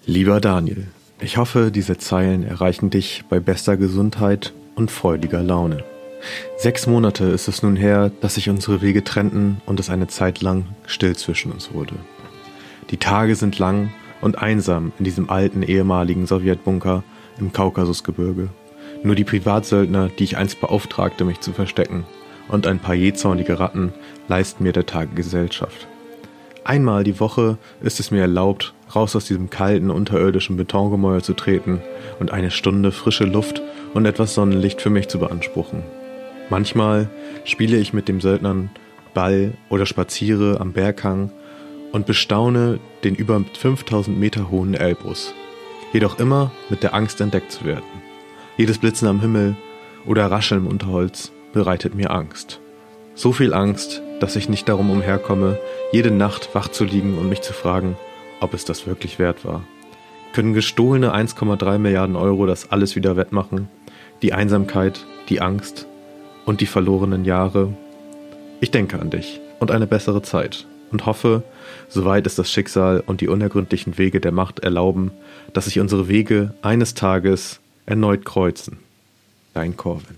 Lieber Daniel, ich hoffe, diese Zeilen erreichen dich bei bester Gesundheit und freudiger Laune. 6 Monate ist es nun her, dass sich unsere Wege trennten und es eine Zeit lang still zwischen uns wurde. Die Tage sind lang und einsam in diesem alten ehemaligen Sowjetbunker im Kaukasusgebirge. Nur die Privatsöldner, die ich einst beauftragte, mich zu verstecken, und ein paar jähzornige Ratten leisten mir der Tage Gesellschaft. Einmal die Woche ist es mir erlaubt, raus aus diesem kalten, unterirdischen Betongemäuer zu treten und eine Stunde frische Luft und etwas Sonnenlicht für mich zu beanspruchen. Manchmal spiele ich mit den Söldnern Ball oder spaziere am Berghang und bestaune den über 5000 Meter hohen Elbrus. Jedoch immer mit der Angst, entdeckt zu werden. Jedes Blitzen am Himmel oder Rascheln im Unterholz bereitet mir Angst. So viel Angst, dass ich nicht darum umherkomme, jede Nacht wach zu liegen und mich zu fragen, ob es das wirklich wert war. Können gestohlene 1,3 Milliarden Euro das alles wieder wettmachen? Die Einsamkeit, die Angst und die verlorenen Jahre? Ich denke an dich und eine bessere Zeit und hoffe, soweit es das Schicksal und die unergründlichen Wege der Macht erlauben, dass sich unsere Wege eines Tages erneut kreuzen. Dein Corwin.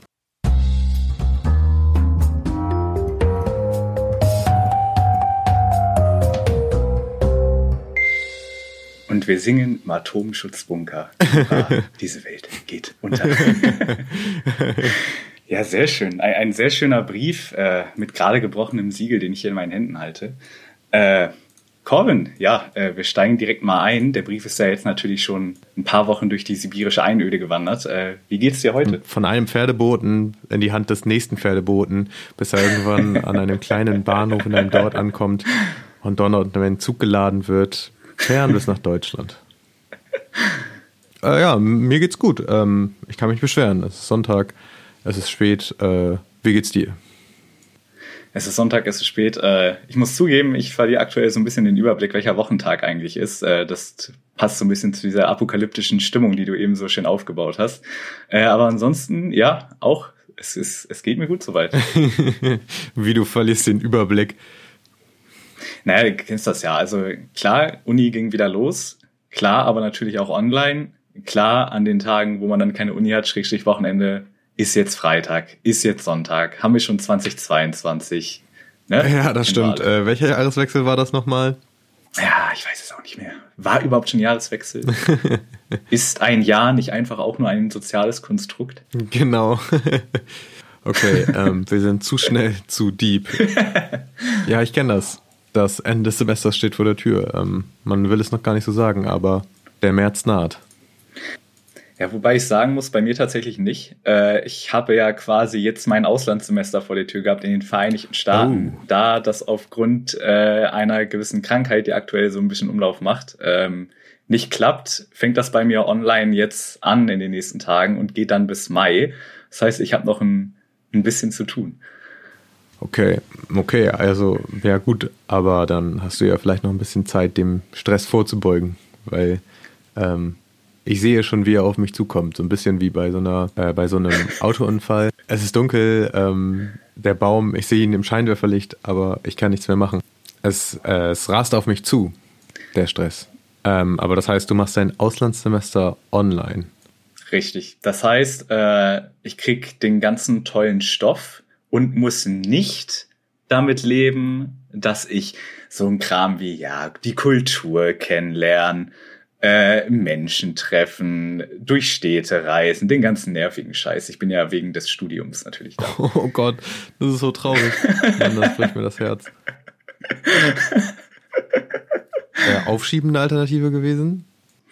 Und wir singen im Atomschutzbunker. Diese Welt geht unter. Ja, sehr schön. Ein sehr schöner Brief mit gerade gebrochenem Siegel, den ich hier in meinen Händen halte. Corwin, ja, wir steigen direkt mal ein. Der Brief ist ja jetzt natürlich schon ein paar Wochen durch die sibirische Einöde gewandert. Wie geht's dir heute? Von einem Pferdeboten in die Hand des nächsten Pferdeboten, bis er irgendwann an einem kleinen Bahnhof in einem Dorf ankommt und dort in einen Zug geladen wird, fern bis nach Deutschland. Ja, mir geht's gut. Ich kann mich beschweren. Es ist Sonntag, es ist spät. Wie geht's dir? Es ist Sonntag, es ist spät. Ich muss zugeben, ich verliere aktuell so ein bisschen den Überblick, welcher Wochentag eigentlich ist. Das passt so ein bisschen zu dieser apokalyptischen Stimmung, die du eben so schön aufgebaut hast. Aber ansonsten, ja, auch, es geht mir gut soweit. Wie du verlierst den Überblick. Naja, du kennst das ja. Also klar, Uni ging wieder los. Klar, aber natürlich auch online. Klar, an den Tagen, wo man dann keine Uni hat, Schrägstrich Wochenende, ist jetzt Freitag, ist jetzt Sonntag, haben wir schon 2022. Ne? Ja, das stimmt. Welcher Jahreswechsel war das nochmal? Ja, ich weiß es auch nicht mehr. War überhaupt schon Jahreswechsel? Ist ein Jahr nicht einfach auch nur ein soziales Konstrukt? Genau. Okay, wir sind zu schnell, zu deep. Ja, ich kenne das. Das Ende des Semesters steht vor der Tür. Man will es noch gar nicht so sagen, aber der März naht. Ja, wobei ich sagen muss, bei mir tatsächlich nicht. Ich habe ja quasi jetzt mein Auslandssemester vor der Tür gehabt in den Vereinigten Staaten. Da das aufgrund einer gewissen Krankheit, die aktuell so ein bisschen Umlauf macht, nicht klappt, fängt das bei mir online jetzt an in den nächsten Tagen und geht dann bis Mai. Das heißt, ich habe noch ein bisschen zu tun. Okay, also ja gut, aber dann hast du ja vielleicht noch ein bisschen Zeit, dem Stress vorzubeugen, weil ich sehe schon, wie er auf mich zukommt, so ein bisschen wie bei so einem Autounfall. Es ist dunkel, der Baum, ich sehe ihn im Scheinwerferlicht, aber ich kann nichts mehr machen. Es rast auf mich zu, der Stress. Aber das heißt, du machst dein Auslandssemester online. Richtig, das heißt, ich krieg den ganzen tollen Stoff und muss nicht damit leben, dass ich so ein Kram wie, ja, die Kultur kennenlernen, Menschen treffen, durch Städte reisen, den ganzen nervigen Scheiß. Ich bin ja wegen des Studiums natürlich da. Oh Gott, das ist so traurig. Mann, das bricht mir das Herz. Aufschiebende Alternative gewesen?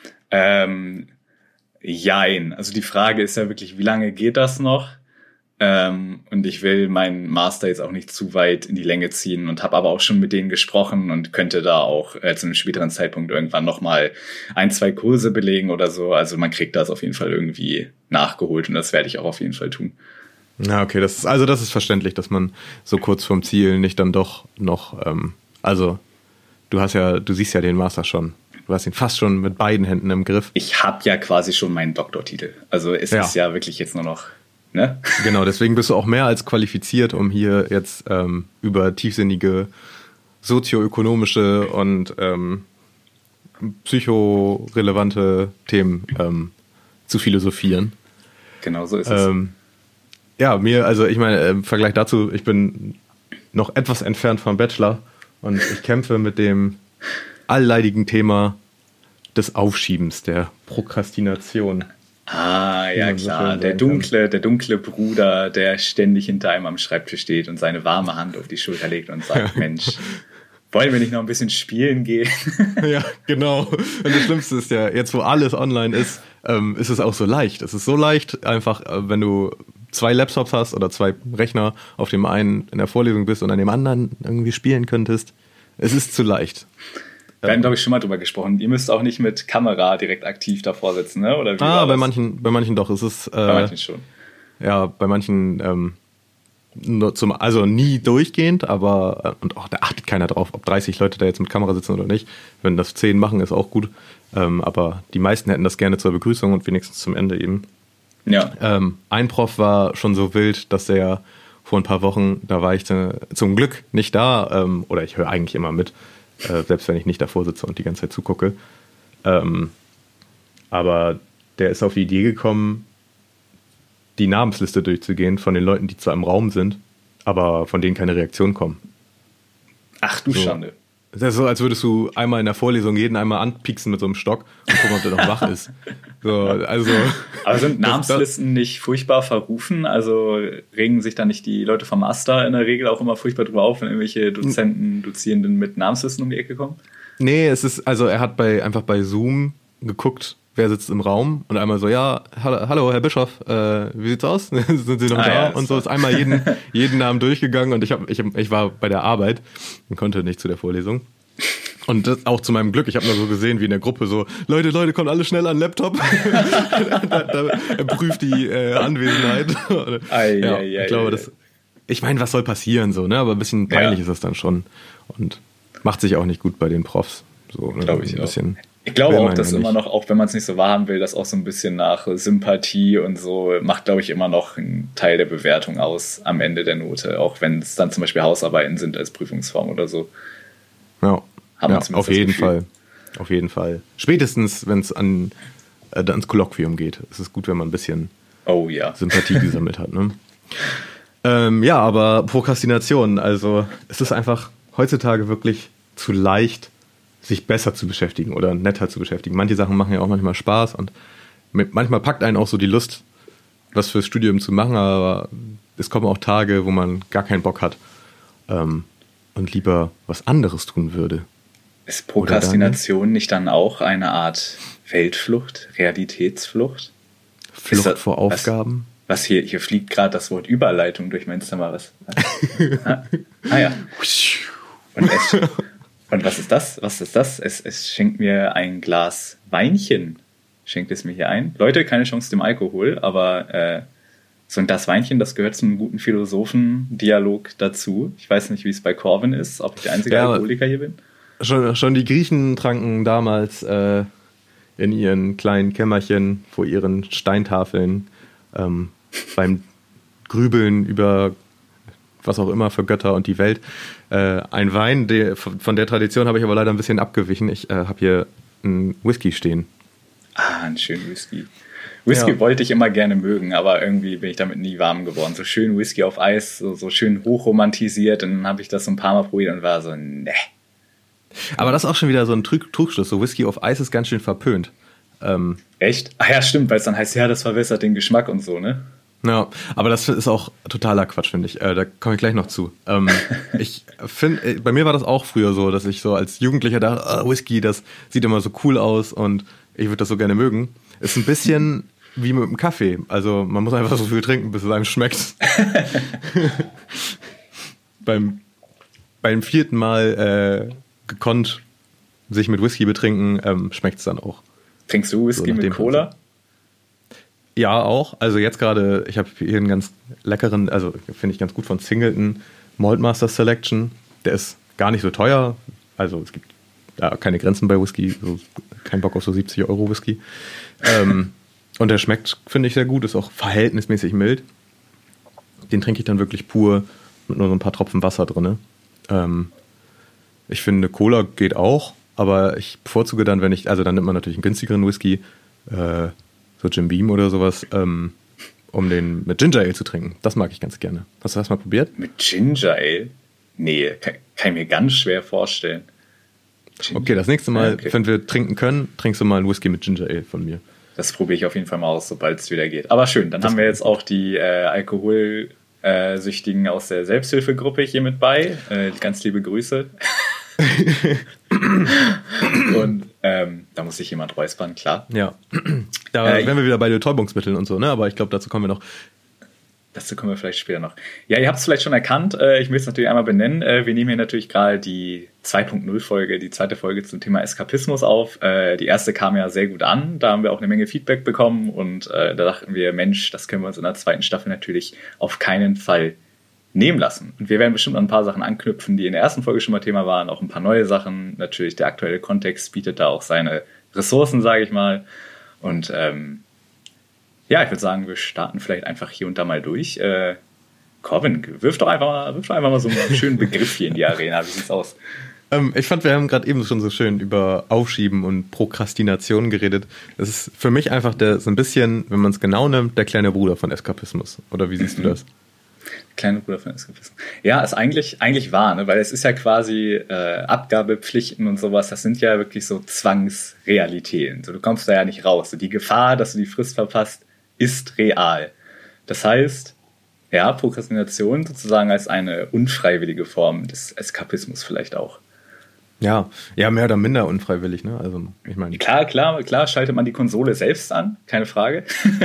Jein. Also die Frage ist ja wirklich, wie lange geht das noch? Und ich will meinen Master jetzt auch nicht zu weit in die Länge ziehen und habe aber auch schon mit denen gesprochen und könnte da auch zu einem späteren Zeitpunkt irgendwann nochmal 1-2 Kurse belegen oder so. Also man kriegt das auf jeden Fall irgendwie nachgeholt und das werde ich auch auf jeden Fall tun. Na okay, das ist verständlich, dass man so kurz vorm Ziel nicht dann doch noch, also du siehst ja den Master schon. Du hast ihn fast schon mit beiden Händen im Griff. Ich habe ja quasi schon meinen Doktortitel. Also es ist ja wirklich jetzt nur noch... Ne? Genau, deswegen bist du auch mehr als qualifiziert, um hier jetzt über tiefsinnige sozioökonomische und psychorelevante Themen zu philosophieren. Genau so ist es. Ja, ich meine, im Vergleich dazu, ich bin noch etwas entfernt vom Bachelor und ich kämpfe mit dem allleidigen Thema des Aufschiebens, der Prokrastination. Ah, ja klar, der dunkle Bruder, der ständig hinter einem am Schreibtisch steht und seine warme Hand auf die Schulter legt und sagt, Mensch, wollen wir nicht noch ein bisschen spielen gehen? Ja, genau. Und das Schlimmste ist ja, jetzt wo alles online ist, ist es auch so leicht. Es ist so leicht, einfach, wenn du 2 Laptops hast oder 2 Rechner, auf dem einen in der Vorlesung bist und an dem anderen irgendwie spielen könntest. Es ist zu leicht. Wir haben, glaube ich, schon mal drüber gesprochen. Ihr müsst auch nicht mit Kamera direkt aktiv davor sitzen, ne? Oder wie bei manchen doch. Es ist, bei manchen schon. Ja, bei manchen also nie durchgehend, aber und auch da achtet keiner drauf, ob 30 Leute da jetzt mit Kamera sitzen oder nicht. Wenn das 10 machen, ist auch gut. Aber die meisten hätten das gerne zur Begrüßung und wenigstens zum Ende eben. Ja. Ein Prof war schon so wild, dass der vor ein paar Wochen, da war ich zum Glück nicht da, oder ich höre eigentlich immer mit, selbst wenn ich nicht davor sitze und die ganze Zeit zugucke. Aber der ist auf die Idee gekommen, die Namensliste durchzugehen von den Leuten, die zwar im Raum sind, aber von denen keine Reaktionen kommen. Ach du Schande. Das ist so, als würdest du einmal in der Vorlesung jeden einmal anpieksen mit so einem Stock und gucken, ob der noch wach ist. So, also, aber sind Namenslisten nicht furchtbar verrufen? Also regen sich da nicht die Leute vom Master in der Regel auch immer furchtbar drüber auf, wenn irgendwelche Dozierenden mit Namenslisten um die Ecke kommen? Nee, er hat einfach bei Zoom geguckt, wer sitzt im Raum und einmal so, ja, hallo Herr Bischof, wie sieht's aus? Sind Sie noch da? Ja, und so ist einmal jeden Namen durchgegangen und ich war bei der Arbeit und konnte nicht zu der Vorlesung. Und das auch zu meinem Glück, ich habe nur so gesehen, wie in der Gruppe so, Leute, kommt alle schnell an den Laptop. Er prüft die Anwesenheit. Ich glaube, ich meine, was soll passieren so, ne? Aber ein bisschen peinlich ist das dann schon und macht sich auch nicht gut bei den Profs. So, ne? Glaube ich auch. Ich glaube auch, dass immer noch, auch wenn man es nicht so wahrhaben will, das auch so ein bisschen nach Sympathie und so macht, glaube ich, immer noch einen Teil der Bewertung aus am Ende der Note, auch wenn es dann zum Beispiel Hausarbeiten sind als Prüfungsform oder so. Ja, auf jeden Fall. Auf jeden Fall. Spätestens, wenn es ans Kolloquium geht. Es ist gut, wenn man ein bisschen Sympathie gesammelt hat. Ne? Aber Prokrastination, also es ist einfach heutzutage wirklich zu leicht, sich besser zu beschäftigen oder netter zu beschäftigen. Manche Sachen machen ja auch manchmal Spaß und manchmal packt einen auch so die Lust, was fürs Studium zu machen, aber es kommen auch Tage, wo man gar keinen Bock hat und lieber was anderes tun würde. Ist Prokrastination nicht dann auch eine Art Weltflucht, Realitätsflucht? Flucht vor Aufgaben? Was hier fliegt gerade das Wort Überleitung durch mein Zimmer. Was? Ja. Und was ist das? Es schenkt mir ein Glas Weinchen. Schenkt es mir hier ein. Leute, keine Chance dem Alkohol, aber so ein Glas Weinchen, das gehört zu einem guten Philosophen-Dialog dazu. Ich weiß nicht, wie es bei Corvin ist, ob ich der einzige Alkoholiker hier bin. Schon die Griechen tranken damals in ihren kleinen Kämmerchen vor ihren Steintafeln beim Grübeln über was auch immer für Götter und die Welt. Ein Wein, von der Tradition habe ich aber leider ein bisschen abgewichen. Ich habe hier einen Whisky stehen. Ah, einen schönen Whisky. Whisky wollte ich immer gerne mögen, aber irgendwie bin ich damit nie warm geworden. So schön Whisky auf Eis, so schön hochromantisiert. Und dann habe ich das so ein paar Mal probiert und war so, ne. Aber das ist auch schon wieder so ein Trugschluss. So Whisky auf Eis ist ganz schön verpönt. Echt? Ach ja, stimmt, weil es dann heißt, ja, das verwässert den Geschmack und so, ne? Ja, aber das ist auch totaler Quatsch, finde ich. Da komme ich gleich noch zu. Ich finde, bei mir war das auch früher so, dass ich so als Jugendlicher dachte, Whisky, das sieht immer so cool aus und ich würde das so gerne mögen. Ist ein bisschen wie mit dem Kaffee. Also man muss einfach so viel trinken, bis es einem schmeckt. beim 4. Mal gekonnt sich mit Whisky betrinken, schmeckt es dann auch. Trinkst du Whisky so mit Cola? Prinzip. Ja, auch. Also jetzt gerade, ich habe hier einen ganz leckeren, also finde ich ganz gut von Singleton, Maltmaster Selection. Der ist gar nicht so teuer. Also es gibt da keine Grenzen bei Whisky. So, kein Bock auf so 70 € Whisky. Und der schmeckt, finde ich, sehr gut. Ist auch verhältnismäßig mild. Den trinke ich dann wirklich pur mit nur so ein paar Tropfen Wasser drin. Ich finde, Cola geht auch. aber ich bevorzuge dann, also dann nimmt man natürlich einen günstigeren Whisky, so Jim Beam oder sowas, um den mit Ginger Ale zu trinken. Das mag ich ganz gerne. Hast du das mal probiert? Mit Ginger Ale? Nee, kann ich mir ganz schwer vorstellen. Okay, das nächste Mal, wenn wir trinken können, trinkst du mal einen Whisky mit Ginger Ale von mir. Das probiere ich auf jeden Fall mal aus, sobald es wieder geht. Aber schön, dann haben wir jetzt auch die Alkoholsüchtigen aus der Selbsthilfegruppe hier mit bei. Ganz liebe Grüße. Und da muss sich jemand räuspern, klar. Ja, da wären wir wieder bei Betäubungsmitteln und so, ne? Aber ich glaube, dazu kommen wir noch. Dazu kommen wir vielleicht später noch. Ja, ihr habt es vielleicht schon erkannt. Ich will es natürlich einmal benennen. Wir nehmen hier natürlich gerade die 2.0-Folge, die zweite Folge zum Thema Eskapismus auf. Die erste kam ja sehr gut an. Da haben wir auch eine Menge Feedback bekommen. Und da dachten wir, Mensch, das können wir uns in der zweiten Staffel natürlich auf keinen Fall nehmen lassen. Und wir werden bestimmt an ein paar Sachen anknüpfen, die in der ersten Folge schon mal Thema waren. Auch ein paar neue Sachen. Natürlich der aktuelle Kontext bietet da auch seine Ressourcen, sage ich mal. Und ja, ich würde sagen, wir starten vielleicht einfach hier und da mal durch. Corbin, wirf doch einfach mal so einen schönen Begriff hier in die Arena. Wie sieht's aus? Ich fand, wir haben gerade eben schon so schön über Aufschieben und Prokrastination geredet. Das ist für mich einfach so ein bisschen, wenn man es genau nimmt, der kleine Bruder von Eskapismus. Oder wie siehst du das? Kleine Bruder von Eskapismus. Ja, ist eigentlich wahr, ne? Weil es ist ja quasi Abgabepflichten und sowas, das sind ja wirklich so Zwangsrealitäten. So, du kommst da ja nicht raus. So, die Gefahr, dass du die Frist verpasst, ist real. Das heißt, ja, Prokrastination sozusagen als eine unfreiwillige Form des Eskapismus vielleicht auch. Ja, mehr oder minder unfreiwillig, ne? Also, ich meine. Klar, schaltet man die Konsole selbst an, keine Frage.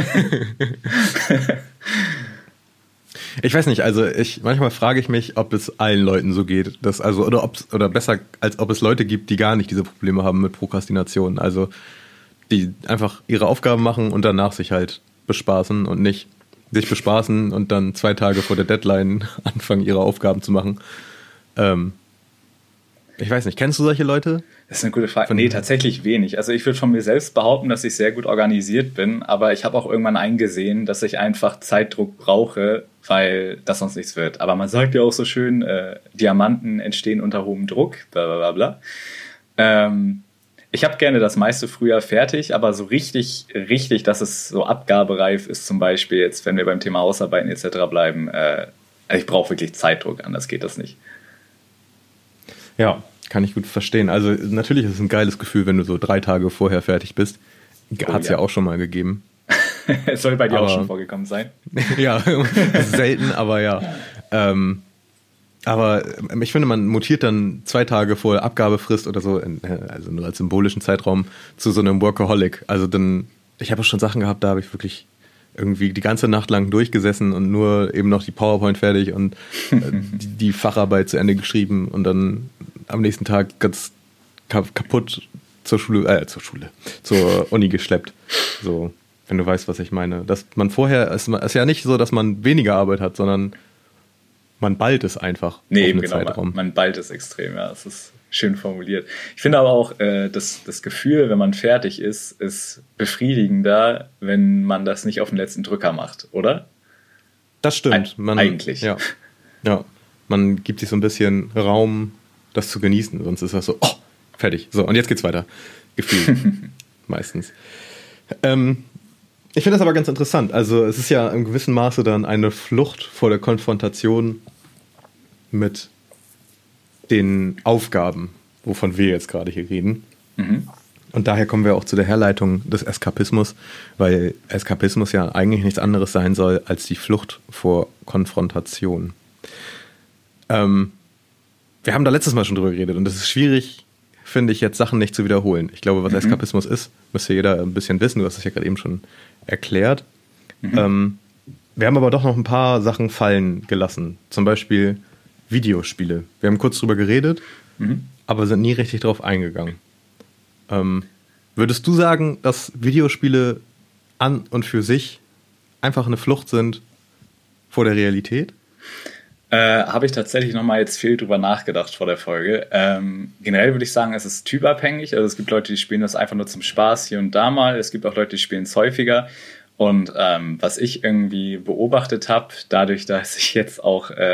Ich weiß nicht, also manchmal frage ich mich, ob es allen Leuten so geht, oder besser, als ob es Leute gibt, die gar nicht diese Probleme haben mit Prokrastination. Also, die einfach ihre Aufgaben machen und danach sich halt bespaßen und nicht sich bespaßen und dann 2 Tage vor der Deadline anfangen, ihre Aufgaben zu machen. Ich weiß nicht, kennst du solche Leute? Das ist eine gute Frage. Nee, tatsächlich wenig. Also ich würde von mir selbst behaupten, dass ich sehr gut organisiert bin, aber ich habe auch irgendwann eingesehen, dass ich einfach Zeitdruck brauche, weil das sonst nichts wird. Aber man sagt ja auch so schön, Diamanten entstehen unter hohem Druck, bla bla bla bla. Ich habe gerne das meiste früher fertig, aber so richtig, dass es so abgabereif ist, zum Beispiel jetzt, wenn wir beim Thema Hausarbeiten etc. bleiben, ich brauche wirklich Zeitdruck, anders geht das nicht. Ja, kann ich gut verstehen. Also natürlich ist es ein geiles Gefühl, wenn du so 3 Tage vorher fertig bist. Hat es ja auch schon mal gegeben. Es soll bei dir auch schon vorgekommen sein. Ja, selten, aber ja. Aber ich finde, man mutiert dann 2 Tage vor Abgabefrist oder so, also nur als symbolischen Zeitraum, zu so einem Workaholic. Also ich habe schon Sachen gehabt, da habe ich wirklich irgendwie die ganze Nacht lang durchgesessen und nur eben noch die PowerPoint fertig und die Facharbeit zu Ende geschrieben und dann am nächsten Tag ganz kaputt zur Uni geschleppt. So, wenn du weißt, was ich meine. Dass man vorher, es ist ja nicht so, dass man weniger Arbeit hat, sondern man ballt es einfach. Nee, eben genau, man ballt es extrem, ja, das ist schön formuliert. Ich finde aber auch, das Gefühl, wenn man fertig ist befriedigender, wenn man das nicht auf den letzten Drücker macht, oder? Das stimmt. Eigentlich. Ja, man gibt sich so ein bisschen Raum, das zu genießen, sonst ist das so, fertig. So, und jetzt geht's weiter. Gefühl. Meistens. Ich finde das aber ganz interessant. Also es ist ja in gewissem Maße dann eine Flucht vor der Konfrontation mit den Aufgaben, wovon wir jetzt gerade hier reden. Mhm. Und daher kommen wir auch zu der Herleitung des Eskapismus, weil Eskapismus ja eigentlich nichts anderes sein soll als die Flucht vor Konfrontation. Wir haben da letztes Mal schon drüber geredet und es ist schwierig, finde ich, jetzt Sachen nicht zu wiederholen. Ich glaube, was Eskapismus ist, müsste jeder ein bisschen wissen. Du hast es ja gerade eben schon erklärt. Wir haben aber doch noch ein paar Sachen fallen gelassen. Zum Beispiel Videospiele. Wir haben kurz drüber geredet, aber sind nie richtig drauf eingegangen. Würdest du sagen, dass Videospiele an und für sich einfach eine Flucht sind vor der Realität? Habe ich tatsächlich nochmal jetzt viel drüber nachgedacht vor der Folge. Generell würde ich sagen, es ist typabhängig. Also es gibt Leute, die spielen das einfach nur zum Spaß hier und da mal. Es gibt auch Leute, die spielen es häufiger. Und was ich irgendwie beobachtet habe, dadurch, dass ich jetzt auch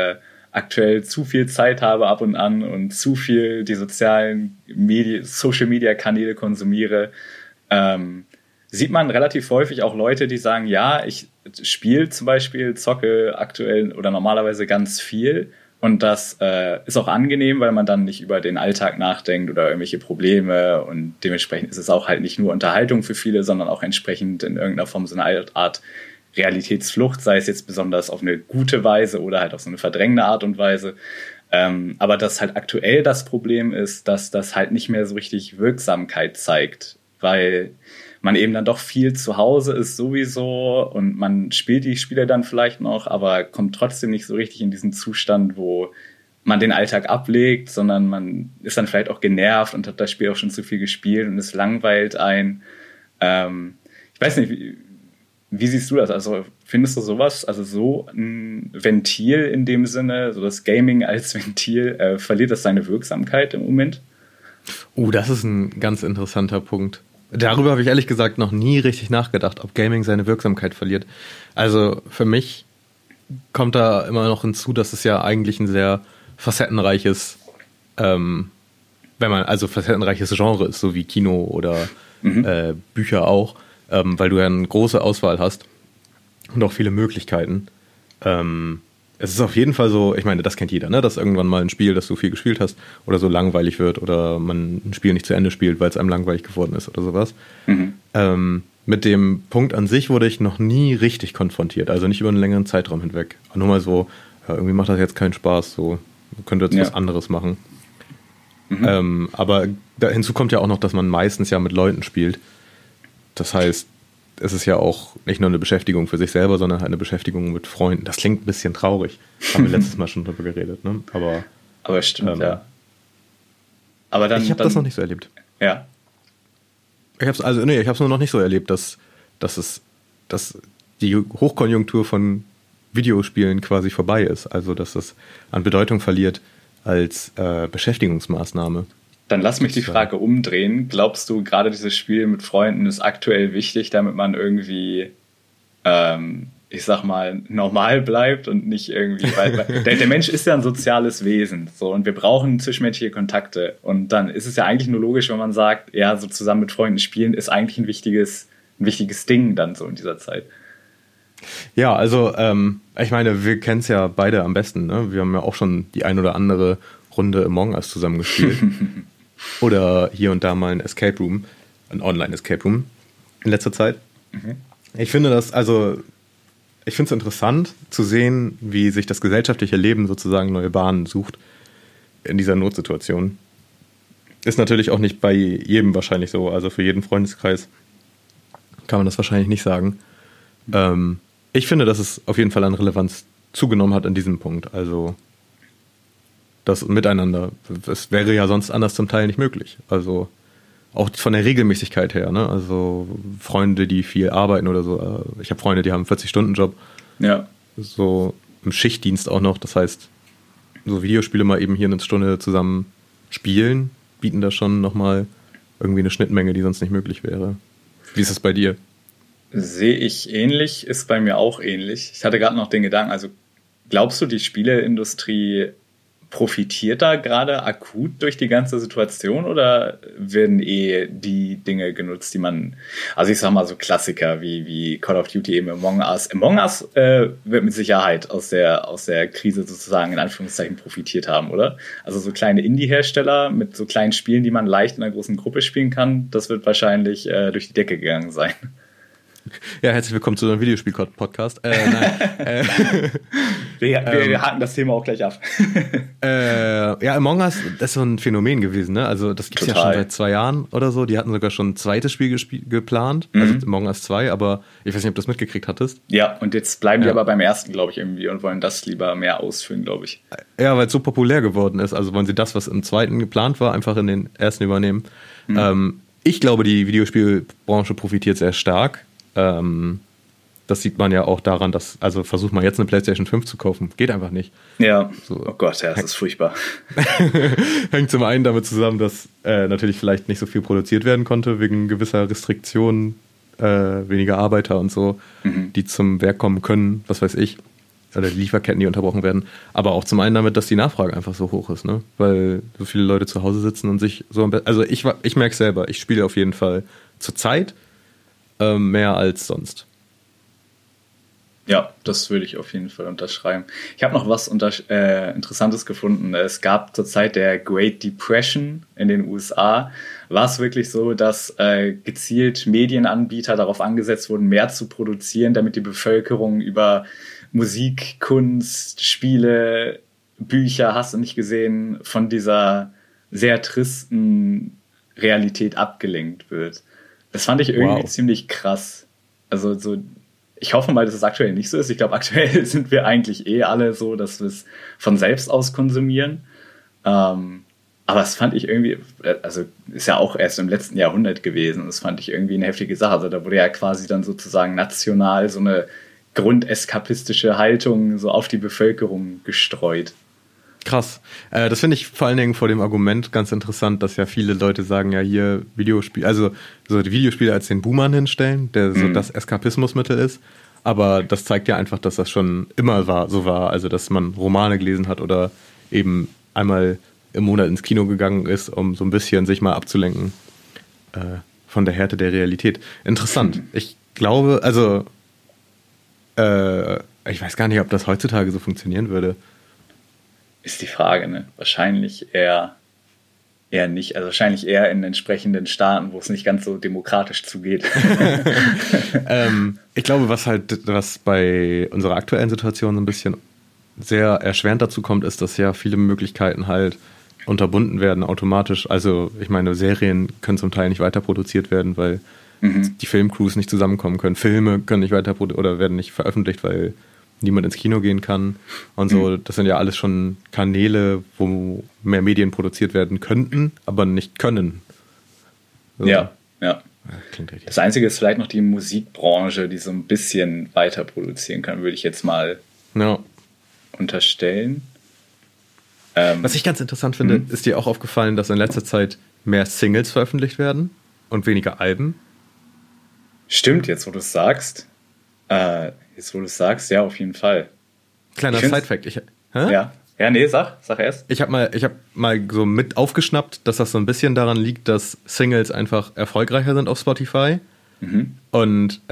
aktuell zu viel Zeit habe ab und an und zu viel die Social-Media-Kanäle konsumiere, sieht man relativ häufig auch Leute, die sagen, ja, ich spiele zum Beispiel, zocke aktuell oder normalerweise ganz viel. Und das ist auch angenehm, weil man dann nicht über den Alltag nachdenkt oder irgendwelche Probleme. Und dementsprechend ist es auch halt nicht nur Unterhaltung für viele, sondern auch entsprechend in irgendeiner Form so eine Art Realitätsflucht, sei es jetzt besonders auf eine gute Weise oder halt auf so eine verdrängende Art und Weise. Aber dass halt aktuell das Problem ist, dass das halt nicht mehr so richtig Wirksamkeit zeigt, weil man eben dann doch viel zu Hause ist sowieso und man spielt die Spiele dann vielleicht noch, aber kommt trotzdem nicht so richtig in diesen Zustand, wo man den Alltag ablegt, sondern man ist dann vielleicht auch genervt und hat das Spiel auch schon zu viel gespielt und es langweilt ein. Ich weiß nicht, wie siehst du das? Also findest du sowas, also so ein Ventil in dem Sinne, so das Gaming als Ventil, verliert das seine Wirksamkeit im Moment? Das ist ein ganz interessanter Punkt. Darüber habe ich ehrlich gesagt noch nie richtig nachgedacht, ob Gaming seine Wirksamkeit verliert. Also für mich kommt da immer noch hinzu, dass es ja eigentlich ein sehr facettenreiches, facettenreiches Genre ist, so wie Kino oder Bücher auch, weil du ja eine große Auswahl hast und auch viele Möglichkeiten. Es ist auf jeden Fall so, ich meine, das kennt jeder, ne? Dass irgendwann mal ein Spiel, das du viel gespielt hast, oder so langweilig wird oder man ein Spiel nicht zu Ende spielt, weil es einem langweilig geworden ist oder sowas. Mit dem Punkt an sich wurde ich noch nie richtig konfrontiert, also nicht über einen längeren Zeitraum hinweg. Nur mal so, irgendwie macht das jetzt keinen Spaß, so man könnte jetzt was anderes machen. Aber hinzu kommt ja auch noch, dass man meistens ja mit Leuten spielt. Das heißt, es ist ja auch nicht nur eine Beschäftigung für sich selber, sondern halt eine Beschäftigung mit Freunden. Das klingt ein bisschen traurig. Haben wir letztes Mal schon drüber geredet, ne? Aber stimmt, ja. Aber dann, ich habe das noch nicht so erlebt. Ja. Ich habe es nur noch nicht so erlebt, dass die Hochkonjunktur von Videospielen quasi vorbei ist. Also, dass es an Bedeutung verliert als Beschäftigungsmaßnahme. Dann lass mich die Frage umdrehen. Glaubst du, gerade dieses Spiel mit Freunden ist aktuell wichtig, damit man irgendwie, ich sag mal, normal bleibt und nicht irgendwie, weil der Mensch ist ja ein soziales Wesen, so, und wir brauchen zwischenmenschliche Kontakte. Und dann ist es ja eigentlich nur logisch, wenn man sagt, ja, so zusammen mit Freunden spielen ist eigentlich ein wichtiges Ding dann so in dieser Zeit. Ja, also ich meine, wir kennen es ja beide am besten, ne? Wir haben ja auch schon die ein oder andere Runde Among Us zusammen gespielt. Oder hier und da mal ein Escape Room, ein Online-Escape Room in letzter Zeit. Ich finde es interessant zu sehen, wie sich das gesellschaftliche Leben sozusagen neue Bahnen sucht in dieser Notsituation. Ist natürlich auch nicht bei jedem wahrscheinlich so, also für jeden Freundeskreis kann man das wahrscheinlich nicht sagen. Ich finde, dass es auf jeden Fall an Relevanz zugenommen hat an diesem Punkt, also das Miteinander. Es wäre ja sonst anders zum Teil nicht möglich. Also auch von der Regelmäßigkeit her, ne? Also Freunde, die viel arbeiten oder so. Ich habe Freunde, die haben einen 40-Stunden-Job. Ja. So im Schichtdienst auch noch. Das heißt, so Videospiele mal eben hier eine Stunde zusammen spielen, bieten da schon nochmal irgendwie eine Schnittmenge, die sonst nicht möglich wäre. Wie ist es bei dir? Sehe ich ähnlich, ist bei mir auch ähnlich. Ich hatte gerade noch den Gedanken, also glaubst du, die Spieleindustrie profitiert da gerade akut durch die ganze Situation oder werden die Dinge genutzt, die man, also ich sag mal so Klassiker wie Call of Duty, eben Among Us. Among Us wird mit Sicherheit aus der Krise sozusagen in Anführungszeichen profitiert haben, oder? Also so kleine Indie-Hersteller mit so kleinen Spielen, die man leicht in einer großen Gruppe spielen kann, das wird wahrscheinlich durch die Decke gegangen sein. Ja, herzlich willkommen zu einem Videospiel-Podcast. Wir haken das Thema auch gleich ab. Ja, Among Us, das ist so ein Phänomen gewesen, ne? Also das gibt es ja schon seit 2 Jahren oder so. Die hatten sogar schon ein zweites Spiel geplant, also Among Us 2, aber ich weiß nicht, ob du das mitgekriegt hattest. Ja, und jetzt bleiben die aber beim ersten, glaube ich, irgendwie und wollen das lieber mehr ausführen, glaube ich. Ja, weil es so populär geworden ist. Also wollen sie das, was im zweiten geplant war, einfach in den ersten übernehmen. Ich glaube, die Videospielbranche profitiert sehr stark. Das sieht man ja auch daran, dass, also versucht man jetzt eine PlayStation 5 zu kaufen. Geht einfach nicht. Ja, so. Oh Gott, ja, das ist furchtbar. Hängt zum einen damit zusammen, dass natürlich vielleicht nicht so viel produziert werden konnte, wegen gewisser Restriktionen, weniger Arbeiter und so, die zum Werk kommen können, was weiß ich. oder die Lieferketten, die unterbrochen werden, aber auch zum einen damit, dass die Nachfrage einfach so hoch ist, ne? Weil so viele Leute zu Hause sitzen und sich so, also ich merke selber, ich spiele auf jeden Fall zur Zeit mehr als sonst. Ja, das würde ich auf jeden Fall unterschreiben. Ich habe noch was Interessantes gefunden. Es gab zur Zeit der Great Depression in den USA, war es wirklich so, dass gezielt Medienanbieter darauf angesetzt wurden, mehr zu produzieren, damit die Bevölkerung über Musik, Kunst, Spiele, Bücher, hast du nicht gesehen, von dieser sehr tristen Realität abgelenkt wird. Das fand ich irgendwie ziemlich krass. Also so, ich hoffe mal, dass es aktuell nicht so ist. Ich glaube, aktuell sind wir eigentlich alle so, dass wir es von selbst aus konsumieren. Aber das fand ich irgendwie, also ist ja auch erst im letzten Jahrhundert gewesen. Das fand ich irgendwie eine heftige Sache. Also da wurde ja quasi dann sozusagen national so eine grundeskapistische Haltung so auf die Bevölkerung gestreut. Krass. Das finde ich vor allen Dingen vor dem Argument ganz interessant, dass ja viele Leute sagen, ja hier Videospiele, also so die Videospiele als den Boomer hinstellen, der so das Eskapismusmittel ist. Aber das zeigt ja einfach, dass das schon immer so war. Also dass man Romane gelesen hat oder eben einmal im Monat ins Kino gegangen ist, um so ein bisschen sich mal abzulenken von der Härte der Realität. Interessant. Ich glaube, also ich weiß gar nicht, ob das heutzutage so funktionieren würde. Ist die Frage, ne? Wahrscheinlich eher nicht. Also wahrscheinlich eher in entsprechenden Staaten, wo es nicht ganz so demokratisch zugeht. Ich glaube, was bei unserer aktuellen Situation so ein bisschen sehr erschwerend dazu kommt, ist, dass ja viele Möglichkeiten halt unterbunden werden automatisch. Also ich meine, Serien können zum Teil nicht weiter produziert werden, weil die Filmcrews nicht zusammenkommen können. Filme können nicht weiter oder werden nicht veröffentlicht, weil niemand ins Kino gehen kann und so. Das sind ja alles schon Kanäle, wo mehr Medien produziert werden könnten, aber nicht können. So. Ja. Klingt richtig. Das Einzige ist vielleicht noch die Musikbranche, die so ein bisschen weiter produzieren kann, würde ich jetzt mal unterstellen. Was ich ganz interessant finde, ist dir auch aufgefallen, dass in letzter Zeit mehr Singles veröffentlicht werden und weniger Alben? Stimmt, jetzt wo du es sagst. Ja, auf jeden Fall. Kleiner Side-Fact. Sag erst. Ich hab mal so mit aufgeschnappt, dass das so ein bisschen daran liegt, dass Singles einfach erfolgreicher sind auf Spotify. Und,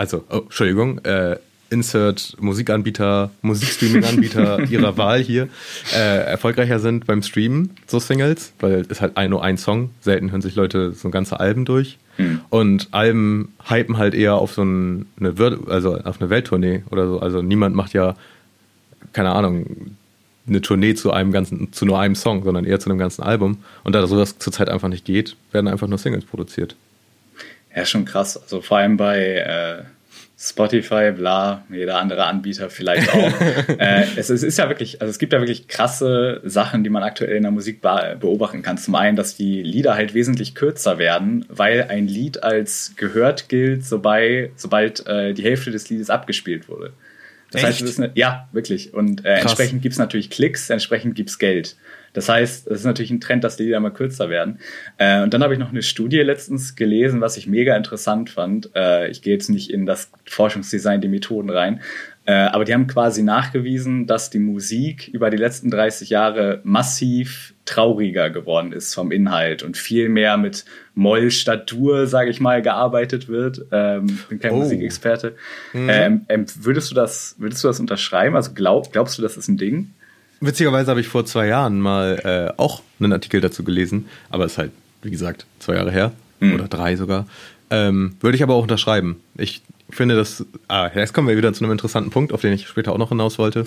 Insert Musikstreaming-Anbieter ihrer Wahl hier, erfolgreicher sind beim Streamen, so Singles, weil es halt nur ein Song, selten hören sich Leute so ganze Alben durch. Und Alben hypen halt eher auf auf eine Welttournee oder so. Also niemand macht ja, keine Ahnung, eine Tournee zu nur einem Song, sondern eher zu einem ganzen Album. Und da sowas zurzeit einfach nicht geht, werden einfach nur Singles produziert. Ja, schon krass. Also vor allem bei Spotify, bla, jeder andere Anbieter vielleicht auch. Es ist ja wirklich, also es gibt ja wirklich krasse Sachen, die man aktuell in der Musik beobachten kann. Zum einen, dass die Lieder halt wesentlich kürzer werden, weil ein Lied als gehört gilt, sobald die Hälfte des Liedes abgespielt wurde. Das heißt, ja, wirklich. Und entsprechend gibt es natürlich Klicks, entsprechend gibt es Geld. Das heißt, es ist natürlich ein Trend, dass die Lieder immer kürzer werden. Und dann habe ich noch eine Studie letztens gelesen, was ich mega interessant fand. Ich gehe jetzt nicht in das Forschungsdesign, die Methoden rein. Aber die haben quasi nachgewiesen, dass die Musik über die letzten 30 Jahre massiv trauriger geworden ist vom Inhalt und viel mehr mit Moll statt Dur, sage ich mal, gearbeitet wird. Bin kein Musikexperte. Würdest du das unterschreiben? Also glaubst du, das ist ein Ding? Witzigerweise habe ich vor 2 Jahren mal auch einen Artikel dazu gelesen, aber ist halt, wie gesagt, 2 Jahre her oder 3 sogar. Würde ich aber auch unterschreiben. Ich finde, jetzt kommen wir wieder zu einem interessanten Punkt, auf den ich später auch noch hinaus wollte.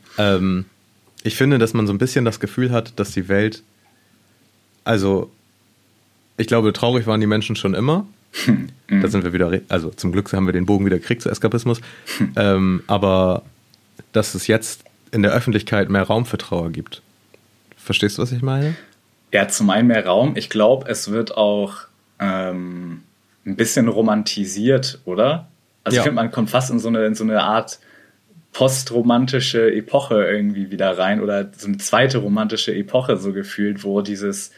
Ich finde, dass man so ein bisschen das Gefühl hat, dass die Welt, also ich glaube, traurig waren die Menschen schon immer. Da sind wir wieder, also zum Glück haben wir den Bogen wieder gekriegt zu Eskapismus. Aber dass es jetzt in der Öffentlichkeit mehr Raum für Trauer gibt. Verstehst du, was ich meine? Ja, zum einen mehr Raum. Ich glaube, es wird auch ein bisschen romantisiert, oder? Also ich finde, man kommt fast in so eine Art postromantische Epoche irgendwie wieder rein oder so eine zweite romantische Epoche so gefühlt, wo dieses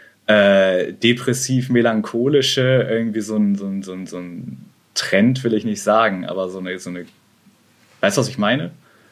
depressiv-melancholische irgendwie so ein Trend will ich nicht sagen, aber so eine weißt du, was ich meine?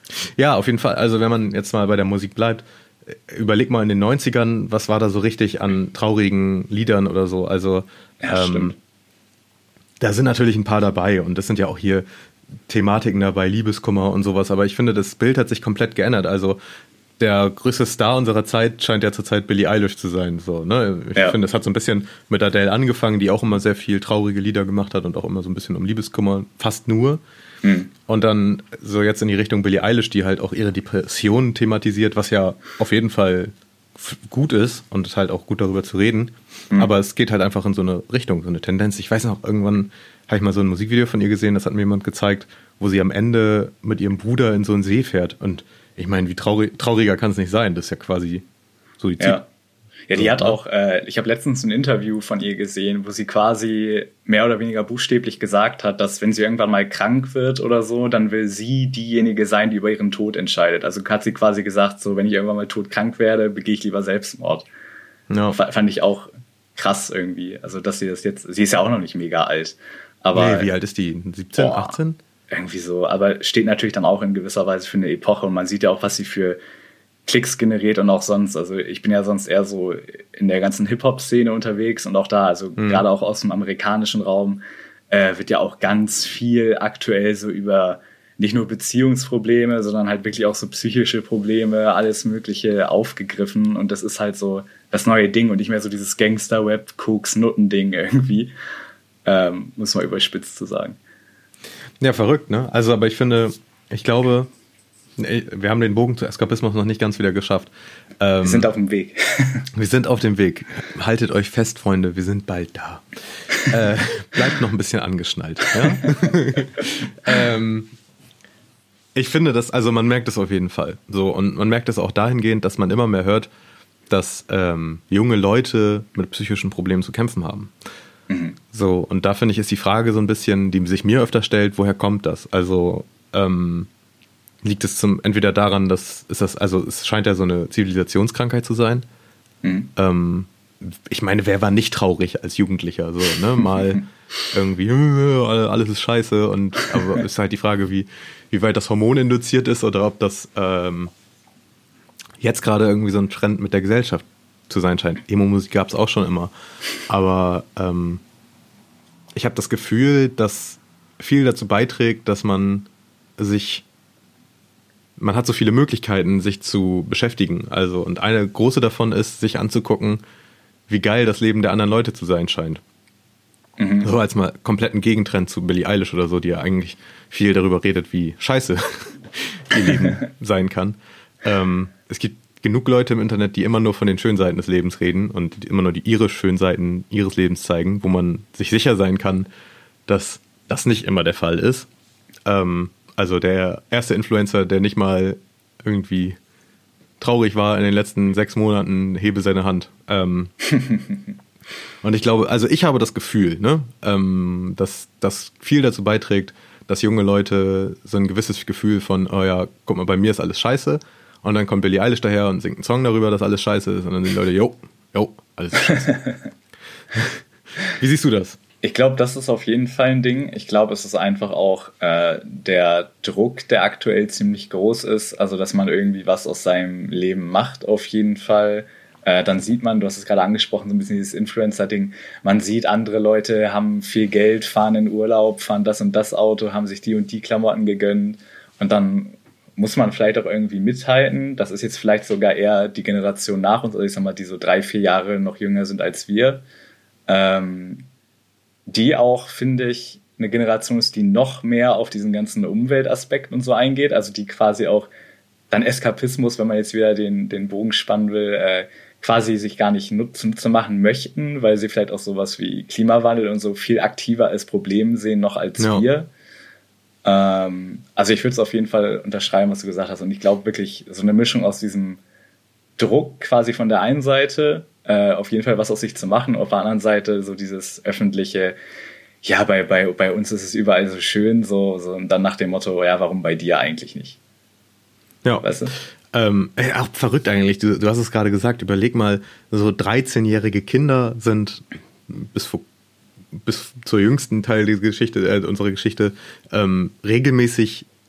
Ja, auf jeden Fall. Also wenn man jetzt mal bei der Musik bleibt, überleg mal in den 90ern, was war da so richtig an traurigen Liedern oder so. Also stimmt. Da sind natürlich ein paar dabei und das sind ja auch hier Thematiken dabei, Liebeskummer und sowas. Aber ich finde, das Bild hat sich komplett geändert. Also der größte Star unserer Zeit scheint ja zurzeit Billie Eilish zu sein. So, ne? Ich finde, es hat so ein bisschen mit Adele angefangen, die auch immer sehr viel traurige Lieder gemacht hat und auch immer so ein bisschen um Liebeskummer, fast nur. Und dann so jetzt in die Richtung Billie Eilish, die halt auch ihre Depressionen thematisiert, was ja auf jeden Fall gut ist und ist halt auch gut darüber zu reden. Aber es geht halt einfach in so eine Richtung, so eine Tendenz. Ich weiß noch, irgendwann habe ich mal so ein Musikvideo von ihr gesehen, das hat mir jemand gezeigt, wo sie am Ende mit ihrem Bruder in so einen See fährt. Und ich meine, wie trauriger kann es nicht sein? Das ist ja quasi Suizid. Ja, die hat auch, ich habe letztens ein Interview von ihr gesehen, wo sie quasi mehr oder weniger buchstäblich gesagt hat, dass wenn sie irgendwann mal krank wird oder so, dann will sie diejenige sein, die über ihren Tod entscheidet. Also hat sie quasi gesagt, so wenn ich irgendwann mal todkrank werde, begehe ich lieber Selbstmord. Ja. Fand ich auch krass irgendwie. Also dass sie das jetzt, sie ist ja auch noch nicht mega alt. Aber wie alt ist die? 17, 18? Irgendwie so, aber steht natürlich dann auch in gewisser Weise für eine Epoche und man sieht ja auch, was sie für Klicks generiert und auch sonst. Also ich bin ja sonst eher so in der ganzen Hip-Hop-Szene unterwegs und auch da, also gerade auch aus dem amerikanischen Raum, wird ja auch ganz viel aktuell so über nicht nur Beziehungsprobleme, sondern halt wirklich auch so psychische Probleme, alles Mögliche aufgegriffen und das ist halt so das neue Ding und nicht mehr so dieses Gangster-Web-Koks-Nutten-Ding irgendwie, muss man überspitzt zu sagen. Ja, verrückt, ne? Also, aber ich finde, ich glaube, wir haben den Bogen zu Eskapismus noch nicht ganz wieder geschafft. Wir sind auf dem Weg. Wir sind auf dem Weg. Haltet euch fest, Freunde, wir sind bald da. Bleibt noch ein bisschen angeschnallt. Ja? Ich finde das, also man merkt es auf jeden Fall. So, und man merkt es auch dahingehend, dass man immer mehr hört, dass junge Leute mit psychischen Problemen zu kämpfen haben. So, und da finde ich, ist die Frage so ein bisschen, die sich mir öfter stellt, woher kommt das? Also, liegt es entweder daran, also es scheint ja so eine Zivilisationskrankheit zu sein. Ich meine, wer war nicht traurig als Jugendlicher? So, ne? Mal irgendwie, alles ist scheiße aber ist halt die Frage, wie weit das Hormon induziert ist oder ob das jetzt gerade irgendwie so ein Trend mit der Gesellschaft zu sein scheint. Emo-Musik gab es auch schon immer. Aber ich habe das Gefühl, dass viel dazu beiträgt, dass man hat so viele Möglichkeiten, sich zu beschäftigen. Also, und eine große davon ist, sich anzugucken, wie geil das Leben der anderen Leute zu sein scheint. So als mal kompletten Gegentrend zu Billie Eilish oder so, die ja eigentlich viel darüber redet, wie scheiße ihr Leben sein kann. Es gibt genug Leute im Internet, die immer nur von den schönen Seiten des Lebens reden und die immer nur ihre schönen Seiten ihres Lebens zeigen, wo man sich sicher sein kann, dass das nicht immer der Fall ist. Also der erste Influencer, der nicht mal irgendwie traurig war in den letzten 6 Monaten, hebe seine Hand. Und ich glaube, also ich habe das Gefühl, ne, dass das viel dazu beiträgt, dass junge Leute so ein gewisses Gefühl von, oh ja, guck mal, bei mir ist alles scheiße. Und dann kommt Billie Eilish daher und singt einen Song darüber, dass alles scheiße ist. Und dann sind die Leute, jo, alles ist scheiße. Wie siehst du das? Ich glaube, das ist auf jeden Fall ein Ding. Ich glaube, es ist einfach auch der Druck, der aktuell ziemlich groß ist. Also, dass man irgendwie was aus seinem Leben macht, auf jeden Fall. Dann sieht man, du hast es gerade angesprochen, so ein bisschen dieses Influencer-Ding. Man sieht, andere Leute haben viel Geld, fahren in Urlaub, fahren das und das Auto, haben sich die und die Klamotten gegönnt. Und dann muss man vielleicht auch irgendwie mithalten. Das ist jetzt vielleicht sogar eher die Generation nach uns, also ich sag mal, die so 3-4 Jahre noch jünger sind als wir. Die auch, finde ich, eine Generation ist, die noch mehr auf diesen ganzen Umweltaspekt und so eingeht, also die quasi auch dann Eskapismus, wenn man jetzt wieder den Bogen spannen will, quasi sich gar nicht Nutzen machen möchten, weil sie vielleicht auch sowas wie Klimawandel und so viel aktiver als Problem sehen noch als wir. Also ich würde es auf jeden Fall unterschreiben, was du gesagt hast, und ich glaube wirklich so eine Mischung aus diesem Druck quasi von der einen Seite, auf jeden Fall was aus sich zu machen, auf der anderen Seite so dieses öffentliche, ja, bei uns ist es überall so schön, so und dann nach dem Motto, ja, warum bei dir eigentlich nicht? Ja, weißt du? Auch verrückt eigentlich, du hast es gerade gesagt, überleg mal, so 13-jährige Kinder sind bis zur jüngsten Teil dieser Geschichte, unserer Geschichte, regelmäßig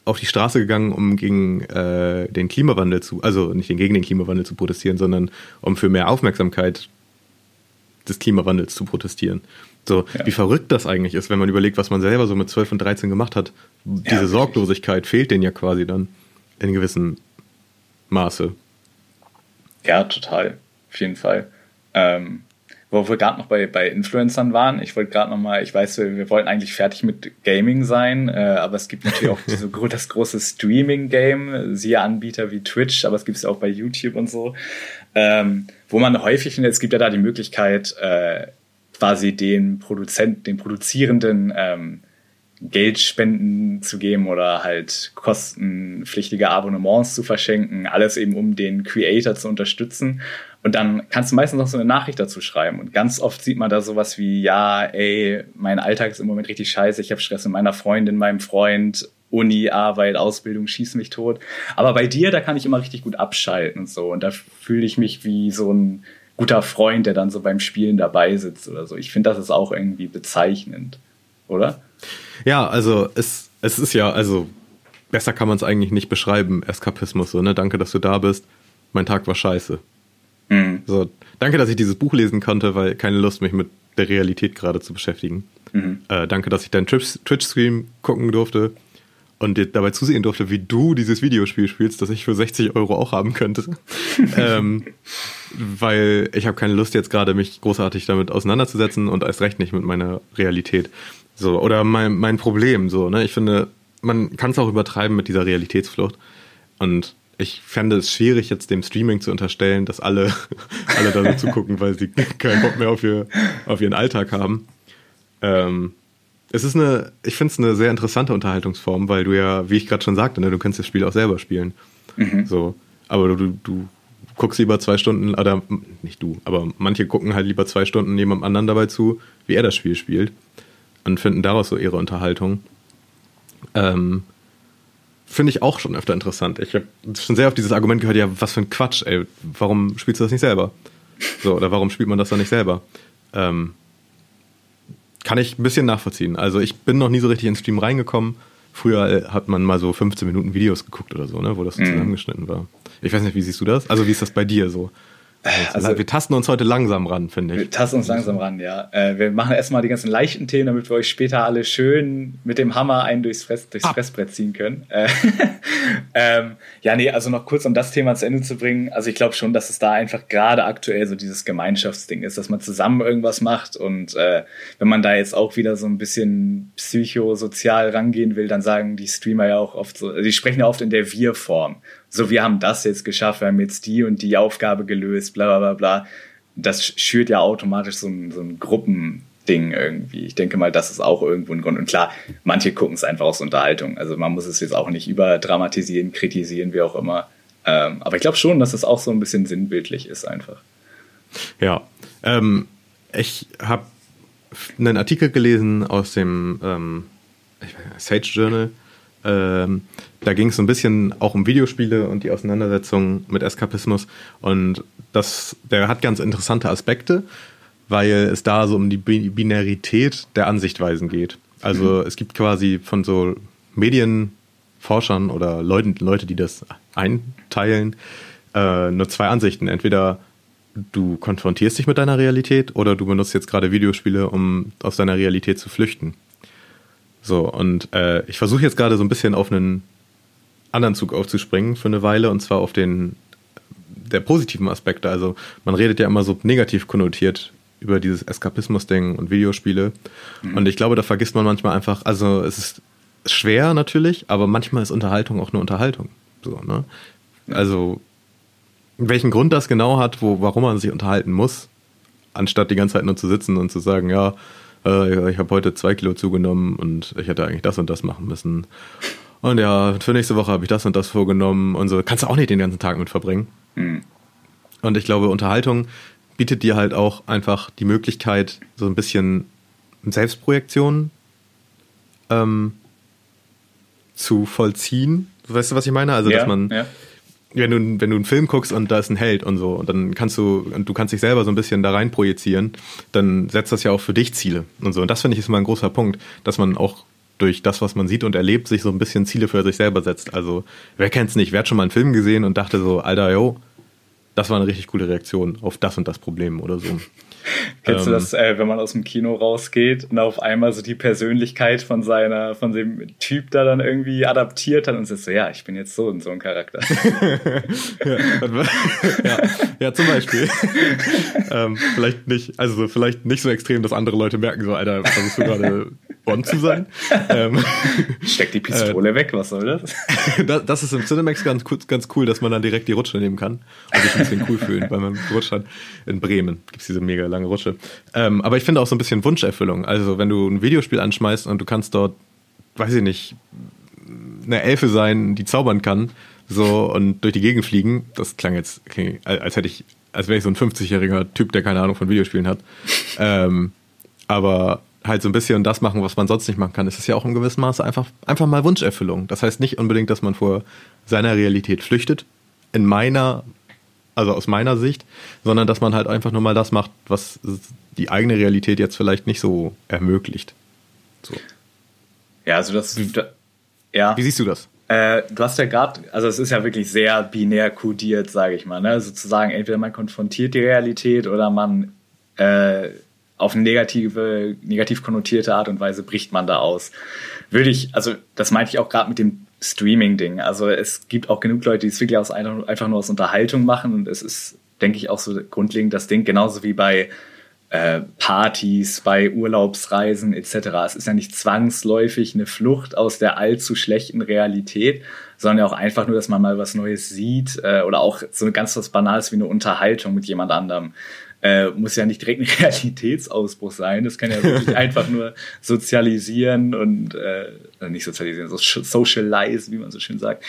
auf die Straße gegangen, um gegen den Klimawandel gegen den Klimawandel zu protestieren, sondern um für mehr Aufmerksamkeit des Klimawandels zu protestieren. So, wie verrückt das eigentlich ist, wenn man überlegt, was man selber so mit 12 und 13 gemacht hat. Diese Sorglosigkeit fehlt denen ja quasi dann in gewissem Maße. Ja, total. Auf jeden Fall. Wo wir gerade noch bei Influencern waren, ich wollte gerade nochmal, ich weiß, wir wollten eigentlich fertig mit Gaming sein, aber es gibt natürlich auch das große Streaming-Game, siehe Anbieter wie Twitch, aber es gibt es ja auch bei YouTube und so, wo man häufig, es gibt ja da die Möglichkeit, quasi den Produzierenden Geldspenden zu geben oder halt kostenpflichtige Abonnements zu verschenken, alles eben um den Creator zu unterstützen. Und dann kannst du meistens noch so eine Nachricht dazu schreiben. Und ganz oft sieht man da sowas wie, ja, ey, mein Alltag ist im Moment richtig scheiße, ich habe Stress mit meiner Freundin, meinem Freund, Uni, Arbeit, Ausbildung, schieß mich tot. Aber bei dir, da kann ich immer richtig gut abschalten und so. Und da fühle ich mich wie so ein guter Freund, der dann so beim Spielen dabei sitzt oder so. Ich finde, das ist auch irgendwie bezeichnend, oder? Ja, also es ist ja, also besser kann man es eigentlich nicht beschreiben, Eskapismus, so, ne? Danke, dass du da bist. Mein Tag war scheiße. Mhm. So, danke, dass ich dieses Buch lesen konnte, weil keine Lust, mich mit der Realität gerade zu beschäftigen. Mhm. Danke, dass ich deinen Twitch-Stream gucken durfte und dir dabei zusehen durfte, wie du dieses Videospiel spielst, das ich für 60 € auch haben könnte. Weil ich habe keine Lust, jetzt gerade mich großartig damit auseinanderzusetzen und erst recht nicht mit meiner Realität. So, oder mein Problem, so, ne? Ich finde, man kann es auch übertreiben mit dieser Realitätsflucht. Und ich fände es schwierig, jetzt dem Streaming zu unterstellen, dass alle da so zugucken, weil sie keinen Bock mehr auf ihren Alltag haben. Ich finde es eine sehr interessante Unterhaltungsform, weil du ja, wie ich gerade schon sagte, ne, du kannst das Spiel auch selber spielen. Mhm. So, aber du guckst lieber 2 Stunden, oder nicht du, aber manche gucken halt lieber 2 Stunden jemandem anderen dabei zu, wie er das Spiel spielt. Und finden daraus so ihre Unterhaltung. Finde ich auch schon öfter interessant. Ich habe schon sehr oft dieses Argument gehört, ja, was für ein Quatsch, ey, warum spielst du das nicht selber? So, oder warum spielt man das dann nicht selber? Kann ich ein bisschen nachvollziehen. Also ich bin noch nie so richtig ins Stream reingekommen. Früher hat man mal so 15 Minuten Videos geguckt oder so, ne, wo das so zusammengeschnitten war. Ich weiß nicht, wie siehst du das? Also wie ist das bei dir so? Also, wir tasten uns heute langsam ran, finde ich. Wir tasten uns langsam ran, ja. Wir machen erstmal die ganzen leichten Themen, damit wir euch später alle schön mit dem Hammer einen durchs Fressbrett ziehen können. Also noch kurz, um das Thema zu Ende zu bringen. Also ich glaube schon, dass es da einfach gerade aktuell so dieses Gemeinschaftsding ist, dass man zusammen irgendwas macht. Und wenn man da jetzt auch wieder so ein bisschen psychosozial rangehen will, dann sagen die Streamer ja auch oft so, die sprechen ja oft in der Wir-Form. So, wir haben das jetzt geschafft, wir haben jetzt die und die Aufgabe gelöst, bla bla bla bla. Das schürt ja automatisch so ein Gruppending irgendwie. Ich denke mal, das ist auch irgendwo ein Grund. Und klar, manche gucken es einfach aus Unterhaltung. Also man muss es jetzt auch nicht überdramatisieren, kritisieren, wie auch immer. Aber ich glaube schon, dass es auch so ein bisschen sinnbildlich ist einfach. Ja, ich habe einen Artikel gelesen aus dem Sage Journal. Da ging es so ein bisschen auch um Videospiele und die Auseinandersetzung mit Eskapismus. Und der hat ganz interessante Aspekte, weil es da so um die Binarität der Ansichtweisen geht. Also es gibt quasi von so Medienforschern oder Leute, die das einteilen, nur 2 Ansichten. Entweder du konfrontierst dich mit deiner Realität oder du benutzt jetzt gerade Videospiele, um aus deiner Realität zu flüchten. So, und ich versuche jetzt gerade so ein bisschen auf einen anderen Zug aufzuspringen für eine Weile, und zwar auf der positiven Aspekte. Also man redet ja immer so negativ konnotiert über dieses Eskapismus-Ding und Videospiele. Mhm. Und ich glaube, da vergisst man manchmal einfach, also es ist schwer natürlich, aber manchmal ist Unterhaltung auch nur Unterhaltung. So, ne? Also welchen Grund das genau hat, warum man sich unterhalten muss, anstatt die ganze Zeit nur zu sitzen und zu sagen, ja, ich habe heute 2 Kilo zugenommen und ich hätte eigentlich das und das machen müssen. Und ja, für nächste Woche habe ich das und das vorgenommen und so. Kannst du auch nicht den ganzen Tag mit verbringen. Mhm. Und ich glaube, Unterhaltung bietet dir halt auch einfach die Möglichkeit, so ein bisschen Selbstprojektion zu vollziehen. Weißt du, was ich meine? Also, dass man, wenn du einen Film guckst und da ist ein Held und so, und dann kannst du dich selber so ein bisschen da rein projizieren, dann setzt das ja auch für dich Ziele und so. Und das finde ich ist immer ein großer Punkt, dass man auch durch das, was man sieht und erlebt, sich so ein bisschen Ziele für sich selber setzt. Also wer kennt's nicht? Wer hat schon mal einen Film gesehen und dachte so, Alter, yo, das war eine richtig coole Reaktion auf das und das Problem oder so. Kennst du das, wenn man aus dem Kino rausgeht und auf einmal so die Persönlichkeit von dem Typ da dann irgendwie adaptiert hat und sagt so, ja, ich bin jetzt so und so ein Charakter. ja, zum Beispiel. Vielleicht nicht so extrem, dass andere Leute merken so, Alter, versuchst du gerade Bond zu sein? Steck die Pistole weg, was soll das? Das ist im Cinemax ganz cool, dass man dann direkt die Rutsche nehmen kann und sich ein bisschen cool fühlen, weil man gerutscht hat. In Bremen gibt's diese mega lange Rutsche. Aber ich finde auch so ein bisschen Wunscherfüllung. Also wenn du ein Videospiel anschmeißt und du kannst dort, weiß ich nicht, eine Elfe sein, die zaubern kann, so und durch die Gegend fliegen, das klang jetzt, als wäre ich so ein 50-jähriger Typ, der keine Ahnung von Videospielen hat. Aber halt so ein bisschen das machen, was man sonst nicht machen kann, ist es ja auch in gewissem Maße einfach mal Wunscherfüllung. Das heißt nicht unbedingt, dass man vor seiner Realität flüchtet, aus meiner Sicht, sondern dass man halt einfach nur mal das macht, was die eigene Realität jetzt vielleicht nicht so ermöglicht. So. Ja, also Wie siehst du das? Du hast ja gerade, also es ist ja wirklich sehr binär kodiert, sage ich mal, ne? Sozusagen entweder man konfrontiert die Realität oder man auf eine negativ konnotierte Art und Weise bricht man da aus. Das meinte ich auch gerade mit dem Streaming-Ding. Also es gibt auch genug Leute, die es wirklich einfach nur aus Unterhaltung machen und es ist, denke ich, auch so grundlegend das Ding, genauso wie bei Partys, bei Urlaubsreisen etc. Es ist ja nicht zwangsläufig eine Flucht aus der allzu schlechten Realität, sondern ja auch einfach nur, dass man mal was Neues sieht oder auch so ganz was Banales wie eine Unterhaltung mit jemand anderem. Muss ja nicht direkt ein Realitätsausbruch sein. Das kann ja wirklich einfach nur sozialisieren und nicht sozialisieren, so socialize, wie man so schön sagt.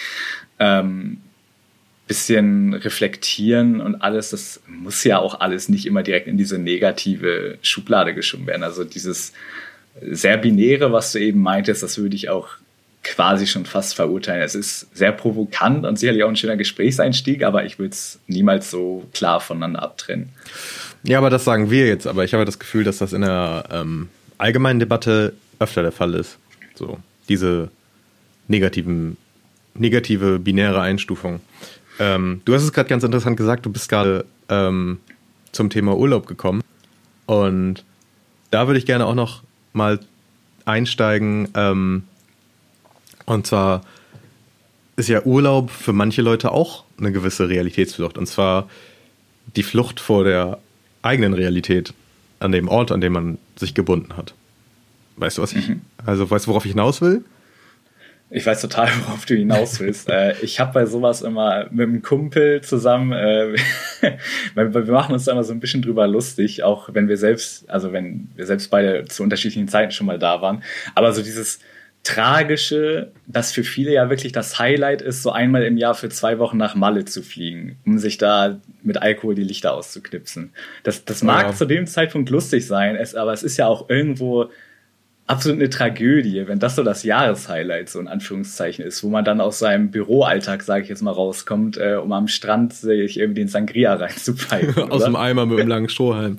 Bisschen reflektieren und alles, das muss ja auch alles nicht immer direkt in diese negative Schublade geschoben werden. Also dieses sehr binäre, was du eben meintest, das würde ich auch quasi schon fast verurteilen. Es ist sehr provokant und sicherlich auch ein schöner Gesprächseinstieg, aber ich würde es niemals so klar voneinander abtrennen. Ja, aber das sagen wir jetzt. Aber ich habe das Gefühl, dass das in der allgemeinen Debatte öfter der Fall ist. So diese negative binäre Einstufung. Du hast es gerade ganz interessant gesagt, du bist gerade zum Thema Urlaub gekommen. Und da würde ich gerne auch noch mal einsteigen. Und zwar ist ja Urlaub für manche Leute auch eine gewisse Realitätsflucht. Und zwar die Flucht vor der eigenen Realität an dem Ort, an dem man sich gebunden hat. Weißt du, weißt du, worauf ich hinaus will? Ich weiß total, worauf du hinaus willst. Ich habe bei sowas immer mit einem Kumpel zusammen, wir machen uns da immer so ein bisschen drüber lustig, auch wenn wir selbst beide zu unterschiedlichen Zeiten schon mal da waren. Aber so dieses Tragische, das für viele ja wirklich das Highlight ist, so einmal im Jahr für 2 Wochen nach Malle zu fliegen, um sich da mit Alkohol die Lichter auszuknipsen. Das mag zu dem Zeitpunkt lustig sein, aber es ist ja auch irgendwo absolut eine Tragödie, wenn das so das Jahreshighlight so in Anführungszeichen ist, wo man dann aus seinem Büroalltag, sage ich jetzt mal, rauskommt, um am Strand sich irgendwie den Sangria reinzupfeifen. Aus dem Eimer mit einem langen Strohhalm.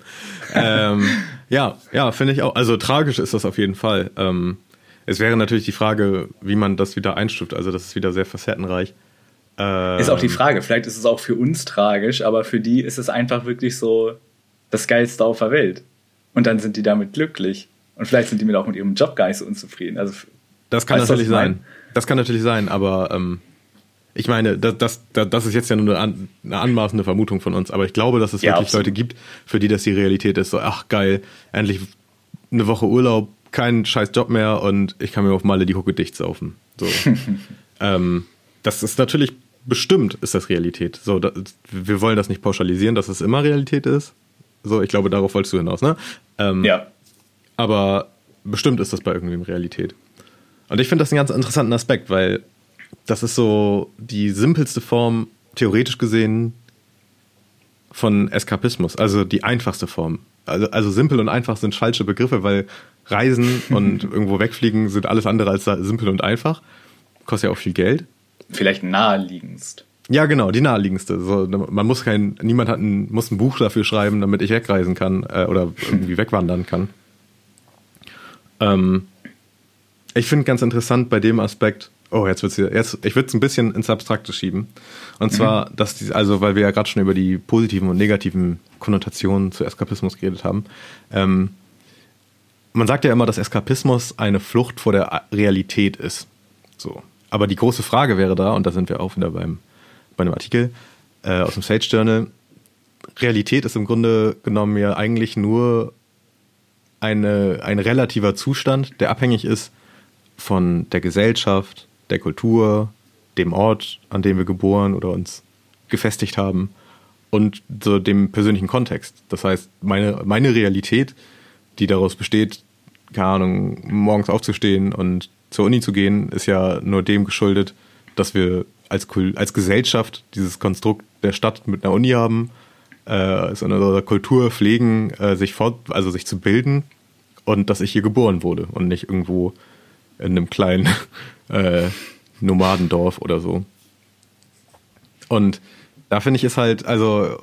Ja, finde ich auch. Also tragisch ist das auf jeden Fall. Es wäre natürlich die Frage, wie man das wieder einstuft. Also das ist wieder sehr facettenreich. Ist auch die Frage. Vielleicht ist es auch für uns tragisch, aber für die ist es einfach wirklich so das Geilste auf der Welt. Und dann sind die damit glücklich. Und vielleicht sind die auch mit ihrem Job gar nicht so unzufrieden. Also, das kann natürlich sein. Das kann natürlich sein, aber ich meine, das ist jetzt ja nur eine anmaßende Vermutung von uns. Aber ich glaube, dass es wirklich Leute gibt, für die das die Realität ist. So, ach geil, endlich eine Woche Urlaub, kein scheiß Job mehr und ich kann mir auf Malle die Hucke dicht saufen. So. Das ist natürlich, bestimmt ist das Realität. So, wir wollen das nicht pauschalisieren, dass es immer Realität ist. So, ich glaube, darauf wolltest du hinaus, ne? Ja. Aber bestimmt ist das bei irgendwem Realität. Und ich finde das einen ganz interessanten Aspekt, weil das ist so die simpelste Form, theoretisch gesehen, von Eskapismus. Also die einfachste Form. Also simpel und einfach sind falsche Begriffe, weil Reisen und irgendwo wegfliegen sind alles andere als simpel und einfach. Kostet ja auch viel Geld. Vielleicht naheliegendst. Ja, genau, die naheliegendste. So, niemand muss ein Buch dafür schreiben, damit ich wegreisen kann oder irgendwie wegwandern kann. Ich finde ganz interessant bei dem Aspekt, ich würde es ein bisschen ins Abstrakte schieben. Und zwar, weil wir ja gerade schon über die positiven und negativen Konnotationen zu Eskapismus geredet haben. Man sagt ja immer, dass Eskapismus eine Flucht vor der Realität ist. So. Aber die große Frage wäre da, und da sind wir auch wieder bei einem Artikel aus dem Sage Journal, Realität ist im Grunde genommen ja eigentlich nur ein relativer Zustand, der abhängig ist von der Gesellschaft, der Kultur, dem Ort, an dem wir geboren oder uns gefestigt haben und so dem persönlichen Kontext. Das heißt, meine Realität, die daraus besteht, keine Ahnung, morgens aufzustehen und zur Uni zu gehen, ist ja nur dem geschuldet, dass wir als Gesellschaft dieses Konstrukt der Stadt mit einer Uni haben, so in unserer Kultur pflegen, sich zu bilden und dass ich hier geboren wurde und nicht irgendwo in einem kleinen Nomadendorf oder so. Und da finde ich es halt, also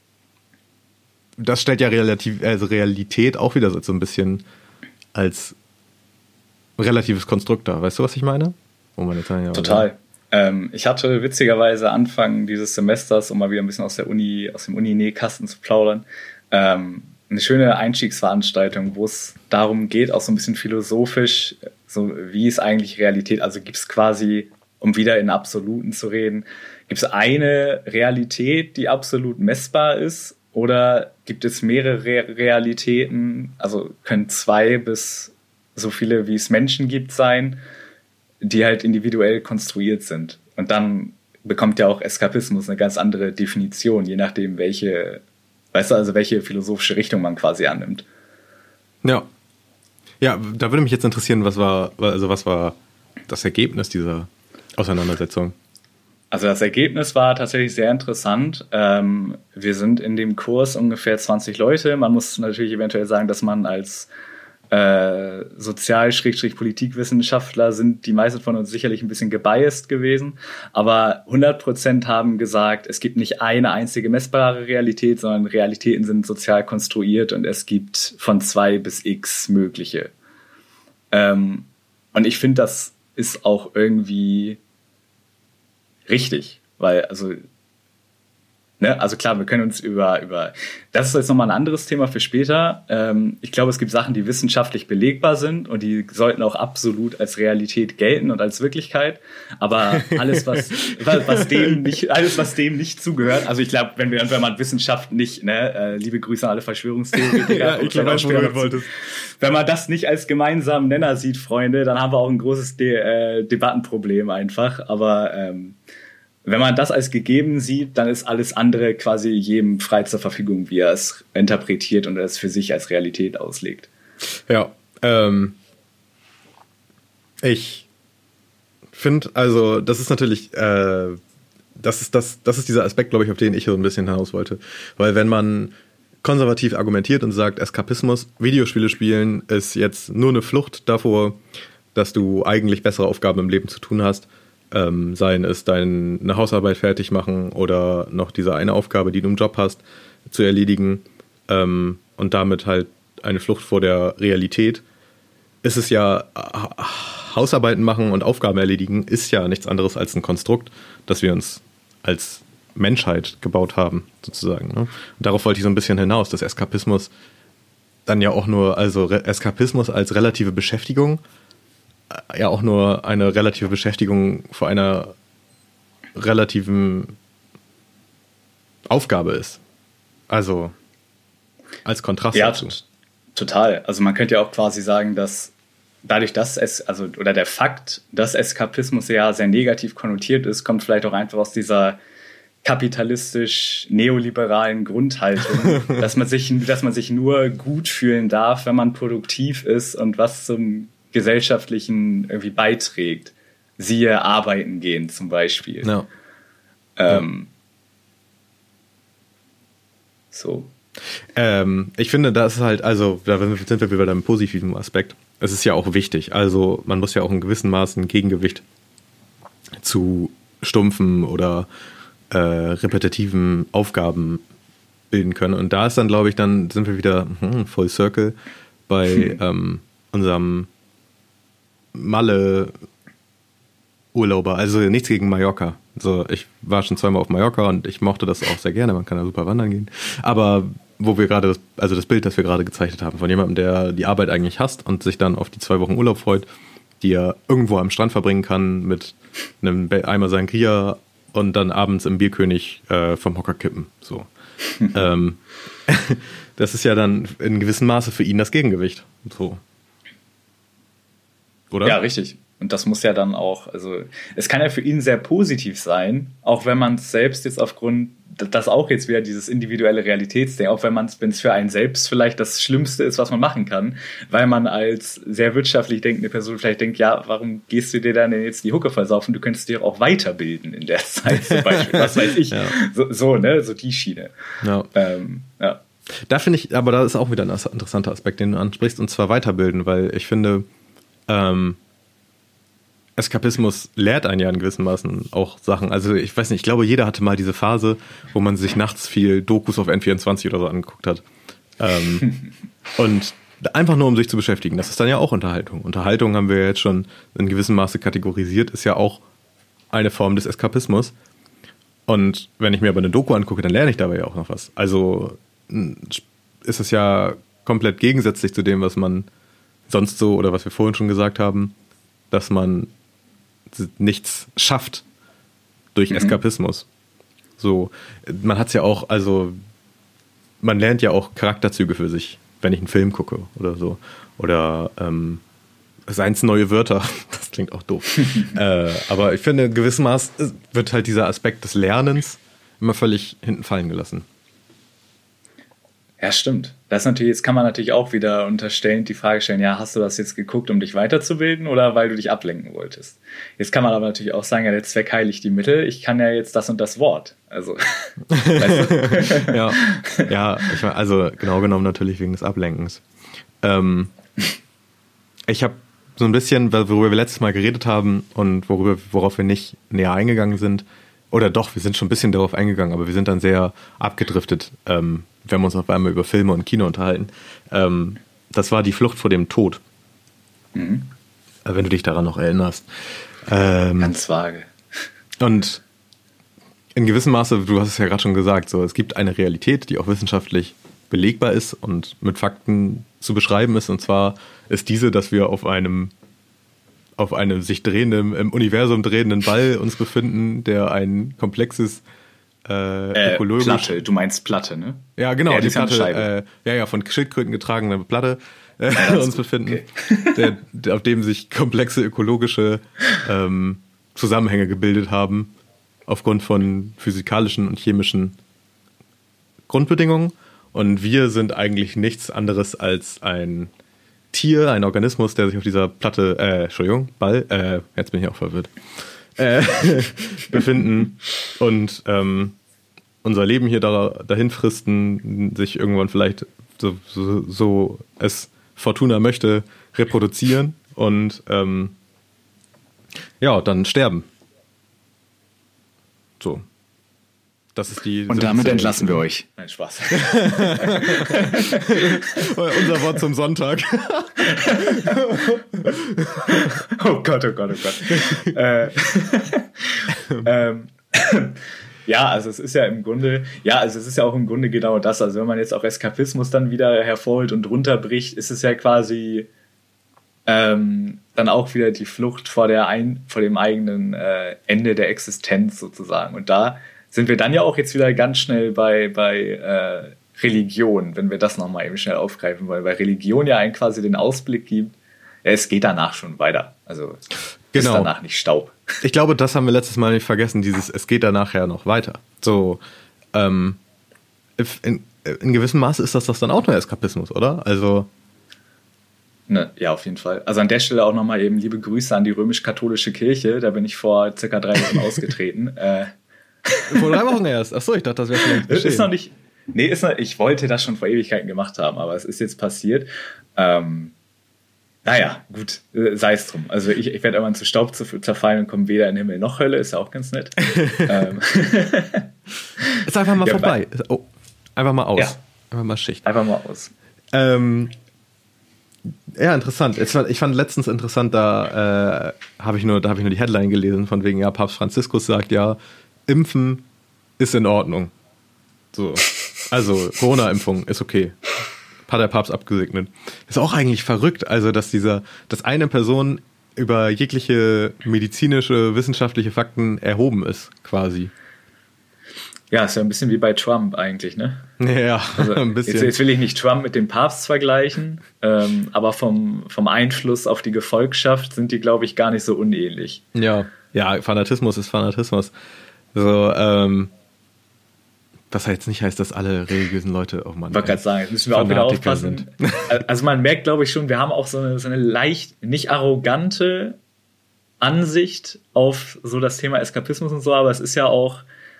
das stellt ja Realität auch wieder so ein bisschen als relatives Konstrukt dar. Weißt du, was ich meine? Total. Ich hatte witzigerweise Anfang dieses Semesters, um mal wieder ein bisschen aus dem Uni-Nähkasten zu plaudern, eine schöne Einstiegsveranstaltung, wo es darum geht, auch so ein bisschen philosophisch, so wie ist eigentlich Realität? Also gibt es quasi, um wieder in Absoluten zu reden, gibt es eine Realität, die absolut messbar ist? Oder gibt es mehrere Realitäten? Also können 2 bis so viele, wie es Menschen gibt, sein, die halt individuell konstruiert sind. Und dann bekommt ja auch Eskapismus eine ganz andere Definition, je nachdem, welche philosophische Richtung man quasi annimmt. Ja. Ja, da würde mich jetzt interessieren, was war das Ergebnis dieser Auseinandersetzung? Also das Ergebnis war tatsächlich sehr interessant. Wir sind in dem Kurs ungefähr 20 Leute. Man muss natürlich eventuell sagen, dass man als Sozial-Politikwissenschaftler sind die meisten von uns sicherlich ein bisschen gebiased gewesen, aber 100% haben gesagt, es gibt nicht eine einzige messbare Realität, sondern Realitäten sind sozial konstruiert und es gibt von 2 bis x mögliche. Und ich finde, das ist auch irgendwie richtig, weil also klar, wir können uns über das ist jetzt nochmal ein anderes Thema für später. Ich glaube, es gibt Sachen, die wissenschaftlich belegbar sind und die sollten auch absolut als Realität gelten und als Wirklichkeit. Aber alles, was dem nicht zugehört, also ich glaube, wenn man Wissenschaft nicht, liebe Grüße an alle Verschwörungstheoretiker. Ja, ich glaube, wenn man das nicht als gemeinsamen Nenner sieht, Freunde, dann haben wir auch ein großes Debattenproblem einfach. Aber wenn man das als gegeben sieht, dann ist alles andere quasi jedem frei zur Verfügung, wie er es interpretiert und es für sich als Realität auslegt. Ja, ich finde, also das ist natürlich, das ist dieser Aspekt, glaube ich, auf den ich so ein bisschen hinaus wollte. Weil wenn man konservativ argumentiert und sagt, Eskapismus, Videospiele spielen, ist jetzt nur eine Flucht davor, dass du eigentlich bessere Aufgaben im Leben zu tun hast, seien es deine Hausarbeit fertig machen oder noch diese eine Aufgabe, die du im Job hast, zu erledigen und damit halt eine Flucht vor der Realität, ist es ja, Hausarbeiten machen und Aufgaben erledigen, ist ja nichts anderes als ein Konstrukt, das wir uns als Menschheit gebaut haben, sozusagen. Ne? Und darauf wollte ich so ein bisschen hinaus, dass Eskapismus dann ja auch nur, also Eskapismus als relative Beschäftigung ja auch nur eine relative Beschäftigung vor einer relativen Aufgabe ist. Also als Kontrast dazu. Total. Also man könnte ja auch quasi sagen, dass dadurch, dass der Fakt, dass Eskapismus ja sehr negativ konnotiert ist, kommt vielleicht auch einfach aus dieser kapitalistisch-neoliberalen Grundhaltung, dass man sich nur gut fühlen darf, wenn man produktiv ist und was zum Gesellschaftlichen irgendwie beiträgt. Siehe Arbeiten gehen zum Beispiel. No. So. Ich finde, das ist halt, also da sind wir wieder beim positiven Aspekt. Es ist ja auch wichtig. Also man muss ja auch in gewissem Maße ein Gegengewicht zu stumpfen oder repetitiven Aufgaben bilden können. Und da ist dann, glaube ich, dann sind wir wieder full circle bei unserem Malle-Urlauber, also nichts gegen Mallorca. Also ich war schon 2-mal auf Mallorca und ich mochte das auch sehr gerne, man kann da super wandern gehen. Aber wo wir gerade, das Bild, das wir gerade gezeichnet haben, von jemandem, der die Arbeit eigentlich hasst und sich dann auf die 2 Wochen Urlaub freut, die er irgendwo am Strand verbringen kann mit einem Eimer Sangria und dann abends im Bierkönig vom Hocker kippen. So. Das ist ja dann in gewissem Maße für ihn das Gegengewicht. So. Oder? Ja, richtig. Und das muss ja dann auch, also es kann ja für ihn sehr positiv sein, auch wenn man es selbst jetzt aufgrund, das auch jetzt wieder dieses individuelle Realitätsding, auch wenn es für einen selbst vielleicht das Schlimmste ist, was man machen kann, weil man als sehr wirtschaftlich denkende Person vielleicht denkt, ja, warum gehst du dir dann denn jetzt die Hucke versaufen? Du könntest dich auch weiterbilden in der Zeit zum Beispiel, was weiß ich. Ja. So die Schiene. Ja. Ja. Da finde ich, aber da ist auch wieder ein interessanter Aspekt, den du ansprichst, und zwar weiterbilden, weil ich finde, Eskapismus lehrt einen ja in gewissen Maßen auch Sachen. Also ich weiß nicht, ich glaube, jeder hatte mal diese Phase, wo man sich nachts viel Dokus auf N24 oder so angeguckt hat. Und einfach nur, um sich zu beschäftigen. Das ist dann ja auch Unterhaltung. Unterhaltung haben wir jetzt schon in gewissem Maße kategorisiert, ist ja auch eine Form des Eskapismus. Und wenn ich mir aber eine Doku angucke, dann lerne ich dabei ja auch noch was. Also ist es ja komplett gegensätzlich zu dem, was man sonst so, oder was wir vorhin schon gesagt haben, dass man nichts schafft durch Eskapismus. So, man hat's ja auch, also man lernt ja auch Charakterzüge für sich, wenn ich einen Film gucke oder so. Oder seien es neue Wörter, das klingt auch doof. Aber ich finde, in gewissem Maß wird halt dieser Aspekt des Lernens immer völlig hinten fallen gelassen. Ja, stimmt. Das ist natürlich, jetzt kann man natürlich auch wieder unterstellend die Frage stellen, ja, hast du das jetzt geguckt, um dich weiterzubilden oder weil du dich ablenken wolltest? Jetzt kann man aber natürlich auch sagen, ja, der Zweck heiligt die Mittel, ich kann ja jetzt das und das Wort. Also, weißt du? ja, also genau genommen natürlich wegen des Ablenkens. Ich habe so ein bisschen, worüber wir letztes Mal geredet haben und worauf wir nicht näher eingegangen sind, oder doch, wir sind schon ein bisschen darauf eingegangen, aber wir sind dann sehr abgedriftet. Wir haben uns auf einmal über Filme und Kino unterhalten. Das war die Flucht vor dem Tod. Wenn du dich daran noch erinnerst. Ganz vage. Und in gewissem Maße, du hast es ja gerade schon gesagt, so, es gibt eine Realität, die auch wissenschaftlich belegbar ist und mit Fakten zu beschreiben ist. Und zwar ist diese, dass wir auf einem sich drehenden, im Universum drehenden Ball uns befinden, der ein komplexes ökologisch... Platte, du meinst Platte, ne? Ja, genau, die Platte, von Schildkröten getragene Platte uns befinden, okay. auf dem sich komplexe ökologische Zusammenhänge gebildet haben, aufgrund von physikalischen und chemischen Grundbedingungen. Und wir sind eigentlich nichts anderes als ein Tier, ein Organismus, der sich auf dieser Platte, Ball, jetzt bin ich auch verwirrt, befinden und unser Leben hier dahin fristen, sich irgendwann vielleicht, so es Fortuna möchte, reproduzieren und dann sterben. So. Das ist die. Und damit entlassen wir euch. Nein, Spaß. Unser Wort zum Sonntag. Oh Gott. Ja, also es ist ja im Grunde, auch im Grunde genau das. Also wenn man jetzt auch Eskapismus dann wieder hervorholt und runterbricht, ist es ja quasi dann auch wieder die Flucht vor dem eigenen Ende der Existenz sozusagen. Und da sind wir dann ja auch jetzt wieder ganz schnell bei Religion, wenn wir das nochmal eben schnell aufgreifen wollen, weil Religion ja einen quasi den Ausblick gibt, es geht danach schon weiter. Also ist danach nicht Staub. Ich glaube, das haben wir letztes Mal nicht vergessen, es geht danach ja noch weiter. So, in gewissem Maße ist das dann auch nur Eskapismus, oder? Also ne, ja, auf jeden Fall. Also an der Stelle auch nochmal eben liebe Grüße an die römisch-katholische Kirche, da bin ich vor circa 3 Wochen ausgetreten. Vor 3 Wochen erst? Achso, ich dachte, das wäre schon geschehen. Ist noch nicht. Nee, ich wollte das schon vor Ewigkeiten gemacht haben, aber es ist jetzt passiert. Naja, gut, sei es drum. Also ich werde irgendwann zu Staub zerfallen und komme weder in Himmel noch Hölle, ist ja auch ganz nett. Ist einfach mal vorbei. Einfach mal aus. Ja. Einfach mal Schicht. Einfach mal aus. Ja, interessant. Ich fand letztens interessant, da habe ich nur die Headline gelesen, von wegen, ja, Papst Franziskus sagt, ja, Impfen ist in Ordnung. So. Also, Corona-Impfung ist okay. Hat der Papst abgesegnet. Ist auch eigentlich verrückt, also, dass eine Person über jegliche medizinische, wissenschaftliche Fakten erhoben ist, quasi. Ja, ist ja ein bisschen wie bei Trump eigentlich, ne? Ja, also ein bisschen. Jetzt will ich nicht Trump mit dem Papst vergleichen, aber vom Einfluss auf die Gefolgschaft sind die, glaube ich, gar nicht so unähnlich. Ja, Fanatismus ist Fanatismus. So, was jetzt nicht heißt, dass alle religiösen Leute, oh Mann. Ich wollte gerade sagen, jetzt müssen wir auch wieder aufpassen. Also man merkt, glaube ich, schon, wir haben auch so eine leicht, nicht arrogante Ansicht auf so das Thema Eskapismus und so, aber es ist ja auch,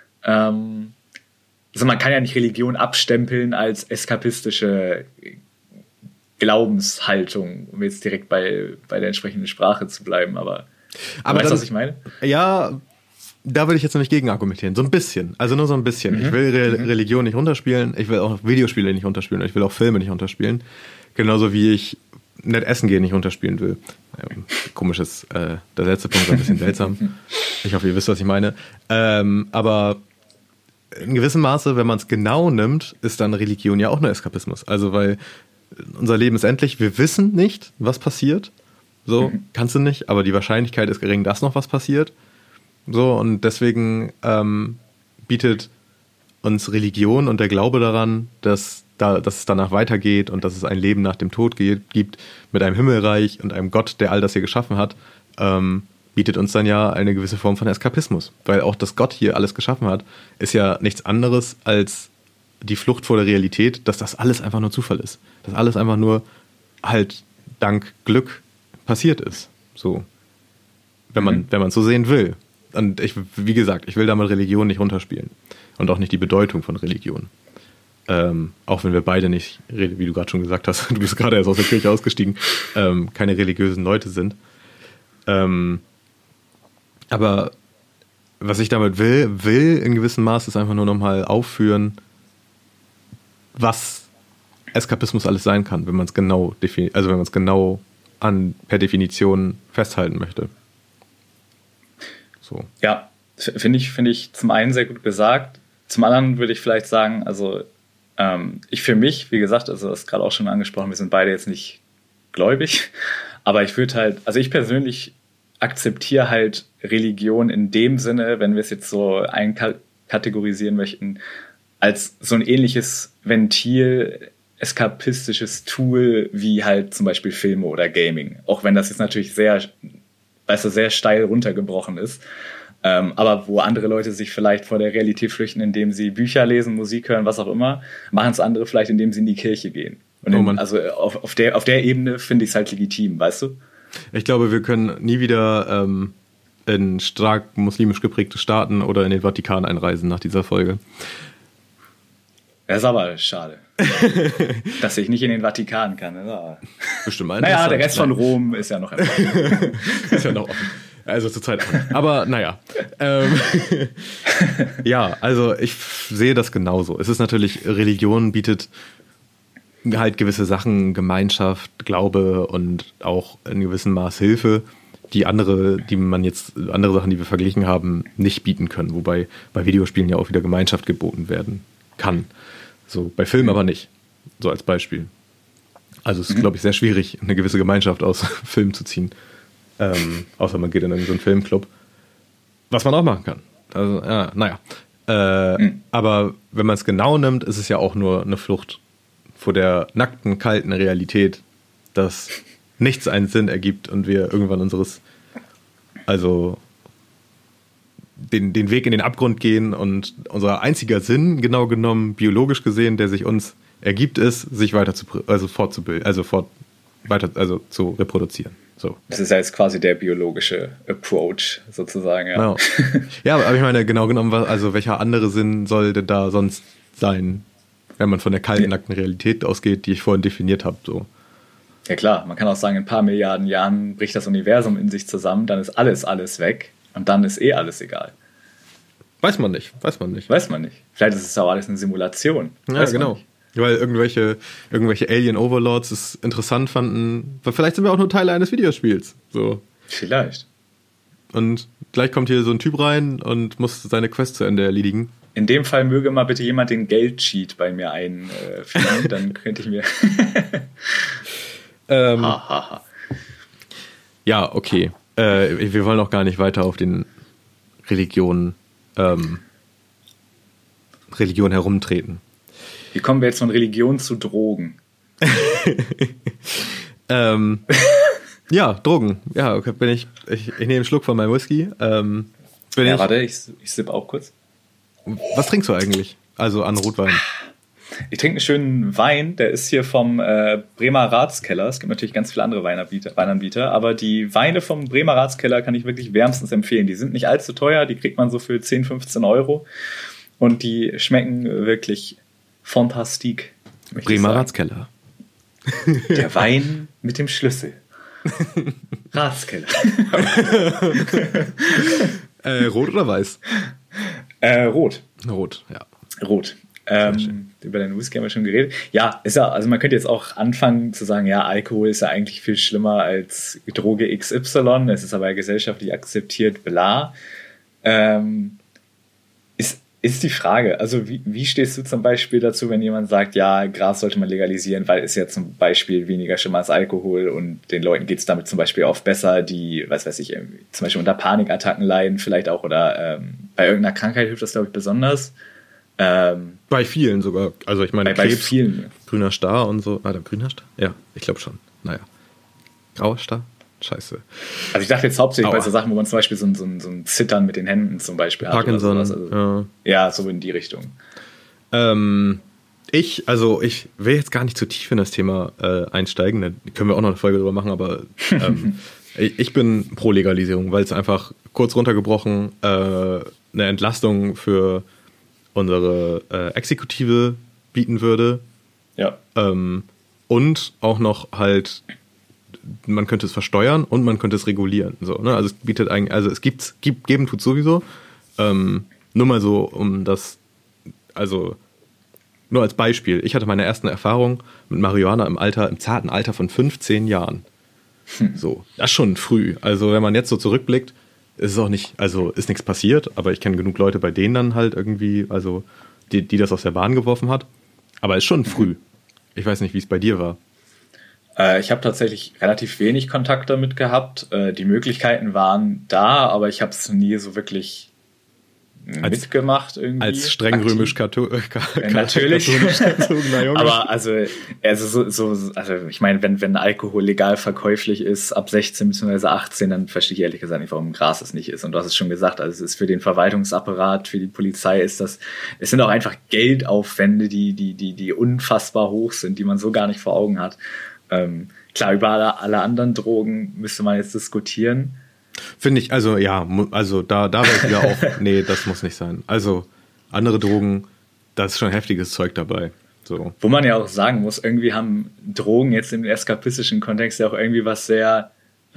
also man kann ja nicht Religion abstempeln als eskapistische Glaubenshaltung, um jetzt direkt bei der entsprechenden Sprache zu bleiben, aber weißt du, was ich meine? Ja, da würde ich jetzt nämlich gegen argumentieren. So ein bisschen. Also nur so ein bisschen. Ich will Religion nicht runterspielen. Ich will auch Videospiele nicht runterspielen. Ich will auch Filme nicht runterspielen. Genauso wie ich nett essen gehen nicht runterspielen will. Komisches, der letzte Punkt war ein bisschen seltsam. Ich hoffe, ihr wisst, was ich meine. Aber in gewissem Maße, wenn man es genau nimmt, ist dann Religion ja auch nur Eskapismus. Also, weil unser Leben ist endlich, wir wissen nicht, was passiert. So, kannst du nicht, aber die Wahrscheinlichkeit ist gering, dass noch was passiert. So, und deswegen bietet uns Religion und der Glaube daran, dass es danach weitergeht und dass es ein Leben nach dem Tod gibt, mit einem Himmelreich und einem Gott, der all das hier geschaffen hat, bietet uns dann ja eine gewisse Form von Eskapismus. Weil auch, dass Gott hier alles geschaffen hat, ist ja nichts anderes als die Flucht vor der Realität, dass das alles einfach nur Zufall ist. Dass alles einfach nur halt dank Glück passiert ist. So. Wenn man es so sehen will. Und wie gesagt, ich will damit Religion nicht runterspielen. Und auch nicht die Bedeutung von Religion. Auch wenn wir beide nicht, wie du gerade schon gesagt hast, du bist gerade erst aus der Kirche ausgestiegen, keine religiösen Leute sind. Aber was ich damit will in gewissem Maß, ist einfach nur nochmal aufführen, was Eskapismus alles sein kann, wenn man es genau per Definition festhalten möchte. So. Ja, finde ich zum einen sehr gut gesagt. Zum anderen würde ich vielleicht sagen, also ich für mich, wie gesagt, also das ist gerade auch schon angesprochen, wir sind beide jetzt nicht gläubig, aber ich würde halt, also ich persönlich akzeptiere halt Religion in dem Sinne, wenn wir es jetzt so einkategorisieren möchten, als so ein ähnliches Ventil, eskapistisches Tool wie halt zum Beispiel Filme oder Gaming. Auch wenn das jetzt natürlich sehr steil runtergebrochen ist. Aber wo andere Leute sich vielleicht vor der Realität flüchten, indem sie Bücher lesen, Musik hören, was auch immer, machen es andere vielleicht, indem sie in die Kirche gehen. Und also auf der Ebene finde ich es halt legitim, weißt du? Ich glaube, wir können nie wieder in stark muslimisch geprägte Staaten oder in den Vatikan einreisen nach dieser Folge. Das ist aber schade. Dass ich nicht in den Vatikan kann. Bestimmt mal. Naja, der Rest von Rom ist ja noch ist ja noch offen. Also zur Zeit auch. Aber naja. Ja, also ich sehe das genauso. Es ist natürlich, Religion bietet halt gewisse Sachen, Gemeinschaft, Glaube und auch in gewissem Maß Hilfe, die andere Sachen, die wir verglichen haben, nicht bieten können. Wobei bei Videospielen ja auch wieder Gemeinschaft geboten werden kann. So, bei Filmen aber nicht. So als Beispiel. Also es ist, glaube ich, sehr schwierig, eine gewisse Gemeinschaft aus Filmen zu ziehen. Außer man geht in so einen Filmclub. Was man auch machen kann. Also, ja, naja. Aber wenn man es genau nimmt, ist es ja auch nur eine Flucht vor der nackten, kalten Realität, dass nichts einen Sinn ergibt und wir irgendwann den Weg in den Abgrund gehen und unser einziger Sinn, genau genommen, biologisch gesehen, der sich uns ergibt, ist, sich fortzubilden, zu reproduzieren. So. Das ist ja jetzt quasi der biologische Approach, sozusagen. Ja, genau. Ja, aber ich meine, genau genommen, welcher andere Sinn soll denn da sonst sein, wenn man von der kalten, nackten Realität ausgeht, die ich vorhin definiert habe, so. Ja klar, man kann auch sagen, in ein paar Milliarden Jahren bricht das Universum in sich zusammen, dann ist alles weg und dann ist alles egal. Weiß man nicht. Vielleicht ist es auch alles eine Simulation. Ja, genau. Weil irgendwelche Alien-Overlords es interessant fanden. Weil vielleicht sind wir auch nur Teile eines Videospiels. So. Vielleicht. Und gleich kommt hier so ein Typ rein und muss seine Quest zu Ende erledigen. In dem Fall möge mal bitte jemand den Geldcheat bei mir einfügen, dann könnte ich mir... Ja, okay. Wir wollen auch gar nicht weiter auf den Religion herumtreten. Wie kommen wir jetzt von Religion zu Drogen? Ja, Drogen. Ja, okay, ich nehme einen Schluck von meinem Whisky. Warte, ich sipp auch kurz. Was trinkst du eigentlich? Also an Rotwein? Ich trinke einen schönen Wein, der ist hier vom Bremer Ratskeller. Es gibt natürlich ganz viele andere Weinanbieter, aber die Weine vom Bremer Ratskeller kann ich wirklich wärmstens empfehlen. Die sind nicht allzu teuer, die kriegt man so für 10, 15 Euro und die schmecken wirklich fantastik. Bremer Ratskeller. Der Wein mit dem Schlüssel. Ratskeller. Rot oder weiß? Rot. Rot, ja. Rot. Über den Whisky haben wir schon geredet. Ja, ist ja, also man könnte jetzt auch anfangen zu sagen, ja, Alkohol ist ja eigentlich viel schlimmer als Droge XY, es ist aber gesellschaftlich akzeptiert, bla. Ist die Frage, also wie stehst du zum Beispiel dazu, wenn jemand sagt, ja, Gras sollte man legalisieren, weil es ja zum Beispiel weniger schlimmer als Alkohol und den Leuten geht es damit zum Beispiel oft besser, die, was weiß ich, zum Beispiel unter Panikattacken leiden vielleicht auch oder bei irgendeiner Krankheit hilft das, glaube ich, besonders. Bei vielen sogar. Also ich meine, bei vielen. Grüner Star und so. Der grüner Star? Ja, ich glaube schon. Naja. Grauer Star? Scheiße. Also ich dachte jetzt hauptsächlich bei so Sachen, wo man zum Beispiel so ein Zittern mit den Händen zum Beispiel hat. Parkinson. Oder sowas. Also, ja, so in die Richtung. Ich will jetzt gar nicht zu tief in das Thema einsteigen. Da können wir auch noch eine Folge drüber machen, aber ich bin pro Legalisierung, weil es einfach kurz runtergebrochen eine Entlastung für unsere Exekutive bieten würde. Ja. Und auch noch halt, man könnte es versteuern und man könnte es regulieren. So, ne? Also es bietet eigentlich, also geben tut sowieso. Nur mal so, um das, also nur als Beispiel. Ich hatte meine ersten Erfahrungen mit Marihuana im zarten Alter von 15 Jahren. So, das ist schon früh. Also wenn man jetzt so zurückblickt, ist es auch nicht, also ist nichts passiert, aber ich kenne genug Leute, bei denen dann halt irgendwie, also die das aus der Bahn geworfen hat. Aber ist schon früh. Ich weiß nicht, wie es bei dir war. Ich habe tatsächlich relativ wenig Kontakt damit gehabt. Die Möglichkeiten waren da, aber ich habe es nie so wirklich mitgemacht irgendwie. Als streng römisch-katholisch natürlich. Aber also ich meine, wenn Alkohol legal verkäuflich ist ab 16 bzw. 18, dann verstehe ich ehrlich gesagt nicht, warum Gras es nicht ist. Und du hast es schon gesagt, also es ist für den Verwaltungsapparat, für die Polizei es sind auch einfach Geldaufwände, die unfassbar hoch sind, die man so gar nicht vor Augen hat. Klar, über alle anderen Drogen müsste man jetzt diskutieren. Finde ich, also ja, also da wäre ich wieder auch, nee, das muss nicht sein. Also andere Drogen, da ist schon heftiges Zeug dabei. So. Wo man ja auch sagen muss, irgendwie haben Drogen jetzt im eskapistischen Kontext ja auch irgendwie was sehr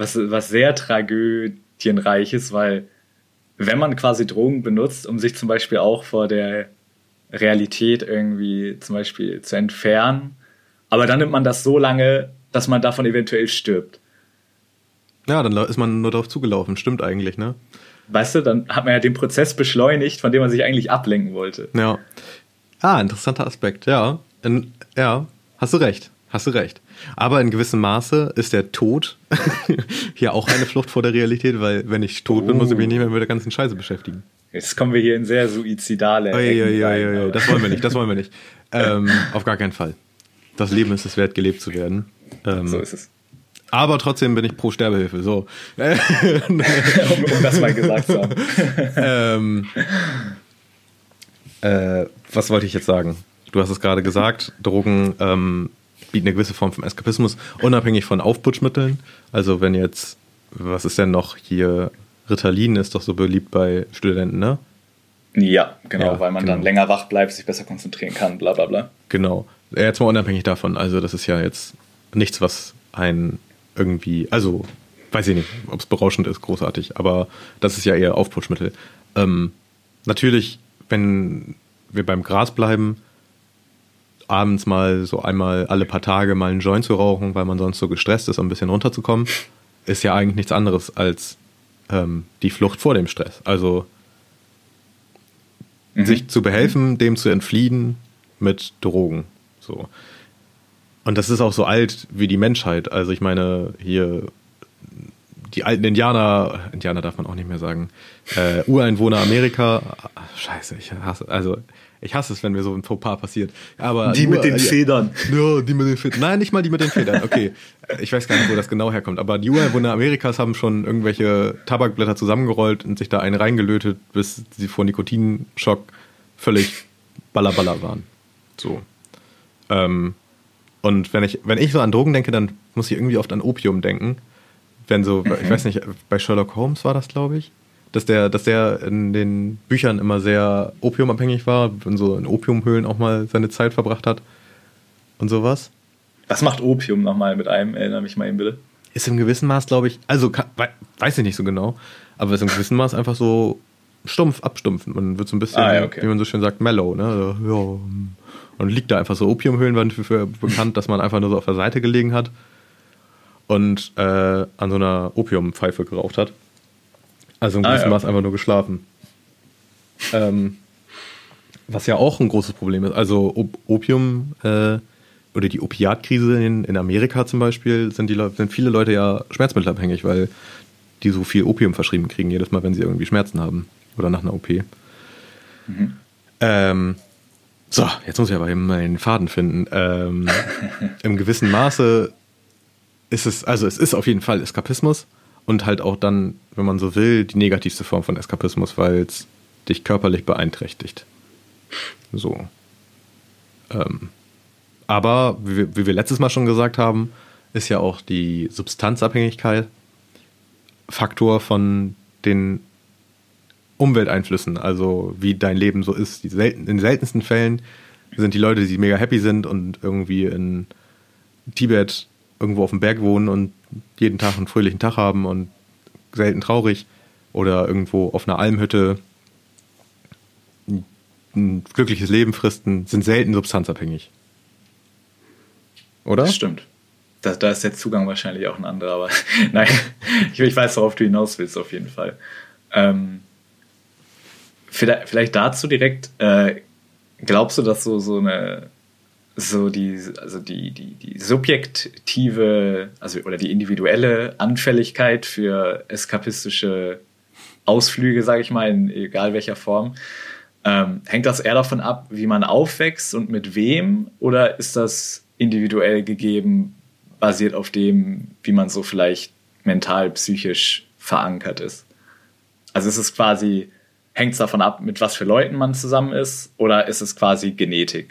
tragödienreiches, weil wenn man quasi Drogen benutzt, um sich zum Beispiel auch vor der Realität irgendwie zum Beispiel zu entfernen, aber dann nimmt man das so lange, dass man davon eventuell stirbt. Ja, dann ist man nur darauf zugelaufen. Stimmt eigentlich, ne? Weißt du, dann hat man ja den Prozess beschleunigt, von dem man sich eigentlich ablenken wollte. Ja. Interessanter Aspekt, ja. Ja, hast du recht. Aber in gewissem Maße ist der Tod hier auch eine Flucht vor der Realität, weil wenn ich tot bin, muss ich mich nicht mehr mit der ganzen Scheiße beschäftigen. Jetzt kommen wir hier in sehr suizidale Ecken rein. Das wollen wir nicht. Auf gar keinen Fall. Das Leben ist es wert, gelebt zu werden. So ist es. Aber trotzdem bin ich pro Sterbehilfe, so. um das mal gesagt zu haben. Was wollte ich jetzt sagen? Du hast es gerade gesagt, Drogen bieten eine gewisse Form von Eskapismus, unabhängig von Aufputschmitteln. Also wenn jetzt, was ist denn noch hier, Ritalin ist doch so beliebt bei Studenten, ne? Ja, genau, ja, weil man dann länger wach bleibt, sich besser konzentrieren kann, bla bla bla. Genau, jetzt mal unabhängig davon, also das ist ja jetzt nichts, was ein irgendwie, also weiß ich nicht, ob es berauschend ist, großartig, aber das ist ja eher Aufputschmittel. Natürlich, wenn wir beim Gras bleiben, abends mal so einmal alle paar Tage mal einen Joint zu rauchen, weil man sonst so gestresst ist, um ein bisschen runterzukommen, ist ja eigentlich nichts anderes als die Flucht vor dem Stress. Also sich zu behelfen, dem zu entfliehen mit Drogen. So. Und das ist auch so alt wie die Menschheit. Also ich meine, hier die alten Indianer darf man auch nicht mehr sagen, Ureinwohner Amerika, scheiße, ich hasse es, wenn mir so ein Fauxpas passiert. Aber die mit den Federn. Ja, die mit den Federn. Nein, nicht mal die mit den Federn. Okay, ich weiß gar nicht, wo das genau herkommt. Aber die Ureinwohner Amerikas haben schon irgendwelche Tabakblätter zusammengerollt und sich da einen reingelötet, bis sie vor Nikotinschock völlig ballerballer waren. So. Und wenn ich so an Drogen denke, dann muss ich irgendwie oft an Opium denken. Wenn so, ich weiß nicht, bei Sherlock Holmes war das, glaube ich, dass der in den Büchern immer sehr opiumabhängig war und so in Opiumhöhlen auch mal seine Zeit verbracht hat und sowas. Was macht Opium nochmal mit einem? Erinnere mich mal eben bitte. Ist im gewissen Maß, glaube ich, also weiß ich nicht so genau, aber ist im gewissen Maß einfach so stumpf abstumpfen. Man wird so ein bisschen, wie man so schön sagt, mellow, ne? Ja. Und liegt da einfach so. Opiumhöhlen waren dafür bekannt, dass man einfach nur so auf der Seite gelegen hat und an so einer Opiumpfeife geraucht hat. Also im gewissen Maß einfach nur geschlafen. Was ja auch ein großes Problem ist. Also Opium oder die Opiatkrise in Amerika zum Beispiel sind viele Leute ja schmerzmittelabhängig, weil die so viel Opium verschrieben kriegen, jedes Mal, wenn sie irgendwie Schmerzen haben oder nach einer OP. So, jetzt muss ich aber eben mal den Faden finden. Im gewissen Maße ist es ist auf jeden Fall Eskapismus und halt auch dann, wenn man so will, die negativste Form von Eskapismus, weil es dich körperlich beeinträchtigt. So. Aber, wie wir letztes Mal schon gesagt haben, ist ja auch die Substanzabhängigkeit Faktor von den Umwelteinflüssen, also wie dein Leben so ist. In den seltensten Fällen sind die Leute, die mega happy sind und irgendwie in Tibet irgendwo auf dem Berg wohnen und jeden Tag einen fröhlichen Tag haben und selten traurig oder irgendwo auf einer Almhütte ein glückliches Leben fristen, sind selten substanzabhängig. Oder? Das stimmt. Da ist der Zugang wahrscheinlich auch ein anderer, aber nein, ich weiß, worauf du hinaus willst, auf jeden Fall. Vielleicht dazu direkt, glaubst du, dass die subjektive, also oder die individuelle Anfälligkeit für eskapistische Ausflüge, sage ich mal, in egal welcher Form, hängt das eher davon ab, wie man aufwächst und mit wem, oder ist das individuell gegeben, basiert auf dem, wie man so vielleicht mental, psychisch verankert ist? Also ist es quasi, hängt es davon ab, mit was für Leuten man zusammen ist, oder ist es quasi Genetik?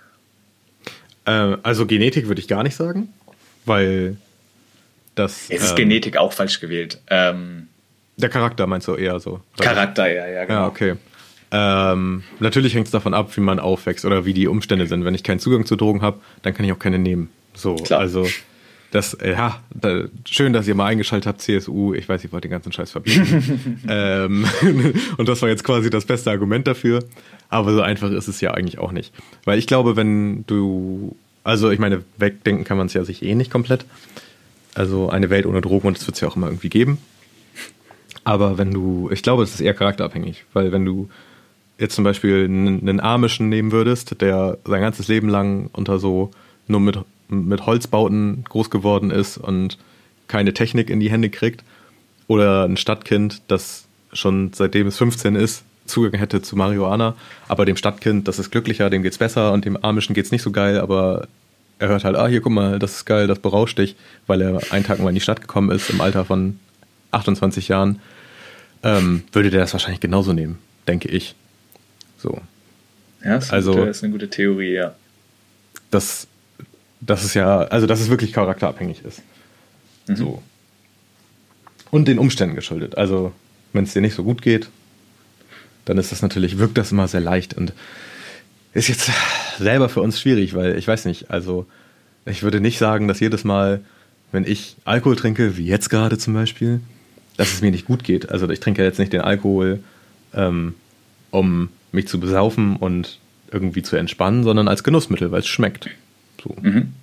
Also Genetik würde ich gar nicht sagen, weil das... Es ist Genetik auch falsch gewählt. Der Charakter meinst du eher so? Charakter, ja, genau. Ja, okay. Natürlich hängt es davon ab, wie man aufwächst oder wie die Umstände sind. Wenn ich keinen Zugang zu Drogen habe, dann kann ich auch keine nehmen. So, klar. Also schön, dass ihr mal eingeschaltet habt, CSU. Ich weiß, ihr wollt den ganzen Scheiß verbieten. Und das war jetzt quasi das beste Argument dafür. Aber so einfach ist es ja eigentlich auch nicht. Weil ich glaube, ich meine, wegdenken kann man es ja sich eh nicht komplett. Also eine Welt ohne Drogen, und das wird es ja auch immer irgendwie geben. Aber ich glaube, es ist eher charakterabhängig. Weil wenn du jetzt zum Beispiel einen Amischen nehmen würdest, der sein ganzes Leben lang nur mit Holzbauten groß geworden ist und keine Technik in die Hände kriegt, oder ein Stadtkind, das schon seitdem es 15 ist, Zugang hätte zu Marihuana, aber dem Stadtkind, das ist glücklicher, dem geht's besser, und dem Amischen geht's nicht so geil, aber er hört halt, hier, guck mal, das ist geil, das berauscht dich, weil er einen Tag mal in die Stadt gekommen ist, im Alter von 28 Jahren, würde der das wahrscheinlich genauso nehmen, denke ich. So. Ja, das ist eine gute Theorie, ja. Das ist dass es wirklich charakterabhängig ist. Mhm. So. Und den Umständen geschuldet. Also, wenn es dir nicht so gut geht, dann wirkt das immer sehr leicht und ist jetzt selber für uns schwierig, weil ich weiß nicht, also ich würde nicht sagen, dass jedes Mal, wenn ich Alkohol trinke, wie jetzt gerade zum Beispiel, dass es mir nicht gut geht. Also ich trinke jetzt nicht den Alkohol, um mich zu besaufen und irgendwie zu entspannen, sondern als Genussmittel, weil es schmeckt. So.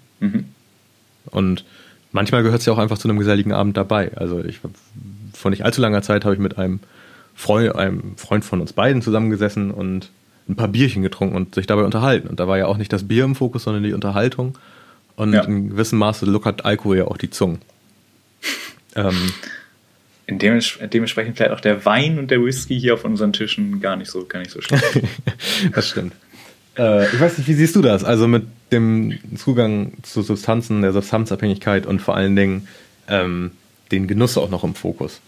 Und manchmal gehört es ja auch einfach zu einem geselligen Abend dabei. Also vor nicht allzu langer Zeit habe ich mit einem Freund von uns beiden zusammengesessen und ein paar Bierchen getrunken und sich dabei unterhalten. Und da war ja auch nicht das Bier im Fokus, sondern die Unterhaltung. Und in gewissem Maße lockert Alkohol ja auch die Zungen. Dementsprechend vielleicht auch der Wein und der Whisky hier auf unseren Tischen gar nicht so schlecht. Das stimmt. Ich weiß nicht, wie siehst du das? Also mit dem Zugang zu Substanzen, der Substanzabhängigkeit und vor allen Dingen den Genuss auch noch im Fokus.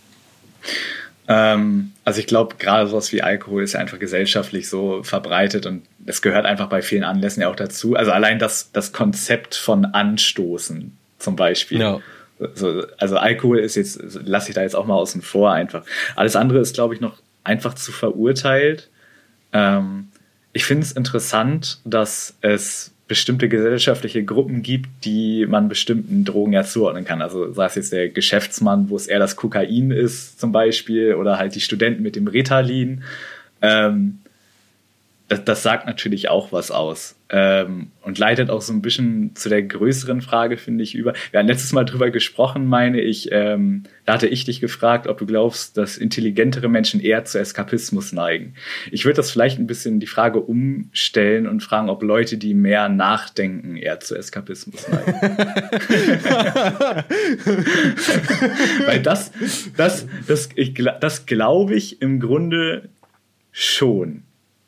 Also ich glaube, gerade sowas wie Alkohol ist ja einfach gesellschaftlich so verbreitet und es gehört einfach bei vielen Anlässen ja auch dazu. Also allein das Konzept von Anstoßen zum Beispiel. Ja. Also Alkohol ist jetzt, lasse ich da jetzt auch mal außen vor einfach. Alles andere ist, glaube ich, noch einfach zu verurteilt. Ich finde es interessant, dass es bestimmte gesellschaftliche Gruppen gibt, die man bestimmten Drogen ja zuordnen kann. Also sei es jetzt der Geschäftsmann, wo es eher das Kokain ist zum Beispiel, oder halt die Studenten mit dem Ritalin. Das sagt natürlich auch was aus und leitet auch so ein bisschen zu der größeren Frage, finde ich, über. Wir haben letztes Mal drüber gesprochen, meine ich. Da hatte ich dich gefragt, ob du glaubst, dass intelligentere Menschen eher zu Eskapismus neigen. Ich würde das vielleicht ein bisschen die Frage umstellen und fragen, ob Leute, die mehr nachdenken, eher zu Eskapismus neigen. Weil das glaube ich im Grunde schon.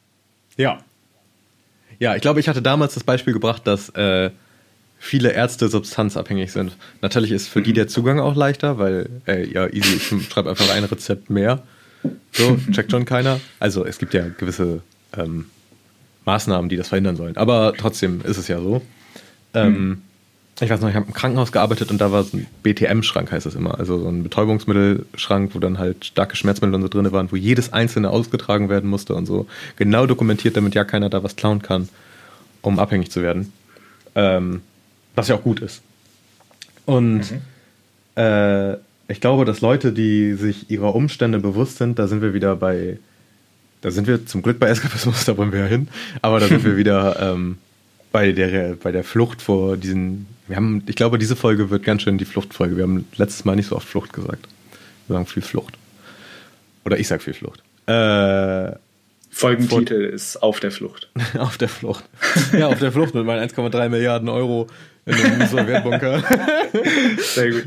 Ja, ich glaube, ich hatte damals das Beispiel gebracht, dass viele Ärzte substanzabhängig sind. Natürlich ist für die der Zugang auch leichter, weil, easy, ich schreibe einfach ein Rezept mehr. So, checkt schon keiner. Also es gibt ja gewisse Maßnahmen, die das verhindern sollen. Aber trotzdem ist es ja so. Ich weiß noch, ich habe im Krankenhaus gearbeitet und da war so ein BTM-Schrank, heißt das immer. Also so ein Betäubungsmittelschrank, wo dann halt starke Schmerzmittel und so drin waren, wo jedes einzelne ausgetragen werden musste und so. Genau dokumentiert, damit ja keiner da was klauen kann, um abhängig zu werden. Was ja auch gut ist. Und ich glaube, dass Leute, die sich ihrer Umstände bewusst sind, da sind wir zum Glück bei Eskapismus, da wollen wir ja hin, aber da sind wir wieder bei der Flucht vor diesen. Ich glaube, diese Folge wird ganz schön die Fluchtfolge. Wir haben letztes Mal nicht so oft Flucht gesagt. Wir sagen viel Flucht. Oder ich sag viel Flucht. Folgentitel ist Auf der Flucht. Auf der Flucht. Ja, auf der Flucht mit meinen 1,3 Milliarden Euro in dem Sowjetbunker. Sehr gut.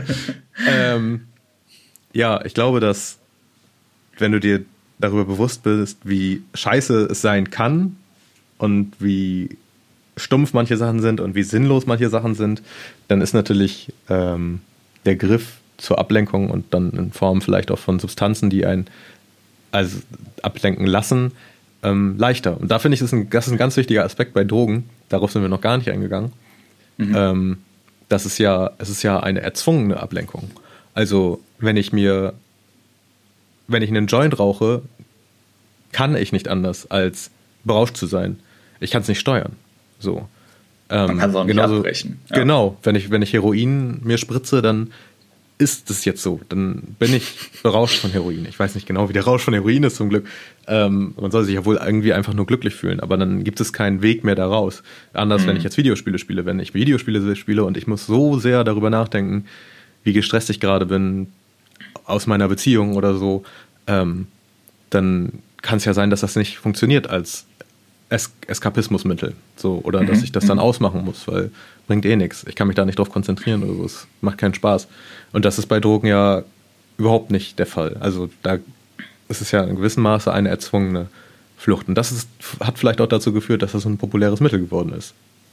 Ja, ich glaube, dass wenn du dir darüber bewusst bist, wie scheiße es sein kann und wie stumpf manche Sachen sind und wie sinnlos manche Sachen sind, dann ist natürlich der Griff zur Ablenkung und dann in Form vielleicht auch von Substanzen, die einen also ablenken lassen, leichter. Und da finde ich, das ist ein ganz wichtiger Aspekt bei Drogen. Darauf sind wir noch gar nicht eingegangen. Es ist ja eine erzwungene Ablenkung. Also wenn ich einen Joint rauche, kann ich nicht anders, als berauscht zu sein. Ich kann es nicht steuern. So. Man kann es auch nicht abbrechen. Ja. Genau, wenn ich Heroin mir spritze, dann ist es jetzt so. Dann bin ich berauscht von Heroin. Ich weiß nicht genau, wie der Rausch von Heroin ist, zum Glück. Man soll sich ja wohl irgendwie einfach nur glücklich fühlen, aber dann gibt es keinen Weg mehr da raus. Anders, wenn ich jetzt Videospiele spiele. Wenn ich Videospiele spiele und ich muss so sehr darüber nachdenken, wie gestresst ich gerade bin aus meiner Beziehung oder so, dann kann es ja sein, dass das nicht funktioniert als Eskapismusmittel. So, oder dass ich das dann ausmachen muss, weil bringt eh nichts. Ich kann mich da nicht drauf konzentrieren oder so. Es macht keinen Spaß. Und das ist bei Drogen ja überhaupt nicht der Fall. Also da ist es ja in gewissem Maße eine erzwungene Flucht. Und das hat vielleicht auch dazu geführt, dass das so ein populäres Mittel geworden ist.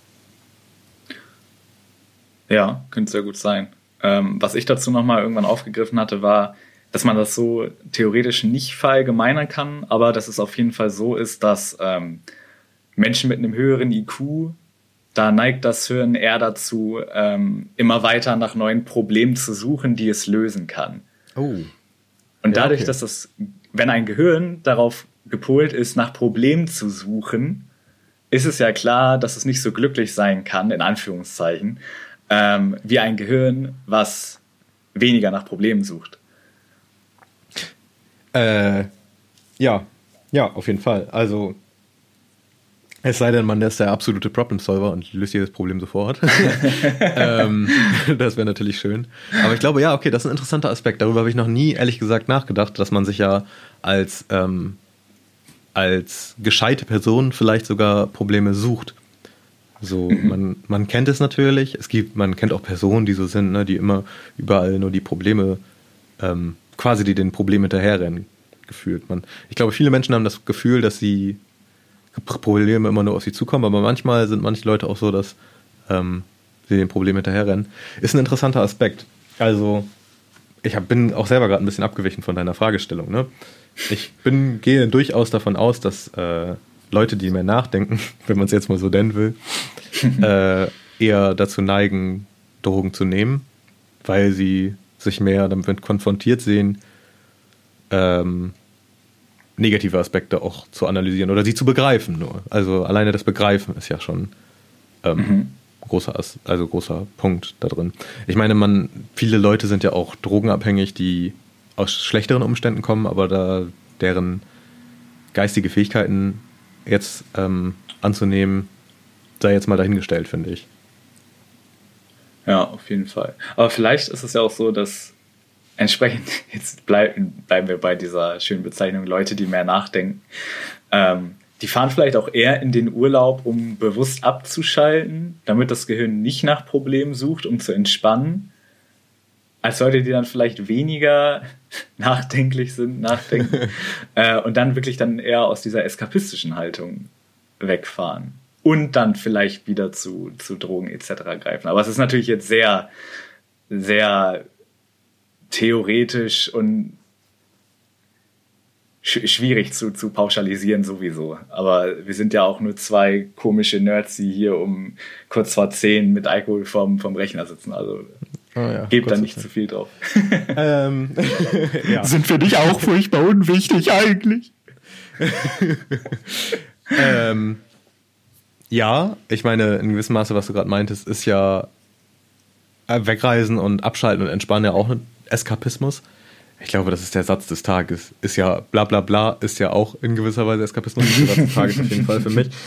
Ja, könnte sehr gut sein. Was ich dazu nochmal irgendwann aufgegriffen hatte, war, dass man das so theoretisch nicht verallgemeinern kann, aber dass es auf jeden Fall so ist, dass Menschen mit einem höheren IQ, da neigt das Hirn eher dazu, immer weiter nach neuen Problemen zu suchen, die es lösen kann. Oh. Und dadurch, dass wenn ein Gehirn darauf gepolt ist, nach Problemen zu suchen, ist es ja klar, dass es nicht so glücklich sein kann, in Anführungszeichen, wie ein Gehirn, was weniger nach Problemen sucht. Ja, auf jeden Fall. Also Es sei denn, man ist der absolute Problem-Solver und löst jedes Problem sofort. Das wäre natürlich schön. Aber ich glaube, ja, okay, das ist ein interessanter Aspekt. Darüber habe ich noch nie, ehrlich gesagt, nachgedacht, dass man sich ja als gescheite Person vielleicht sogar Probleme sucht. So, man kennt es natürlich. Man kennt auch Personen, die so sind, ne, die immer überall nur die Probleme, quasi die den Problemen hinterherrennen, gefühlt. Ich glaube, viele Menschen haben das Gefühl, dass sie Probleme immer nur auf sie zukommen, aber manchmal sind manche Leute auch so, dass sie den Problemen hinterherrennen. Ist ein interessanter Aspekt. Also, bin auch selber gerade ein bisschen abgewichen von deiner Fragestellung. Ne? Gehe durchaus davon aus, dass Leute, die mehr nachdenken, wenn man es jetzt mal so nennen will, eher dazu neigen, Drogen zu nehmen, weil sie sich mehr damit konfrontiert sehen, negative Aspekte auch zu analysieren oder sie zu begreifen nur. Also alleine das Begreifen ist ja schon großer Punkt da drin. Ich meine, viele Leute sind ja auch drogenabhängig, die aus schlechteren Umständen kommen, aber da deren geistige Fähigkeiten jetzt anzunehmen, sei jetzt mal dahingestellt, finde ich. Ja, auf jeden Fall. Aber vielleicht ist es ja auch so, dass entsprechend, jetzt bleiben wir bei dieser schönen Bezeichnung, Leute, die mehr nachdenken, die fahren vielleicht auch eher in den Urlaub, um bewusst abzuschalten, damit das Gehirn nicht nach Problemen sucht, um zu entspannen, als Leute, die dann vielleicht weniger nachdenklich sind, nachdenken und dann wirklich dann eher aus dieser eskapistischen Haltung wegfahren und dann vielleicht wieder zu Drogen etc. greifen. Aber es ist natürlich jetzt sehr, sehr theoretisch und schwierig zu pauschalisieren sowieso. Aber wir sind ja auch nur zwei komische Nerds, die hier um kurz vor 10 mit Alkohol vom Rechner sitzen. Also gebt da nicht zu viel drauf. Ja. Sind für dich auch furchtbar unwichtig eigentlich? Ja, ich meine, in gewissem Maße, was du gerade meintest, ist ja Wegreisen und Abschalten und Entspannen ja auch ein Eskapismus. Ich glaube, das ist der Satz des Tages. Ist ja bla bla bla, ist ja auch in gewisser Weise Eskapismus. Der Satz des Tages auf jeden Fall für mich.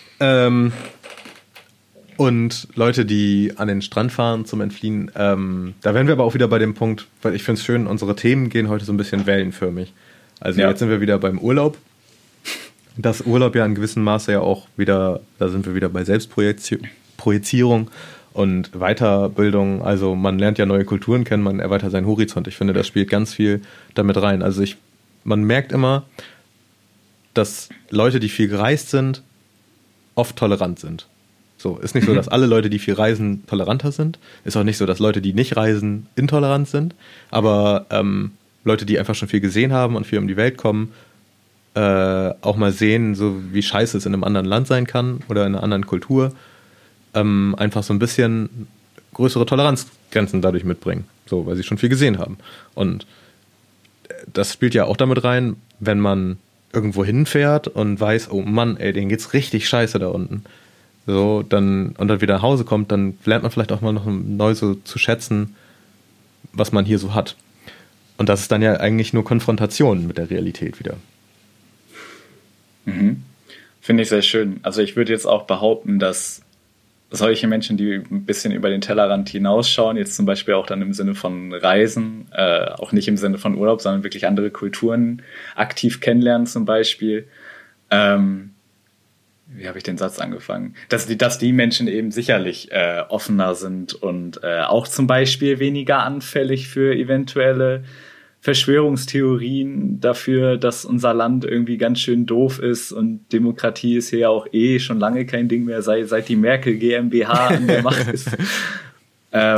Und Leute, die an den Strand fahren zum Entfliehen, da wären wir aber auch wieder bei dem Punkt, weil ich finde es schön, unsere Themen gehen heute so ein bisschen wellenförmig. Also jetzt sind wir wieder beim Urlaub. Das Urlaub ja in gewissem Maße ja auch wieder, da sind wir wieder bei Selbstprojizierung und Weiterbildung. Also man lernt ja neue Kulturen kennen, man erweitert seinen Horizont. Ich finde, das spielt ganz viel damit rein. Also man merkt immer, dass Leute, die viel gereist sind, oft tolerant sind. So, ist nicht so, dass alle Leute, die viel reisen, toleranter sind. Ist auch nicht so, dass Leute, die nicht reisen, intolerant sind. Aber Leute, die einfach schon viel gesehen haben und viel um die Welt kommen, auch mal sehen, so wie scheiße es in einem anderen Land sein kann oder in einer anderen Kultur, einfach so ein bisschen größere Toleranzgrenzen dadurch mitbringen, so, weil sie schon viel gesehen haben. Und das spielt ja auch damit rein, wenn man irgendwo hinfährt und weiß, oh Mann, ey, denen geht's richtig scheiße da unten. So, und dann wieder nach Hause kommt, dann lernt man vielleicht auch mal noch neu so zu schätzen, was man hier so hat. Und das ist dann ja eigentlich nur Konfrontation mit der Realität wieder. Finde ich sehr schön. Also ich würde jetzt auch behaupten, dass solche Menschen, die ein bisschen über den Tellerrand hinausschauen, jetzt zum Beispiel auch dann im Sinne von Reisen, auch nicht im Sinne von Urlaub, sondern wirklich andere Kulturen aktiv kennenlernen zum Beispiel. Wie habe ich den Satz angefangen? Dass die Menschen eben sicherlich offener sind und auch zum Beispiel weniger anfällig für eventuelle Verschwörungstheorien dafür, dass unser Land irgendwie ganz schön doof ist und Demokratie ist hier ja auch schon lange kein Ding mehr, seit die Merkel GmbH an der Macht ist. Da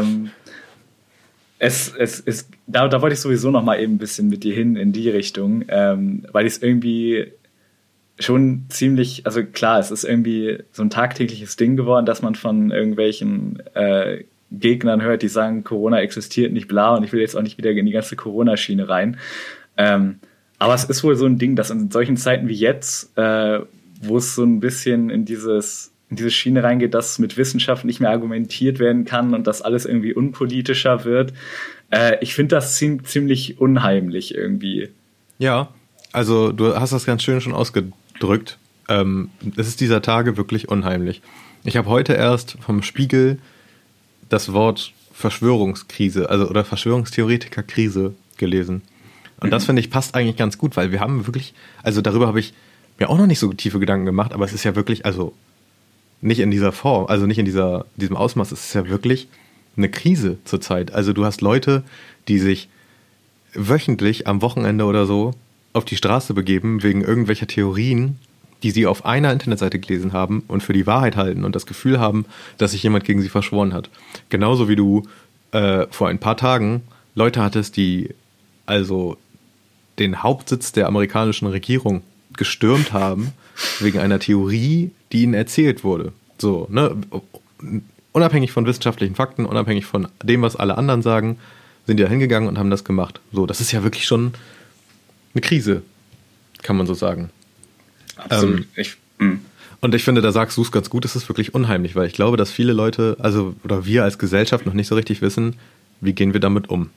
wollte ich sowieso noch mal eben ein bisschen mit dir hin in die Richtung, weil ich es irgendwie schon ziemlich, also klar, es ist irgendwie so ein tagtägliches Ding geworden, dass man von irgendwelchen Gegnern hört, die sagen, Corona existiert nicht, bla, und ich will jetzt auch nicht wieder in die ganze Corona-Schiene rein. Aber es ist wohl so ein Ding, dass in solchen Zeiten wie jetzt, wo es so ein bisschen in diese Schiene reingeht, dass mit Wissenschaft nicht mehr argumentiert werden kann und dass alles irgendwie unpolitischer wird. Ich finde das ziemlich unheimlich irgendwie. Ja, also du hast das ganz schön schon ausgedrückt. Es ist dieser Tage wirklich unheimlich. Ich habe heute erst vom Spiegel das Wort Verschwörungskrise, also oder Verschwörungstheoretikerkrise gelesen. Und das, finde ich, passt eigentlich ganz gut, weil wir haben wirklich, also darüber habe ich mir auch noch nicht so tiefe Gedanken gemacht, aber es ist ja wirklich, also nicht in dieser Form, also nicht in diesem Ausmaß, es ist ja wirklich eine Krise zurzeit. Also du hast Leute, die sich wöchentlich am Wochenende oder so auf die Straße begeben wegen irgendwelcher Theorien, die sie auf einer Internetseite gelesen haben und für die Wahrheit halten und das Gefühl haben, dass sich jemand gegen sie verschworen hat. Genauso wie du vor ein paar Tagen Leute hattest, die also den Hauptsitz der amerikanischen Regierung gestürmt haben wegen einer Theorie, die ihnen erzählt wurde. So, ne? Unabhängig von wissenschaftlichen Fakten, unabhängig von dem, was alle anderen sagen, sind die da hingegangen und haben das gemacht. So, das ist ja wirklich schon eine Krise, kann man so sagen. Absolut. Und ich finde, da sagst du es ganz gut, es ist wirklich unheimlich, weil ich glaube, dass viele Leute, also oder wir als Gesellschaft noch nicht so richtig wissen, wie gehen wir damit um.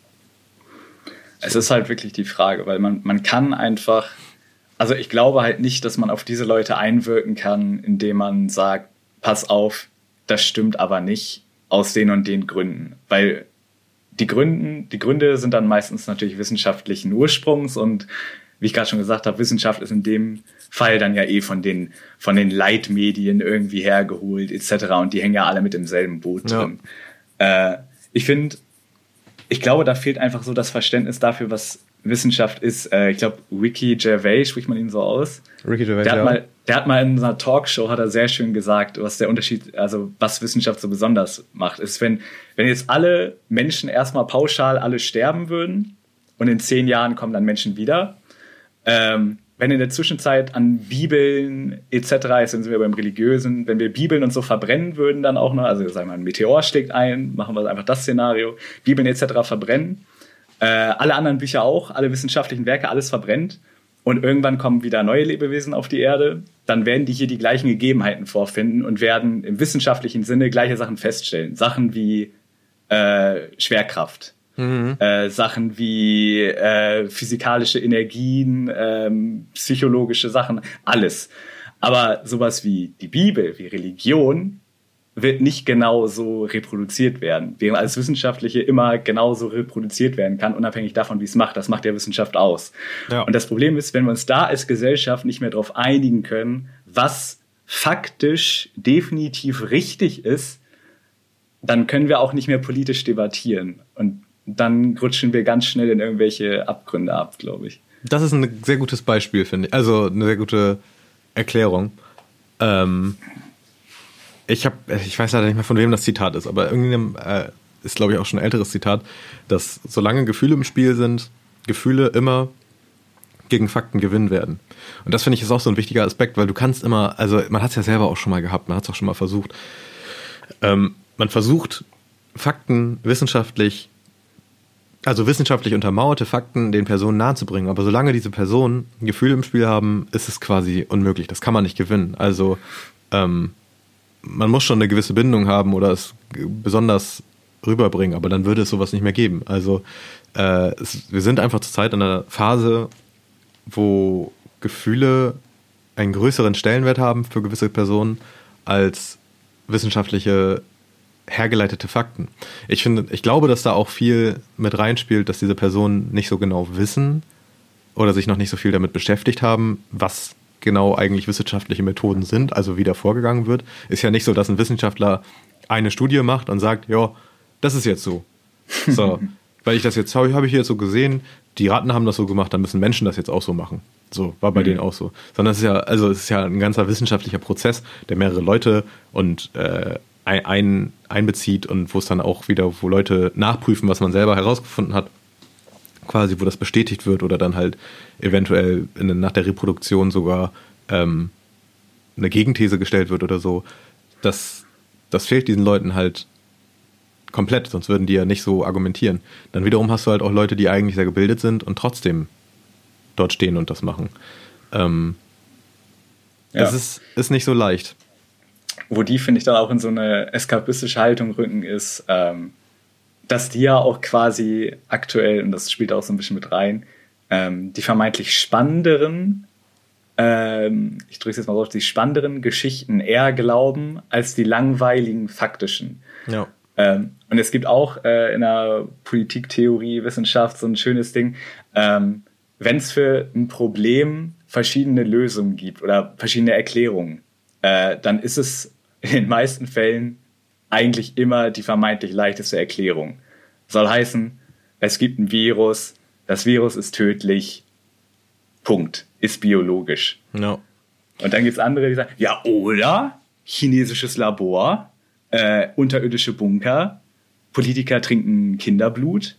Es ist halt wirklich die Frage, weil man kann einfach, also ich glaube halt nicht, dass man auf diese Leute einwirken kann, indem man sagt, pass auf, das stimmt aber nicht aus den und den Gründen, weil die Gründe sind dann meistens natürlich wissenschaftlichen Ursprungs und wie ich gerade schon gesagt habe, Wissenschaft ist in dem Fall dann ja von den Leitmedien irgendwie hergeholt etc. und die hängen ja alle mit im selben Boot drin. Ich glaube, da fehlt einfach so das Verständnis dafür, was Wissenschaft ist. Ich glaube, Ricky Gervais, spricht man ihn so aus? Ricky Gervais, der hat mal in einer Talkshow, hat er sehr schön gesagt, was der Unterschied, also was Wissenschaft so besonders macht, ist, wenn jetzt alle Menschen erstmal pauschal alle sterben würden und in 10 Jahren kommen dann Menschen wieder, wenn in der Zwischenzeit an Bibeln etc., jetzt sind wir beim Religiösen, wenn wir Bibeln und so verbrennen würden dann auch noch, also sagen wir, ein Meteor schlägt ein, machen wir einfach das Szenario, Bibeln etc. verbrennen, alle anderen Bücher auch, alle wissenschaftlichen Werke, alles verbrennt und irgendwann kommen wieder neue Lebewesen auf die Erde, dann werden die hier die gleichen Gegebenheiten vorfinden und werden im wissenschaftlichen Sinne gleiche Sachen feststellen. Sachen wie Schwerkraft. Sachen wie physikalische Energien, psychologische Sachen, alles. Aber sowas wie die Bibel, wie Religion, wird nicht genau so reproduziert werden. Während alles Wissenschaftliche immer genauso reproduziert werden kann, unabhängig davon, wie es macht. Das macht ja Wissenschaft aus. Ja. Und das Problem ist, wenn wir uns da als Gesellschaft nicht mehr darauf einigen können, was faktisch definitiv richtig ist, dann können wir auch nicht mehr politisch debattieren. Und dann rutschen wir ganz schnell in irgendwelche Abgründe ab, glaube ich. Das ist ein sehr gutes Beispiel, finde ich. Also eine sehr gute Erklärung. Ich weiß leider nicht mehr, von wem das Zitat ist, aber irgendeinem ist, glaube ich, auch schon ein älteres Zitat, dass solange Gefühle im Spiel sind, Gefühle immer gegen Fakten gewinnen werden. Und das, finde ich, ist auch so ein wichtiger Aspekt, weil du kannst immer, also man hat es ja selber auch schon mal gehabt, man hat es auch schon mal versucht. Man versucht, Fakten wissenschaftlich untermauerte Fakten den Personen nahezubringen. Aber solange diese Personen Gefühle im Spiel haben, ist es quasi unmöglich. Das kann man nicht gewinnen. Also man muss schon eine gewisse Bindung haben oder es besonders rüberbringen, aber dann würde es sowas nicht mehr geben. Also wir sind einfach zurzeit in einer Phase, wo Gefühle einen größeren Stellenwert haben für gewisse Personen als wissenschaftliche hergeleitete Fakten. Ich glaube, dass da auch viel mit reinspielt, dass diese Personen nicht so genau wissen oder sich noch nicht so viel damit beschäftigt haben, was genau eigentlich wissenschaftliche Methoden sind, also wie da vorgegangen wird. Ist ja nicht so, dass ein Wissenschaftler eine Studie macht und sagt, ja, das ist jetzt so. So, weil habe ich jetzt so gesehen, die Ratten haben das so gemacht, dann müssen Menschen das jetzt auch so machen. So, war bei denen auch so. Sondern es ist ja ein ganzer wissenschaftlicher Prozess, der mehrere Leute und einbezieht und wo es dann auch wieder, wo Leute nachprüfen, was man selber herausgefunden hat, quasi, wo das bestätigt wird oder dann halt eventuell nach der Reproduktion sogar eine Gegenthese gestellt wird oder so. Das fehlt diesen Leuten halt komplett, sonst würden die ja nicht so argumentieren. Dann wiederum hast du halt auch Leute, die eigentlich sehr gebildet sind und trotzdem dort stehen und das machen. Es ist nicht so leicht. Wo die, finde ich, dann auch in so eine eskapistische Haltung rücken, ist, dass die ja auch quasi aktuell, und das spielt auch so ein bisschen mit rein, die vermeintlich spannenderen ich drücke es jetzt mal so, die spannenderen Geschichten eher glauben als die langweiligen faktischen. Ja. Und es gibt auch in der Politiktheorie, Wissenschaft so ein schönes Ding, wenn es für ein Problem verschiedene Lösungen gibt oder verschiedene Erklärungen, dann ist es in den meisten Fällen eigentlich immer die vermeintlich leichteste Erklärung. Soll heißen, es gibt ein Virus, das Virus ist tödlich, Punkt, ist biologisch. No. Und dann gibt es andere, die sagen, ja, oder chinesisches Labor, unterirdische Bunker, Politiker trinken Kinderblut.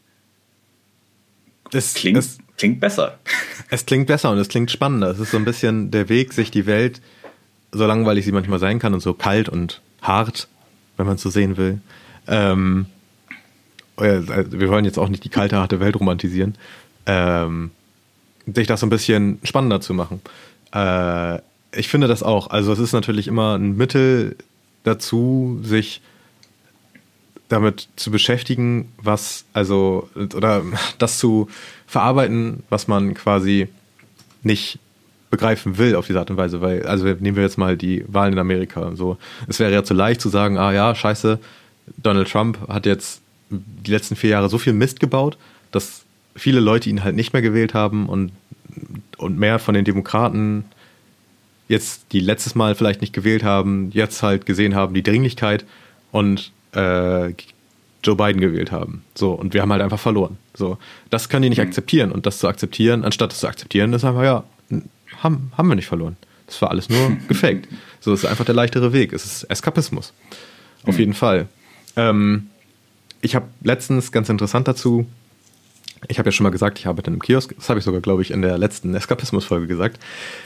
Klingt besser. Es klingt besser und es klingt spannender. Es ist so ein bisschen der Weg, sich die Welt, so langweilig sie manchmal sein kann und so kalt und hart, wenn man es so sehen will. Wir wollen jetzt auch nicht die kalte, harte Welt romantisieren. Sich das so ein bisschen spannender zu machen. Ich finde das auch. Also es ist natürlich immer ein Mittel dazu, sich damit zu beschäftigen, oder das zu verarbeiten, was man quasi nicht begreifen will auf diese Art und Weise, weil, also nehmen wir jetzt mal die Wahlen in Amerika, so, es wäre ja zu leicht zu sagen, scheiße, Donald Trump hat jetzt die letzten 4 Jahre so viel Mist gebaut, dass viele Leute ihn halt nicht mehr gewählt haben und mehr von den Demokraten jetzt, die letztes Mal vielleicht nicht gewählt haben, jetzt halt gesehen haben, die Dringlichkeit und Joe Biden gewählt haben. So, und wir haben halt einfach verloren. So, das können die nicht akzeptieren. Und das zu akzeptieren, anstatt das zu akzeptieren, ist einfach, haben wir nicht verloren. Das war alles nur gefaked. So, das ist einfach der leichtere Weg. Es ist Eskapismus. Auf jeden Fall. Ich habe letztens, ganz interessant dazu, ich habe ja schon mal gesagt, ich arbeite in einem Kiosk. Das habe ich sogar, glaube ich, in der letzten Eskapismus-Folge gesagt.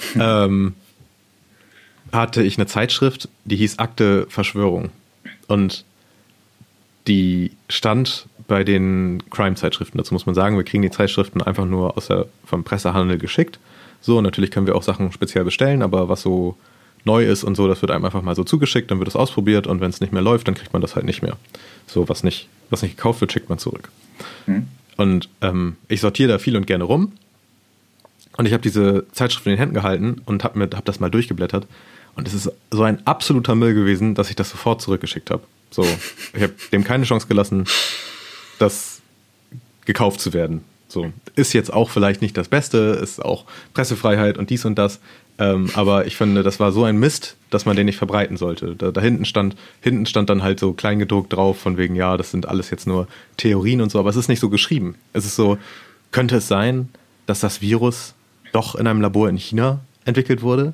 Hatte ich eine Zeitschrift, die hieß Akte Verschwörung. Und die stand bei den Crime-Zeitschriften. Dazu muss man sagen, wir kriegen die Zeitschriften einfach nur vom Pressehandel geschickt. So, natürlich können wir auch Sachen speziell bestellen, aber was so neu ist und so, das wird einem einfach mal so zugeschickt, dann wird es ausprobiert und wenn es nicht mehr läuft, dann kriegt man das halt nicht mehr. So, was nicht gekauft wird, schickt man zurück. Und ich sortiere da viel und gerne rum. Und ich habe diese Zeitschrift in den Händen gehalten und hab das mal durchgeblättert. Und es ist so ein absoluter Müll gewesen, dass ich das sofort zurückgeschickt habe. So, ich habe dem keine Chance gelassen, das gekauft zu werden. So, ist jetzt auch vielleicht nicht das Beste, ist auch Pressefreiheit und dies und das. Aber ich finde, das war so ein Mist, dass man den nicht verbreiten sollte. Da hinten stand dann halt so kleingedruckt drauf, von wegen, ja, das sind alles jetzt nur Theorien und so, aber es ist nicht so geschrieben. Es ist so, könnte es sein, dass das Virus doch in einem Labor in China entwickelt wurde?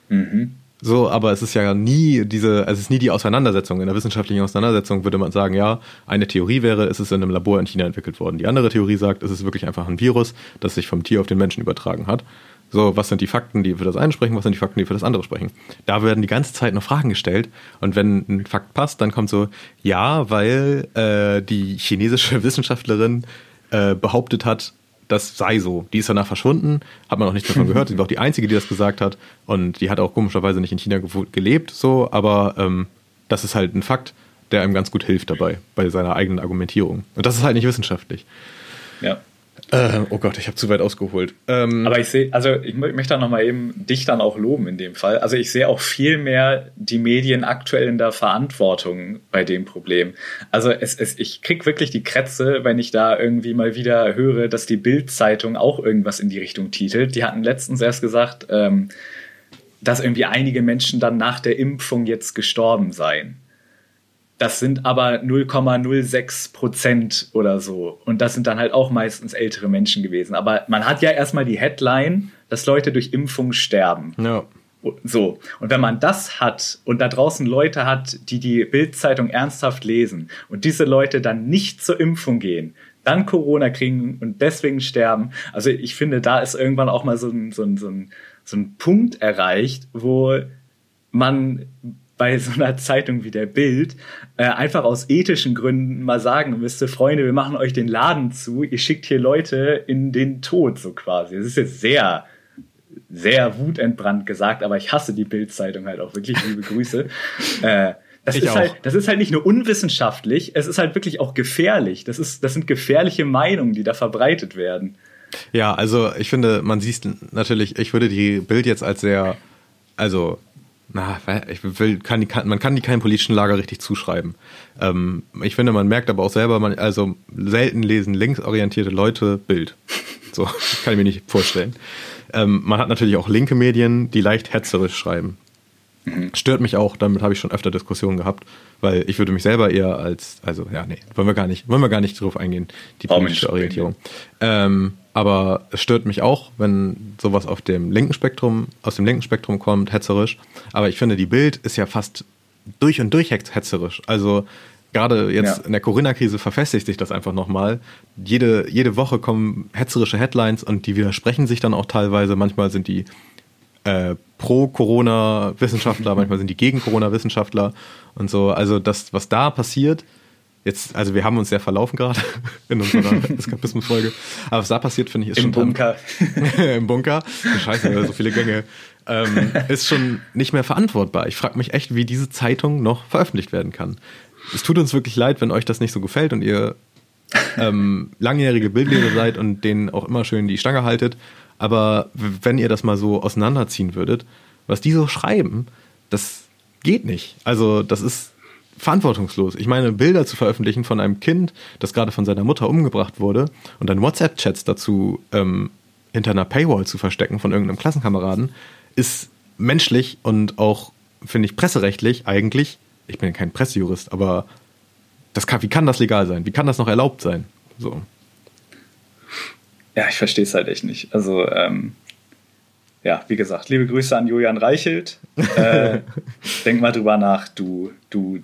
So, aber es ist ja nie die Auseinandersetzung. In der wissenschaftlichen Auseinandersetzung würde man sagen, ja, eine Theorie wäre, es ist in einem Labor in China entwickelt worden. Die andere Theorie sagt, es ist wirklich einfach ein Virus, das sich vom Tier auf den Menschen übertragen hat. So, was sind die Fakten, die für das eine sprechen, was sind die Fakten, die für das andere sprechen? Da werden die ganze Zeit noch Fragen gestellt und wenn ein Fakt passt, dann kommt so, ja, weil die chinesische Wissenschaftlerin behauptet hat, das sei so. Die ist danach verschwunden, hat man auch nichts davon gehört. Sie war auch die Einzige, die das gesagt hat. Und die hat auch komischerweise nicht in China gelebt, so, aber das ist halt ein Fakt, der einem ganz gut hilft dabei, bei seiner eigenen Argumentierung. Und das ist halt nicht wissenschaftlich. Ja. Oh Gott, ich habe zu weit ausgeholt. Aber ich möchte da nochmal eben dich dann auch loben in dem Fall. Also ich sehe auch viel mehr die Medien aktuell in der Verantwortung bei dem Problem. Also ich krieg wirklich die Krätze, wenn ich da irgendwie mal wieder höre, dass die Bild-Zeitung auch irgendwas in die Richtung titelt. Die hatten letztens erst gesagt, dass irgendwie einige Menschen dann nach der Impfung jetzt gestorben seien. Das sind aber 0,06% oder so. Und das sind dann halt auch meistens ältere Menschen gewesen. Aber man hat ja erstmal die Headline, dass Leute durch Impfung sterben. Ja. So. Und wenn man das hat und da draußen Leute hat, die Bild-Zeitung ernsthaft lesen und diese Leute dann nicht zur Impfung gehen, dann Corona kriegen und deswegen sterben. Also ich finde, da ist irgendwann auch mal so ein Punkt erreicht, wo man bei so einer Zeitung wie der Bild einfach aus ethischen Gründen mal sagen müsste, Freunde, wir machen euch den Laden zu, ihr schickt hier Leute in den Tod, so quasi. Das ist jetzt sehr, sehr wutentbrannt gesagt, aber ich hasse die Bild-Zeitung halt auch wirklich, liebe Grüße. Das ist halt nicht nur unwissenschaftlich, es ist halt wirklich auch gefährlich. Das sind gefährliche Meinungen, die da verbreitet werden. Ja, also ich finde, man sieht natürlich, ich würde die Bild jetzt als sehr, also, man kann die keinem politischen Lager richtig zuschreiben. Ich finde, man merkt aber auch selber, also selten lesen linksorientierte Leute Bild. So, kann ich mir nicht vorstellen. Man hat natürlich auch linke Medien, die leicht hetzerisch schreiben. Stört mich auch, damit habe ich schon öfter Diskussionen gehabt, weil ich würde mich selber eher wollen wir gar nicht drauf eingehen, die politische Orientierung. Aber es stört mich auch, wenn sowas aus dem linken Spektrum kommt, hetzerisch. Aber ich finde, die Bild ist ja fast durch und durch hetzerisch. Also gerade jetzt in der Corinna-Krise verfestigt sich das einfach nochmal. Jede Woche kommen hetzerische Headlines und die widersprechen sich dann auch teilweise. Manchmal sind die Pro-Corona-Wissenschaftler, manchmal sind die Gegen-Corona-Wissenschaftler und so. Also das, was da passiert, jetzt, also wir haben uns sehr verlaufen gerade in unserer Eskapismus-Folge, aber was da passiert, finde ich, ist im schon... Bunker. Im Bunker. Scheiße, so viele Gänge. Ist schon nicht mehr verantwortbar. Ich frage mich echt, wie diese Zeitung noch veröffentlicht werden kann. Es tut uns wirklich leid, wenn euch das nicht so gefällt und ihr langjährige Bildleser seid und denen auch immer schön die Stange haltet. Aber wenn ihr das mal so auseinanderziehen würdet, was die so schreiben, das geht nicht. Also das ist verantwortungslos. Ich meine, Bilder zu veröffentlichen von einem Kind, das gerade von seiner Mutter umgebracht wurde und dann WhatsApp-Chats dazu hinter einer Paywall zu verstecken von irgendeinem Klassenkameraden, ist menschlich und auch, finde ich, presserechtlich eigentlich, ich bin kein Pressejurist, aber wie kann das legal sein? Wie kann das noch erlaubt sein? So. Ja, ich verstehe es halt echt nicht. Also, wie gesagt, liebe Grüße an Julian Reichelt. Denk mal drüber nach, du.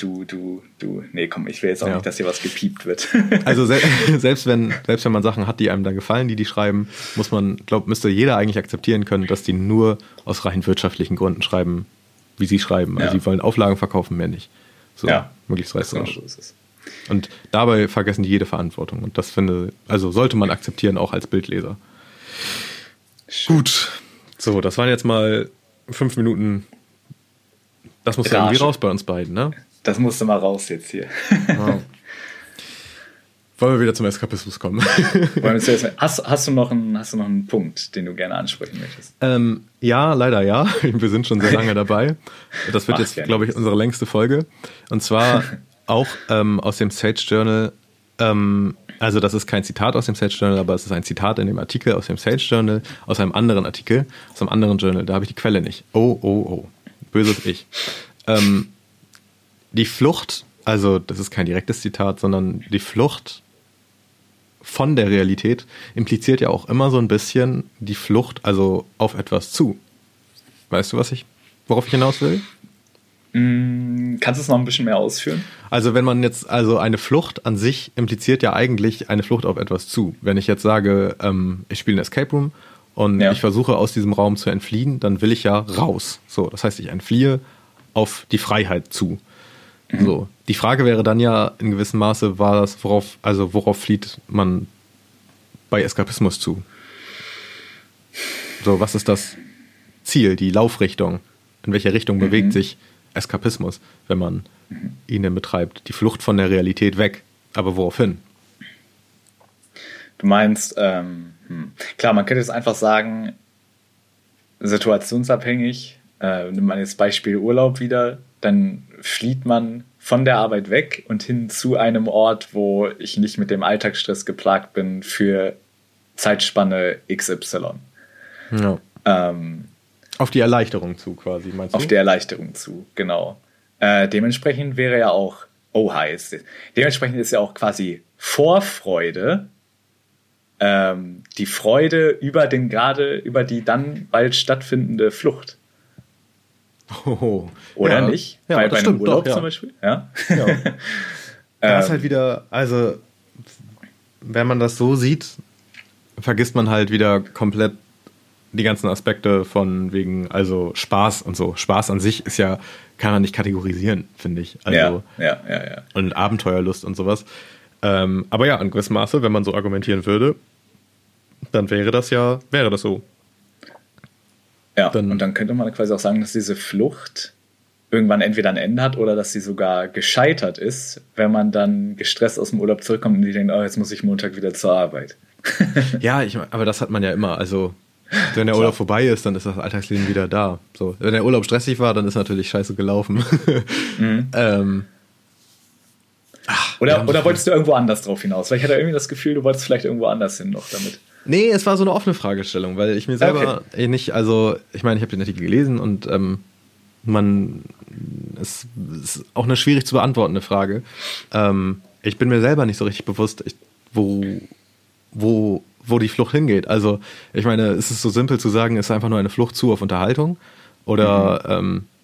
Nee, komm, ich will jetzt auch nicht, dass hier was gepiept wird. Also selbst wenn man Sachen hat, die einem dann gefallen, die schreiben, müsste jeder eigentlich akzeptieren können, dass die nur aus rein wirtschaftlichen Gründen schreiben, wie sie schreiben. Also sie wollen Auflagen verkaufen, mehr nicht. So, möglichst reißerisch. Genau so ist es. Und dabei vergessen die jede Verantwortung. Und das sollte man akzeptieren, auch als Bildleser. Schön. Gut. So, das waren jetzt mal 5 Minuten. Das muss ja irgendwie raus bei uns beiden, ne? Das musste mal raus jetzt hier. Wow. Wollen wir wieder zum Eskapismus kommen? Hast du noch einen Punkt, den du gerne ansprechen möchtest? Ja, leider ja. Wir sind schon sehr lange dabei. Das wird jetzt, glaube ich, unsere längste Folge. Und zwar auch aus dem Sage Journal. Also das ist kein Zitat aus dem Sage Journal, aber es ist ein Zitat in dem Artikel aus dem Sage Journal, aus einem anderen Artikel, aus einem anderen Journal. Da habe ich die Quelle nicht. Oh. Böses Ich. Die Flucht, also das ist kein direktes Zitat, sondern die Flucht von der Realität impliziert ja auch immer so ein bisschen die Flucht, also auf etwas zu. Weißt du, worauf ich hinaus will? Kannst du es noch ein bisschen mehr ausführen? Also wenn man jetzt, eine Flucht an sich impliziert ja eigentlich eine Flucht auf etwas zu. Wenn ich jetzt sage, ich spiele einen Escape Room und ich versuche aus diesem Raum zu entfliehen, dann will ich ja raus. So, das heißt, ich entfliehe auf die Freiheit zu. So, die Frage wäre dann ja in gewissem Maße, worauf flieht man bei Eskapismus zu? So, was ist das Ziel, die Laufrichtung? In welche Richtung bewegt sich Eskapismus, wenn man ihn denn betreibt? Die Flucht von der Realität weg. Aber woraufhin? Du meinst, klar, man könnte jetzt einfach sagen, situationsabhängig, nimmt man jetzt Beispiel Urlaub wieder, dann flieht man von der Arbeit weg und hin zu einem Ort, wo ich nicht mit dem Alltagsstress geplagt bin für Zeitspanne XY. Ja. Auf die Erleichterung zu quasi, meinst du? Auf die Erleichterung zu, genau. Dementsprechend wäre ja auch, dementsprechend ist ja auch quasi Vorfreude, die Freude über die dann bald stattfindende Flucht. Oh, oder nicht? Ja, bei einem Urlaub doch, zum Beispiel. Ja. Da ist halt wieder, also wenn man das so sieht, vergisst man halt wieder komplett die ganzen Aspekte von wegen, also Spaß und so. Spaß an sich kann man nicht kategorisieren, finde ich. Also, ja. Und Abenteuerlust und sowas. Aber ja, in gewissem Maße, wenn man so argumentieren würde, dann wäre das so. Ja, und dann könnte man quasi auch sagen, dass diese Flucht irgendwann entweder ein Ende hat oder dass sie sogar gescheitert ist, wenn man dann gestresst aus dem Urlaub zurückkommt und die denkt, jetzt muss ich Montag wieder zur Arbeit. Ja, aber das hat man ja immer. Also, wenn der Urlaub vorbei ist, dann ist das Alltagsleben wieder da. So, wenn der Urlaub stressig war, dann ist natürlich scheiße gelaufen. Oder wolltest du irgendwo anders drauf hinaus? Weil ich hatte irgendwie das Gefühl, du wolltest vielleicht irgendwo anders hin noch damit. Nee, es war so eine offene Fragestellung, weil ich mir selber nicht, also ich meine, ich habe den Artikel gelesen und es ist auch eine schwierig zu beantwortende Frage. Ich bin mir selber nicht so richtig bewusst, wo die Flucht hingeht. Also ich meine, es ist so simpel zu sagen, es ist einfach nur eine Flucht auf Unterhaltung oder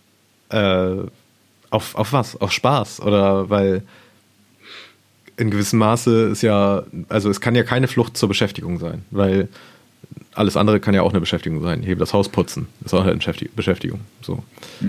auf was? Auf Spaß oder weil in gewissem Maße ist ja, also es kann ja keine Flucht zur Beschäftigung sein, weil alles andere kann ja auch eine Beschäftigung sein. Hier das Haus putzen ist auch eine Beschäftigung. So.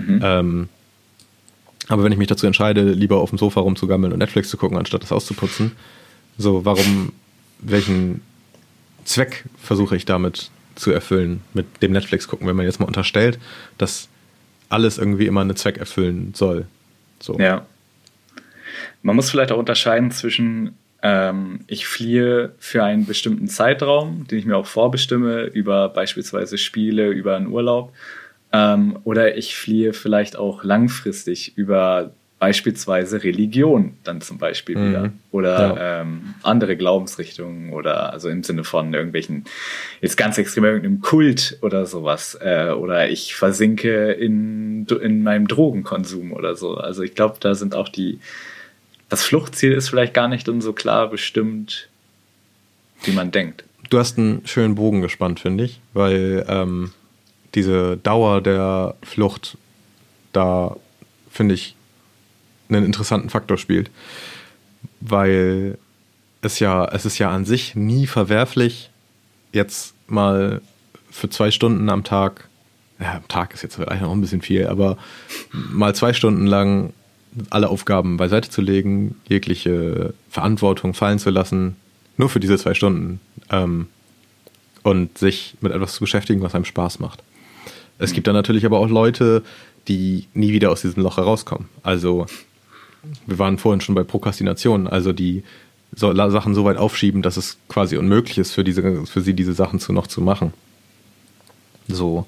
Aber wenn ich mich dazu entscheide, lieber auf dem Sofa rumzugammeln und Netflix zu gucken, anstatt das Haus zu putzen, so welchen Zweck versuche ich damit zu erfüllen mit dem Netflix gucken, wenn man jetzt mal unterstellt, dass alles irgendwie immer einen Zweck erfüllen soll. So. Ja. Man muss vielleicht auch unterscheiden zwischen ich fliehe für einen bestimmten Zeitraum, den ich mir auch vorbestimme, über beispielsweise Spiele, über einen Urlaub, oder ich fliehe vielleicht auch langfristig über beispielsweise Religion dann zum Beispiel wieder oder andere Glaubensrichtungen oder also im Sinne von irgendwelchen, jetzt ganz extrem irgendeinem Kult oder sowas oder ich versinke in meinem Drogenkonsum oder so. Also ich glaube, da sind auch das Fluchtziel ist vielleicht gar nicht so klar bestimmt, wie man denkt. Du hast einen schönen Bogen gespannt, finde ich, weil diese Dauer der Flucht da, finde ich, einen interessanten Faktor spielt. Weil es ist ja an sich nie verwerflich, jetzt mal für 2 Stunden am Tag, am Tag ist jetzt eigentlich noch ein bisschen viel, aber mal 2 Stunden lang alle Aufgaben beiseite zu legen, jegliche Verantwortung fallen zu lassen, nur für diese 2 Stunden und sich mit etwas zu beschäftigen, was einem Spaß macht. Es gibt dann natürlich aber auch Leute, die nie wieder aus diesem Loch herauskommen. Also wir waren vorhin schon bei Prokrastination, also die Sachen so weit aufschieben, dass es quasi unmöglich ist, für sie diese Sachen noch zu machen. So,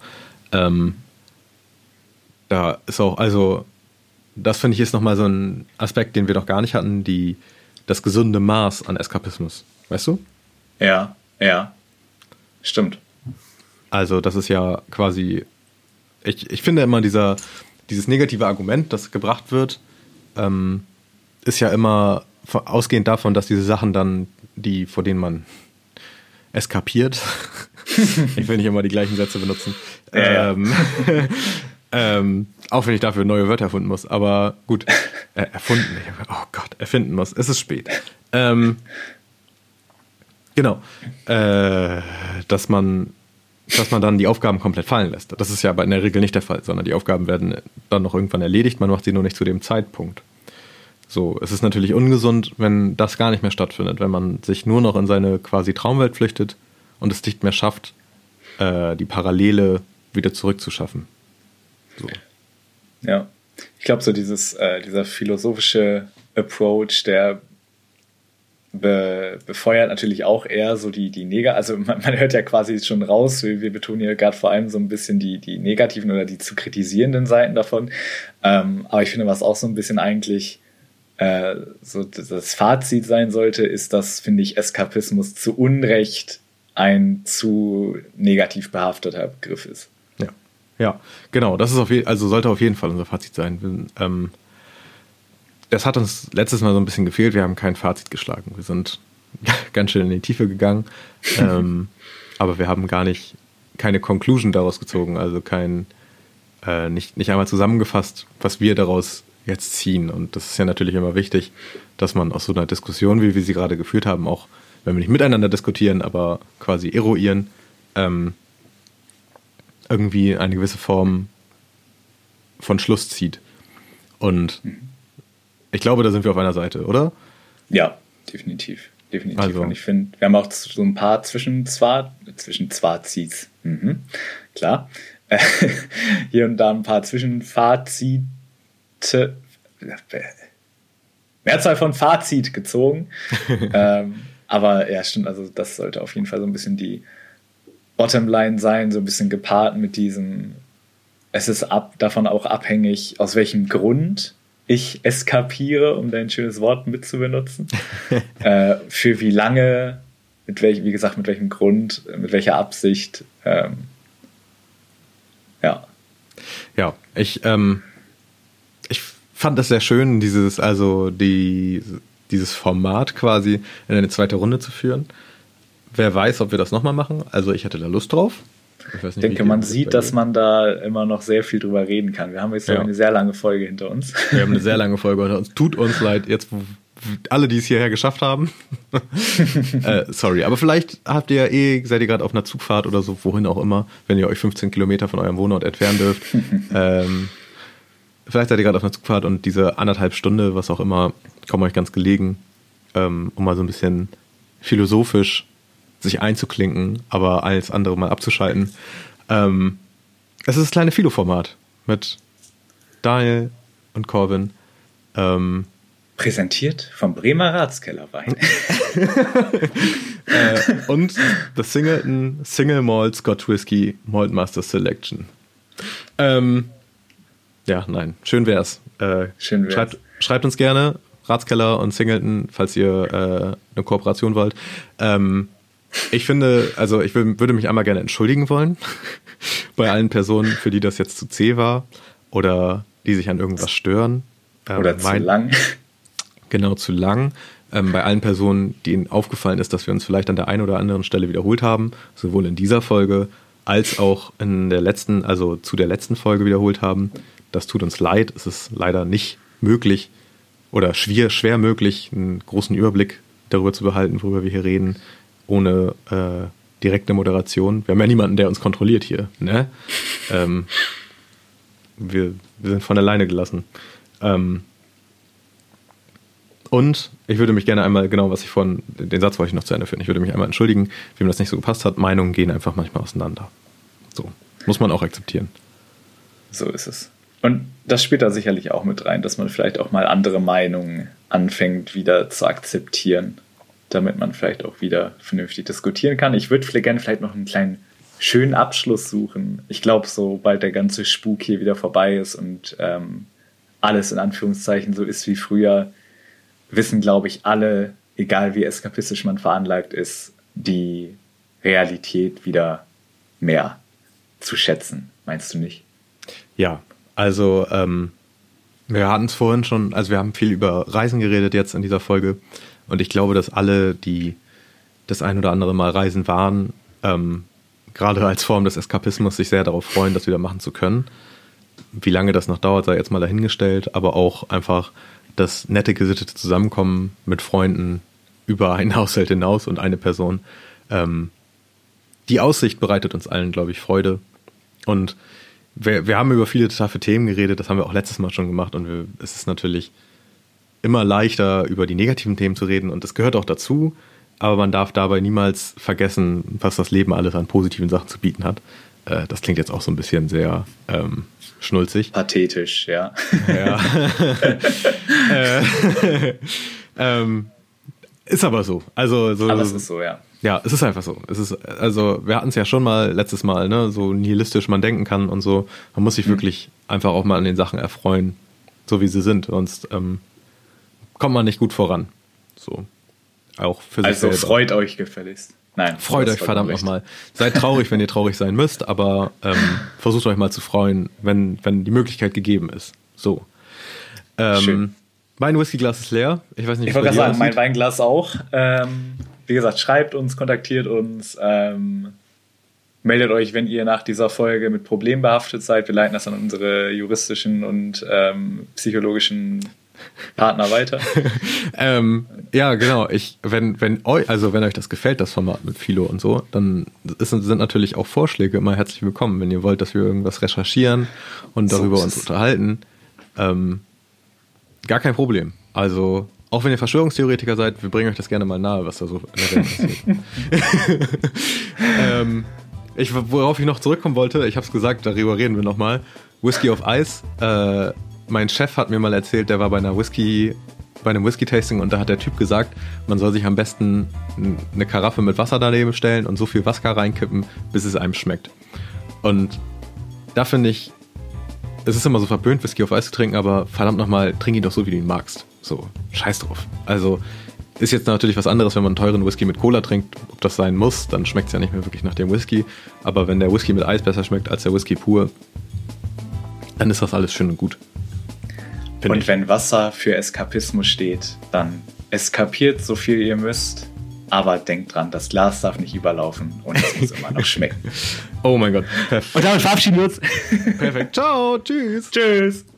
da ist auch, also das finde ich ist nochmal so ein Aspekt, den wir noch gar nicht hatten, das gesunde Maß an Eskapismus. Weißt du? Ja, stimmt. Also das ist ja quasi, ich finde immer dieses negative Argument, das gebracht wird, ist ja immer ausgehend davon, dass diese Sachen dann, vor denen man eskapiert, ich will nicht immer die gleichen Sätze benutzen, auch wenn ich dafür neue Wörter erfunden muss, aber gut, erfinden muss, es ist spät. Genau, dass man dann die Aufgaben komplett fallen lässt. Das ist ja aber in der Regel nicht der Fall, sondern die Aufgaben werden dann noch irgendwann erledigt, man macht sie nur nicht zu dem Zeitpunkt. So, es ist natürlich ungesund, wenn das gar nicht mehr stattfindet, wenn man sich nur noch in seine quasi Traumwelt flüchtet und es nicht mehr schafft, die Parallele wieder zurückzuschaffen. So. Ja, ich glaube so dieser philosophische Approach, der befeuert natürlich auch eher so die also man hört ja quasi schon raus, wir betonen hier gerade vor allem so ein bisschen die negativen oder die zu kritisierenden Seiten davon, aber ich finde, was auch so ein bisschen eigentlich so das Fazit sein sollte, ist, dass, finde ich, Eskapismus zu Unrecht ein zu negativ behafteter Begriff ist. Ja, genau, das ist sollte auf jeden Fall unser Fazit sein. Das hat uns letztes Mal so ein bisschen gefehlt, wir haben kein Fazit geschlagen. Wir sind ganz schön in die Tiefe gegangen, aber wir haben keine Conclusion daraus gezogen, also nicht einmal zusammengefasst, was wir daraus jetzt ziehen. Und das ist ja natürlich immer wichtig, dass man aus so einer Diskussion, wie wir sie gerade geführt haben, auch wenn wir nicht miteinander diskutieren, aber quasi eruieren, irgendwie eine gewisse Form von Schluss zieht. Und ich glaube, da sind wir auf einer Seite, oder? Ja, definitiv. Also. Und ich finde, wir haben auch so ein paar Zwischenfazits. Klar. Hier und da ein paar Zwischenfazite. Mehrzahl von Fazit gezogen. Aber ja, stimmt, also das sollte auf jeden Fall so ein bisschen die Bottomline sein, so ein bisschen gepaart mit diesem, es ist davon auch abhängig, aus welchem Grund ich eskapiere, um dein schönes Wort mitzubenutzen. Für wie lange, wie gesagt, mit welchem Grund, mit welcher Absicht. Ja. Ja, ich fand das sehr schön, dieses Format quasi in eine zweite Runde zu führen. Wer weiß, ob wir das nochmal machen. Also ich hätte da Lust drauf. Ich denke, man sieht, dass man da immer noch sehr viel drüber reden kann. Wir haben jetzt eine sehr lange Folge hinter uns. Wir haben eine sehr lange Folge hinter uns. Tut uns leid, jetzt alle, die es hierher geschafft haben. Sorry, aber vielleicht seid ihr gerade auf einer Zugfahrt oder so, wohin auch immer, wenn ihr euch 15 Kilometer von eurem Wohnort entfernen dürft. Vielleicht seid ihr gerade auf einer Zugfahrt und diese 1,5 Stunden, was auch immer, kommen euch ganz gelegen, um mal so ein bisschen philosophisch sich einzuklinken, aber alles andere mal abzuschalten. Es ist das kleine Philo-Format mit Daniel und Corbin. Präsentiert vom Bremer Ratskellerwein. Und das Singleton Single Malt Scotch Whisky Malt Master Selection. Ja, nein, schön wär's. Schön wär's. Schreibt uns gerne, Ratskeller und Singleton, falls ihr eine Kooperation wollt. Ich finde, also würde mich einmal gerne entschuldigen wollen bei allen Personen, für die das jetzt zu zäh war oder die sich an irgendwas stören. Oder zu lang. Genau, zu lang. Bei allen Personen, denen aufgefallen ist, dass wir uns vielleicht an der einen oder anderen Stelle wiederholt haben, sowohl in dieser Folge als auch in der letzten, also zu der letzten Folge wiederholt haben. Das tut uns leid. Es ist leider nicht möglich oder schwer möglich, einen großen Überblick darüber zu behalten, worüber wir hier reden, ohne direkte Moderation. Wir haben ja niemanden, der uns kontrolliert hier. Ne? Wir sind von alleine gelassen. Und ich würde mich gerne einmal, genau, den Satz wollte ich noch zu Ende führen, ich würde mich einmal entschuldigen, wem das nicht so gepasst hat. Meinungen gehen einfach manchmal auseinander. So, muss man auch akzeptieren. So ist es. Und das spielt da sicherlich auch mit rein, dass man vielleicht auch mal andere Meinungen anfängt wieder zu akzeptieren, damit man vielleicht auch wieder vernünftig diskutieren kann. Ich würde gerne vielleicht noch einen kleinen schönen Abschluss suchen. Ich glaube, sobald der ganze Spuk hier wieder vorbei ist und alles in Anführungszeichen so ist wie früher, wissen, glaube ich, alle, egal wie eskapistisch man veranlagt ist, die Realität wieder mehr zu schätzen. Meinst du nicht? Ja, also wir hatten es vorhin schon, also wir haben viel über Reisen geredet jetzt in dieser Folge und ich glaube, dass alle, die das ein oder andere Mal reisen waren, gerade als Form des Eskapismus sich sehr darauf freuen, das wieder machen zu können. Wie lange das noch dauert, sei jetzt mal dahingestellt, aber auch einfach das nette, gesittete Zusammenkommen mit Freunden über einen Haushalt hinaus und eine Person. Die Aussicht bereitet uns allen, glaube ich, Freude. Und wir haben über viele taffe Themen geredet, das haben wir auch letztes Mal schon gemacht. Und es ist natürlich immer leichter, über die negativen Themen zu reden. Und das gehört auch dazu. Aber man darf dabei niemals vergessen, was das Leben alles an positiven Sachen zu bieten hat. Das klingt jetzt auch so ein bisschen sehr schnulzig. Pathetisch, ja. Ja. Ist aber so. Aber es ist so, ja. Ja, es ist einfach so. Wir hatten es ja schon mal letztes Mal, ne, so nihilistisch man denken kann und so. Man muss sich wirklich einfach auch mal an den Sachen erfreuen, so wie sie sind. Sonst kommt man nicht gut voran. So. Auch für sich selber. Also freut euch gefälligst. Nein. Freut euch verdammt nochmal. Seid traurig, wenn ihr traurig sein müsst, aber versucht euch mal zu freuen, wenn die Möglichkeit gegeben ist. So. Schön. Mein Whiskyglas ist leer. Ich weiß nicht, ich wollte gerade sagen, mein Weinglas auch. Wie gesagt, schreibt uns, kontaktiert uns, meldet euch, wenn ihr nach dieser Folge mit Problemen behaftet seid. Wir leiten das an unsere juristischen und psychologischen Partner weiter. Ja, genau. Wenn euch das gefällt, das Format mit Philo und so, dann sind natürlich auch Vorschläge immer herzlich willkommen, wenn ihr wollt, dass wir irgendwas recherchieren und darüber uns unterhalten. Gar kein Problem. Also, auch wenn ihr Verschwörungstheoretiker seid, wir bringen euch das gerne mal nahe, was da so in der Welt passiert. Worauf ich noch zurückkommen wollte, ich habe es gesagt, darüber reden wir nochmal. Whisky auf Eis. Mein Chef hat mir mal erzählt, der war bei bei einem Whisky-Tasting und da hat der Typ gesagt, man soll sich am besten eine Karaffe mit Wasser daneben stellen und so viel Wodka reinkippen, bis es einem schmeckt. Und da finde ich, es ist immer so verpönt, Whisky auf Eis zu trinken, aber verdammt nochmal, trink ihn doch so, wie du ihn magst. So, scheiß drauf. Also ist jetzt natürlich was anderes, wenn man einen teuren Whisky mit Cola trinkt, ob das sein muss, dann schmeckt es ja nicht mehr wirklich nach dem Whisky. Aber wenn der Whisky mit Eis besser schmeckt als der Whisky pur, dann ist das alles schön und gut. Und wenn Wasser für Eskapismus steht, dann eskapiert so viel ihr müsst, aber denkt dran, das Glas darf nicht überlaufen und es muss immer noch schmecken. Oh mein Gott. Perfekt. Und damit verabschieden wir uns. Perfekt. Ciao. Tschüss. Tschüss.